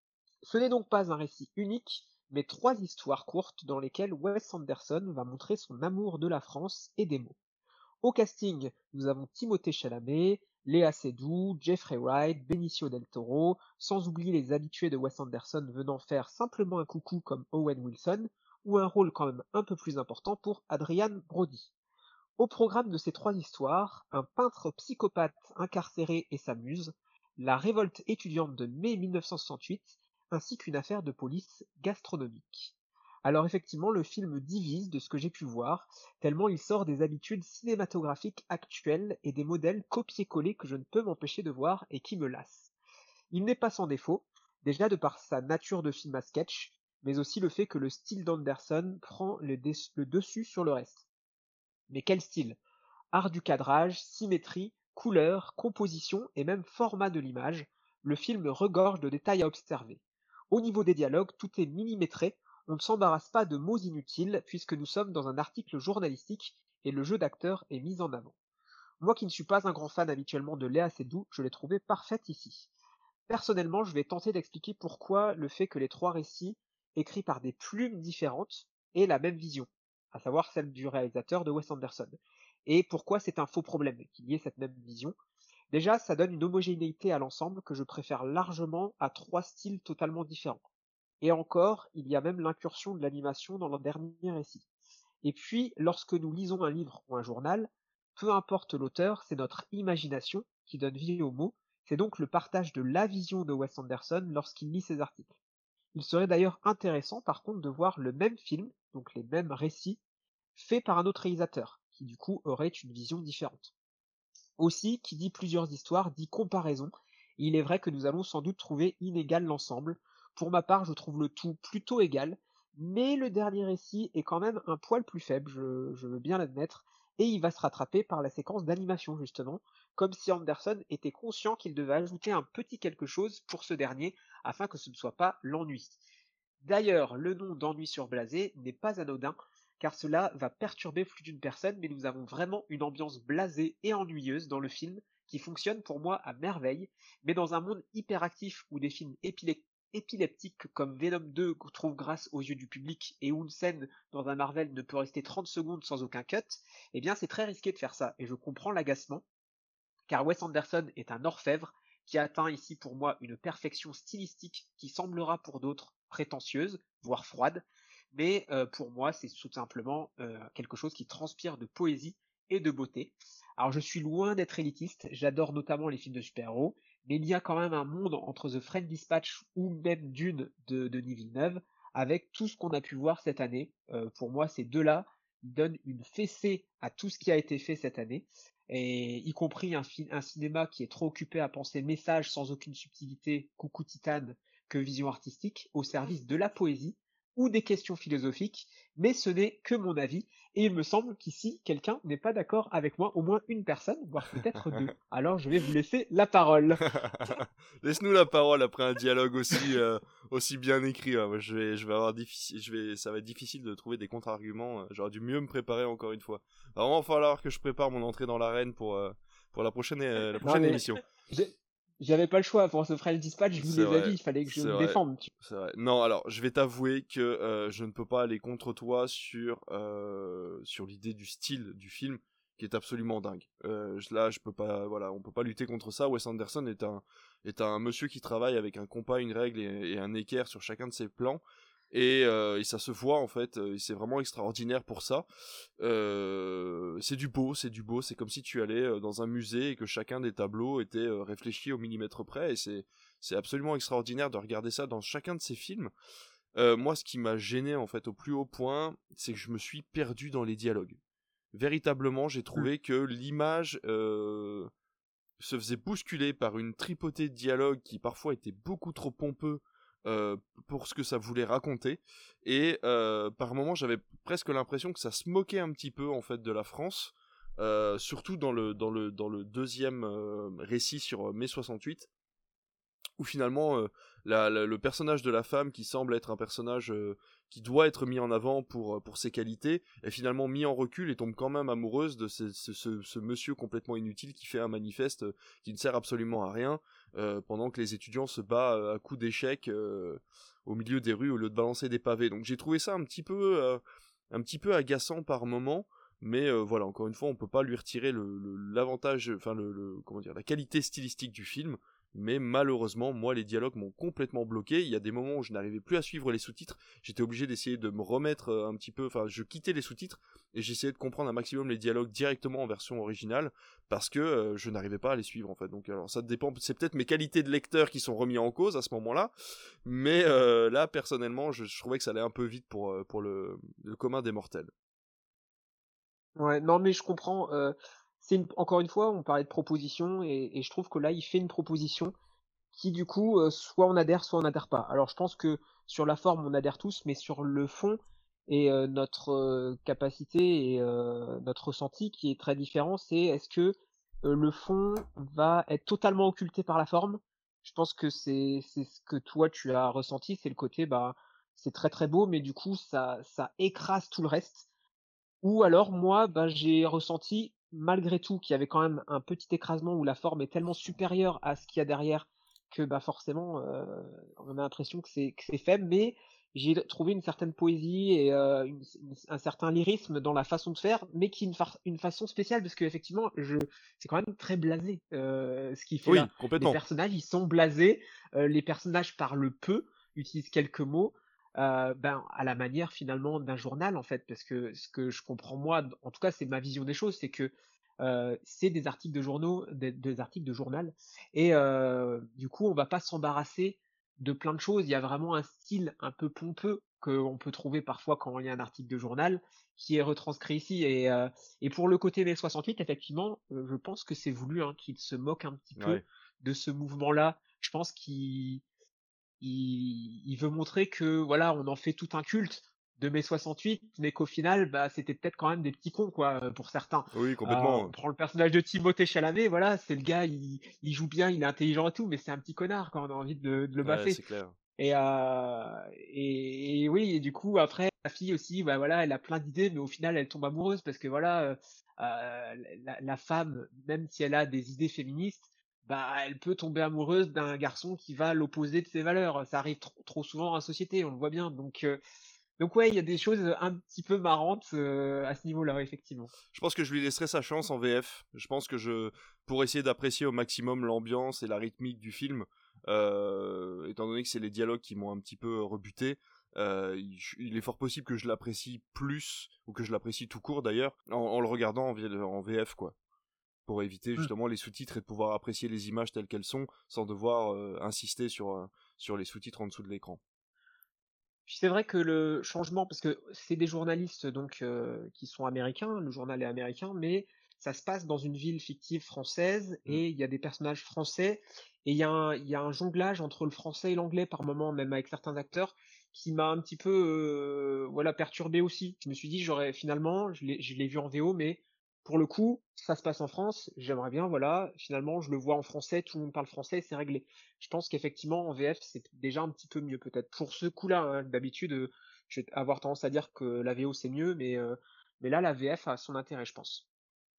Ce n'est donc pas un récit unique, mais trois histoires courtes dans lesquelles Wes Anderson va montrer son amour de la France et des mots. Au casting, nous avons Timothée Chalamet, Léa Seydoux, Jeffrey Wright, Benicio del Toro, sans oublier les habitués de Wes Anderson venant faire simplement un coucou comme Owen Wilson, ou un rôle quand même un peu plus important pour Adrian Brody. Au programme de ces trois histoires, un peintre psychopathe incarcéré et sa muse, la révolte étudiante de mai mille neuf cent soixante-huit, ainsi qu'une affaire de police gastronomique. Alors effectivement, le film divise de ce que j'ai pu voir, tellement il sort des habitudes cinématographiques actuelles et des modèles copier-coller que je ne peux m'empêcher de voir et qui me lassent. Il n'est pas sans défaut, déjà de par sa nature de film à sketch, mais aussi le fait que le style d'Anderson prend le, des- le dessus sur le reste. Mais quel style! Art du cadrage, symétrie, couleur, composition et même format de l'image, le film regorge de détails à observer. Au niveau des dialogues, tout est millimétré, on ne s'embarrasse pas de mots inutiles puisque nous sommes dans un article journalistique et le jeu d'acteur est mis en avant. Moi qui ne suis pas un grand fan habituellement de Léa Seydoux, je l'ai trouvée parfaite ici. Personnellement, je vais tenter d'expliquer pourquoi le fait que les trois récits, écrits par des plumes différentes, aient la même vision, à savoir celle du réalisateur de Wes Anderson, et pourquoi c'est un faux problème qu'il y ait cette même vision. Déjà, ça donne une homogénéité à l'ensemble que je préfère largement à trois styles totalement différents. Et encore, il y a même l'incursion de l'animation dans le dernier récit. Et puis, lorsque nous lisons un livre ou un journal, peu importe l'auteur, c'est notre imagination qui donne vie aux mots, c'est donc le partage de la vision de Wes Anderson lorsqu'il lit ses articles. Il serait d'ailleurs intéressant par contre de voir le même film donc les mêmes récits, faits par un autre réalisateur, qui du coup aurait une vision différente. Aussi, qui dit plusieurs histoires, dit comparaison. Il est vrai que nous allons sans doute trouver inégal l'ensemble. Pour ma part, je trouve le tout plutôt égal, mais le dernier récit est quand même un poil plus faible, je, je veux bien l'admettre, et il va se rattraper par la séquence d'animation justement, comme si Anderson était conscient qu'il devait ajouter un petit quelque chose pour ce dernier, afin que ce ne soit pas l'ennui. D'ailleurs, le nom d'ennui sur blasé n'est pas anodin, car cela va perturber plus d'une personne, mais nous avons vraiment une ambiance blasée et ennuyeuse dans le film, qui fonctionne pour moi à merveille, mais dans un monde hyperactif où des films épilé- épileptiques comme Venom deux trouvent grâce aux yeux du public et où une scène dans un Marvel ne peut rester trente secondes sans aucun cut, eh bien c'est très risqué de faire ça, et je comprends l'agacement, car Wes Anderson est un orfèvre qui atteint ici pour moi une perfection stylistique qui semblera pour d'autres prétentieuse, voire froide, mais euh, pour moi c'est tout simplement euh, quelque chose qui transpire de poésie et de beauté. Alors je suis loin d'être élitiste, j'adore notamment les films de super-héros, mais il y a quand même un monde entre The French Dispatch ou même Dune de Denis Villeneuve, avec tout ce qu'on a pu voir cette année. Euh, pour moi ces deux-là donnent une fessée à tout ce qui a été fait cette année, et y compris un, fi- un cinéma qui est trop occupé à penser message sans aucune subtilité, coucou Titane, que vision artistique, au service de la poésie ou des questions philosophiques, mais ce n'est que mon avis, et il me semble qu'ici, quelqu'un n'est pas d'accord avec moi, au moins une personne, voire peut-être deux. Alors je vais vous laisser la parole. Laisse-nous la parole après un dialogue aussi euh, aussi bien écrit. Hein. Moi, je vais je vais avoir difficile, je vais ça va être difficile de trouver des contre-arguments. J'aurais dû mieux me préparer encore une fois. Va vraiment falloir que je prépare mon entrée dans l'arène pour euh, pour la prochaine euh, la Non prochaine mais émission. j'ai- j'avais pas le choix pour ce French Dispatch, vu C'est les vrai, avis, il fallait que je c'est me vrai, défende. tu- c'est vrai. Non, alors je vais t'avouer que euh, je ne peux pas aller contre toi sur euh, sur l'idée du style du film qui est absolument dingue. Euh, je- là, je peux pas, voilà, on peut pas lutter contre ça. Wes Anderson est un est un monsieur qui travaille avec un compas, une règle et, et un équerre sur chacun de ses plans. Et, euh, et ça se voit en fait, euh, et c'est vraiment extraordinaire pour ça. Euh, c'est du beau, c'est du beau, c'est comme si tu allais euh, dans un musée et que chacun des tableaux était euh, réfléchi au millimètre près, et c'est c'est absolument extraordinaire de regarder ça dans chacun de ces films. Euh, moi, ce qui m'a gêné en fait au plus haut point, c'est que je me suis perdu dans les dialogues. Véritablement, j'ai Hmm. trouvé que l'image euh, se faisait bousculer par une tripotée de dialogues qui parfois étaient beaucoup trop pompeux euh, pour ce que ça voulait raconter, et euh, par moments j'avais presque l'impression que ça se moquait un petit peu en fait de la France, euh, surtout dans le dans le dans le deuxième euh, récit sur mai soixante-huit, où finalement euh, la, la- le personnage de la femme, qui semble être un personnage euh, qui doit être mis en avant pour, pour ses qualités, est finalement mis en recul et tombe quand même amoureuse de ce, ce, ce, ce monsieur complètement inutile qui fait un manifeste euh, qui ne sert absolument à rien, euh, pendant que les étudiants se battent euh, à coups d'échecs euh, au milieu des rues au lieu de balancer des pavés. Donc j'ai trouvé ça un petit peu, euh, un petit peu agaçant par moment. Mais euh, voilà, encore une fois, on peut pas lui retirer le, le- l'avantage, enfin le, le- comment dire, la qualité stylistique du film. Mais malheureusement, moi, les dialogues m'ont complètement bloqué. Il y a des moments où je n'arrivais plus à suivre les sous-titres. J'étais obligé d'essayer de me remettre euh, un petit peu, enfin, je quittais les sous-titres et j'essayais de comprendre un maximum les dialogues directement en version originale, parce que euh, je n'arrivais pas à les suivre en fait. Donc, alors ça dépend, c'est peut-être mes qualités de lecteur qui sont remis en cause à ce moment-là, mais euh, là, personnellement, je, je trouvais que ça allait un peu vite pour euh, pour le, le commun des mortels. Ouais, non mais je comprends. Euh, c'est une- encore une fois, on parlait de proposition, et, et je trouve que là, il fait une proposition qui du coup, euh, soit on adhère, soit on n'adhère pas. Alors je pense que sur la forme, on adhère tous, mais sur le fond et euh, notre euh, capacité et euh, notre ressenti qui est très différent, c'est est-ce que euh, le fond va être totalement occulté par la forme? Je pense que c'est c'est ce que toi tu as ressenti, c'est le côté bah c'est très très beau, mais du coup ça ça écrase tout le reste. Ou alors moi, bah, j'ai ressenti malgré tout qu'il y avait quand même un petit écrasement où la forme est tellement supérieure à ce qu'il y a derrière que bah forcément euh, on a l'impression que c'est que c'est faible, mais j'ai trouvé une certaine poésie et euh, une- une- un certain lyrisme dans la façon de faire, mais qui est une, fa- une façon spéciale parce que effectivement je c'est quand même très blasé euh, ce qu'il fait Oui, là. Les complètement. personnages ils sont blasés, euh, les personnages parlent peu, utilisent quelques mots, euh, ben, à la manière finalement d'un journal en fait, parce que ce que je comprends moi, en tout cas c'est ma vision des choses, c'est que euh, c'est des articles de journaux, des, des articles de journal, et euh, du coup on va pas s'embarrasser de plein de choses. Il y a vraiment un style un peu pompeux qu'on peut trouver parfois quand on lit un article de journal, qui est retranscrit ici. Et, euh, et pour le côté mai soixante-huit, effectivement, euh, je pense que c'est voulu, hein, qu'il se moque un petit peu Ouais. de ce mouvement-là. Je pense qu'il il, il veut montrer que voilà, on en fait tout un culte de mai soixante-huit, mais qu'au final, bah, c'était peut-être quand même des petits cons, quoi, euh, pour certains. Oui, Euh, on complètement. prend le personnage de Timothée Chalamet, voilà, c'est le gars, il, il joue bien, il est intelligent et tout, mais c'est un petit connard quand on a envie de, de le Ouais, baffer. c'est clair. Et, euh, et, et oui, et du coup, après, la fille aussi, bah voilà, elle a plein d'idées, mais au final, elle tombe amoureuse parce que voilà, euh, euh, la, la femme, même si elle a des idées féministes, bah elle peut tomber amoureuse d'un garçon qui va l'opposer de ses valeurs. Ça arrive trop, trop souvent dans la société, on le voit bien. Donc, euh, donc ouais, il y a des choses un petit peu marrantes euh, à ce niveau-là, effectivement. Je pense que je lui laisserai sa chance en V F. Je pense que je, pour essayer d'apprécier au maximum l'ambiance et la rythmique du film, euh, étant donné que c'est les dialogues qui m'ont un petit peu rebuté, euh, il, il est fort possible que je l'apprécie plus, ou que je l'apprécie tout court d'ailleurs, en, en le regardant en, v- en V F, quoi. Pour éviter Mm. justement les sous-titres et de pouvoir apprécier les images telles qu'elles sont, sans devoir euh, insister sur, euh, sur les sous-titres en dessous de l'écran. Puis c'est vrai que le changement, parce que c'est des journalistes donc euh, qui sont américains, le journal est américain, mais ça se passe dans une ville fictive française Mm. et il y a des personnages français et il y a un, il y a un jonglage entre le français et l'anglais par moment, même avec certains acteurs, qui m'a un petit peu euh, voilà perturbé aussi. Je me suis dit j'aurais finalement, je l'ai je l'ai vu en V O, mais pour le coup ça se passe en France, j'aimerais bien voilà finalement je le vois en français, tout le monde parle français, c'est réglé. Je pense qu'effectivement en V F c'est déjà un petit peu mieux peut-être pour ce coup-là, hein. D'habitude euh, je vais avoir tendance à dire que la V O c'est mieux, mais euh, mais là la V F a son intérêt, je pense.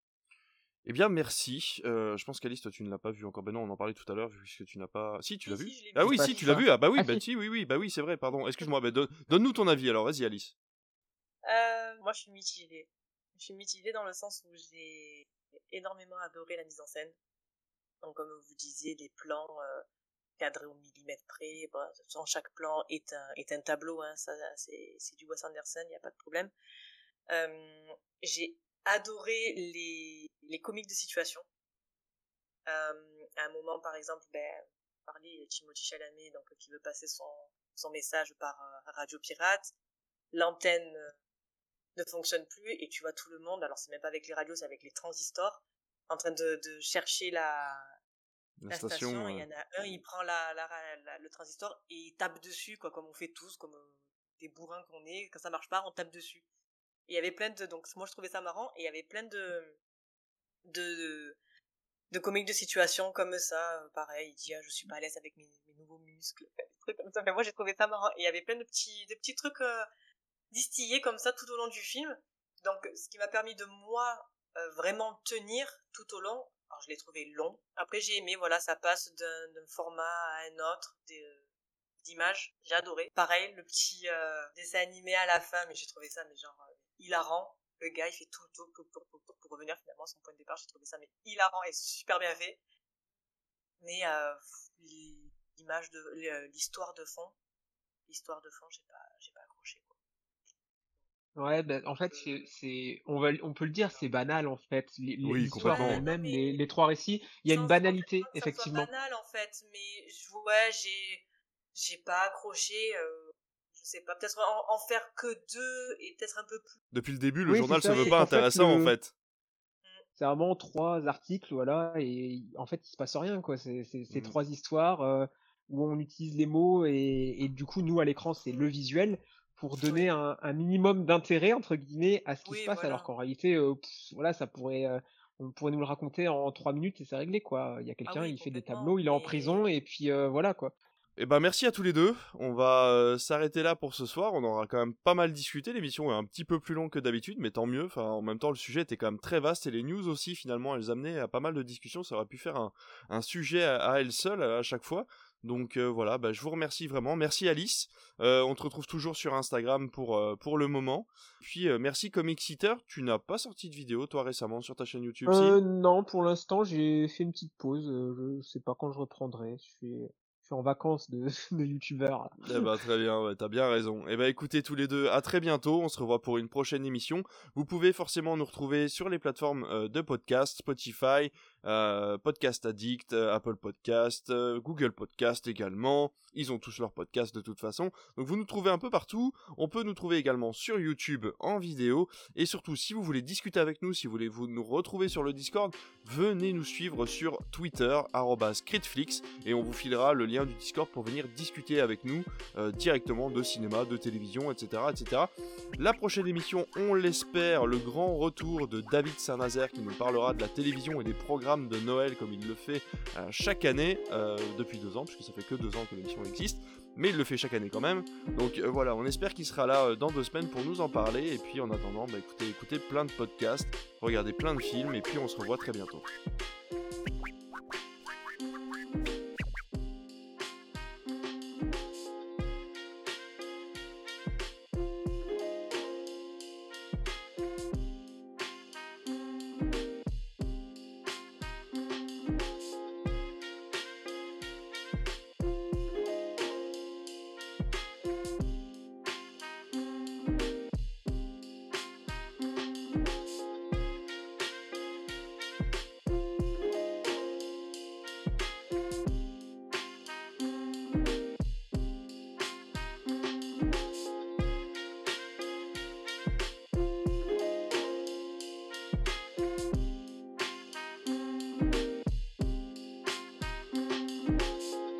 Eh bien, merci. Euh, je pense qu'Alice, toi, tu ne l'as pas vu encore. Ben non, on en parlait tout à l'heure, puisque tu n'as pas... Si, tu l'as Si, vu? si, je l'ai Ah vu. C'est oui, pas si, tu l'as ça. vu. Ah bah oui, Ah bah si. si, oui, oui, bah oui, c'est vrai, pardon. Excuse-moi, bah, don- donne-nous ton avis, alors. Vas-y, Alice. Euh, moi, je suis mitigée. Je suis mitigée dans le sens où j'ai énormément adoré la mise en scène. Donc, comme vous disiez, les plans euh, cadrés au millimètre près. Bon, sans chaque plan est un, est un tableau. Hein, ça, c'est, c'est du Wes Anderson, il n'y a pas de problème. Euh, j'ai adoré les, les comiques de situation. Euh, à un moment, par exemple, ben, parler Timothée Chalamet, donc qui veut passer son, son message par euh, radio pirate. L'antenne euh, ne fonctionne plus et tu vois tout le monde, alors c'est même pas avec les radios, c'est avec les transistors, en train de, de chercher la, La la station... station, et il euh, y en a un, il prend la, la, la, le transistor et il tape dessus, quoi, comme on fait tous, comme euh, des bourrins qu'on est, quand ça marche pas, on tape dessus. Et il y avait plein de, donc moi je trouvais ça marrant, et il y avait plein de, de, de comiques de situation comme ça, euh, pareil, il dit, ah, je suis pas à l'aise avec mes, mes nouveaux muscles, des trucs comme ça, mais moi j'ai trouvé ça marrant, et il y avait plein de petits, de petits trucs euh, distillés comme ça tout au long du film, donc ce qui m'a permis de moi euh, vraiment tenir tout au long. Alors je l'ai trouvé long, après j'ai aimé, voilà, ça passe d'un, d'un format à un autre, des, euh, d'images, j'ai adoré. Pareil, le petit euh, dessin animé à la fin, mais j'ai trouvé ça mais genre euh, hilarant. Le gars, il fait tout le tour pour, pour, pour, pour revenir finalement à son point de départ. J'ai trouvé ça mais hilarant et super bien fait. Mais euh, l'image de l'histoire de fond, l'histoire de fond, j'ai pas, j'ai pas accroché, quoi. Ouais, ben, en fait, c'est, c'est, on va, on peut le dire, c'est banal en fait. L- l- Oui, L'histoire en complètement. Ouais, non elle-même, les, mais les trois récits, il y a une sans, en fait, banalité pas que ça soit effectivement. banal en fait, mais je- ouais, j'ai, j'ai pas accroché. Euh, je sais pas, peut-être en, en faire que deux et peut-être un peu plus. Depuis le début, le Oui, c'est journal se ça, veut c'est pas qu'en fait intéressant, en le, fait. c'est vraiment trois articles, voilà, et en fait il se passe rien quoi. C'est, c'est, c'est Mm. trois histoires euh, où on utilise les mots et, et du coup nous à l'écran c'est le visuel pour donner Oui, un, un minimum d'intérêt entre guillemets à ce qui se oui, passe, alors voilà. qu'en réalité, euh, pff, voilà, ça pourrait, euh, on pourrait nous le raconter en trois minutes et c'est réglé quoi. Il y a Ah quelqu'un, oui, il fait des complètement. tableaux, il est en Mais prison et puis euh, voilà quoi. Eh ben merci à tous les deux. On va euh, s'arrêter là pour ce soir. On aura quand même pas mal discuté. L'émission est un petit peu plus longue que d'habitude, mais tant mieux. Enfin, en même temps, le sujet était quand même très vaste et les news aussi, finalement, elles amenaient à pas mal de discussions. Ça aurait pu faire un, un sujet à, à elle seule à chaque fois. Donc euh, voilà, bah, je vous remercie vraiment. Merci Alice. Euh, on te retrouve toujours sur Instagram pour, euh, pour le moment. Puis euh, merci Comic Eater. Tu n'as pas sorti de vidéo toi récemment sur ta chaîne YouTube, si? Euh, non, pour l'instant j'ai fait une petite pause. euh, je sais pas quand je reprendrai. Je suis, je suis en vacances de, de youtubeur. Eh ben très bien, ouais, t'as bien raison. Eh ben écoutez tous les deux, à très bientôt, on se revoit pour une prochaine émission. Vous pouvez forcément nous retrouver sur les plateformes euh, de podcast, Spotify, euh, Podcast Addict, euh, Apple Podcast, euh, Google Podcast également. Ils ont tous leurs podcasts de toute façon. Donc vous nous trouvez un peu partout. On peut nous trouver également sur YouTube en vidéo. Et surtout, si vous voulez discuter avec nous, si vous voulez vous nous retrouver sur le Discord, venez nous suivre sur Twitter, arobase critflix, et on vous filera le lien du Discord pour venir discuter avec nous euh, directement de cinéma, de télévision, et cetera, et cetera. La prochaine émission, on l'espère, le grand retour de David Saint-Nazaire qui nous parlera de la télévision et des programmes de Noël comme il le fait euh, chaque année euh, depuis deux ans, puisque ça fait que deux ans que l'émission existe, mais il le fait chaque année quand même. Donc euh, voilà, on espère qu'il sera là euh, dans deux semaines pour nous en parler. Et puis en attendant, bah, écoutez, écoutez plein de podcasts, regardez plein de films, et puis on se revoit très bientôt.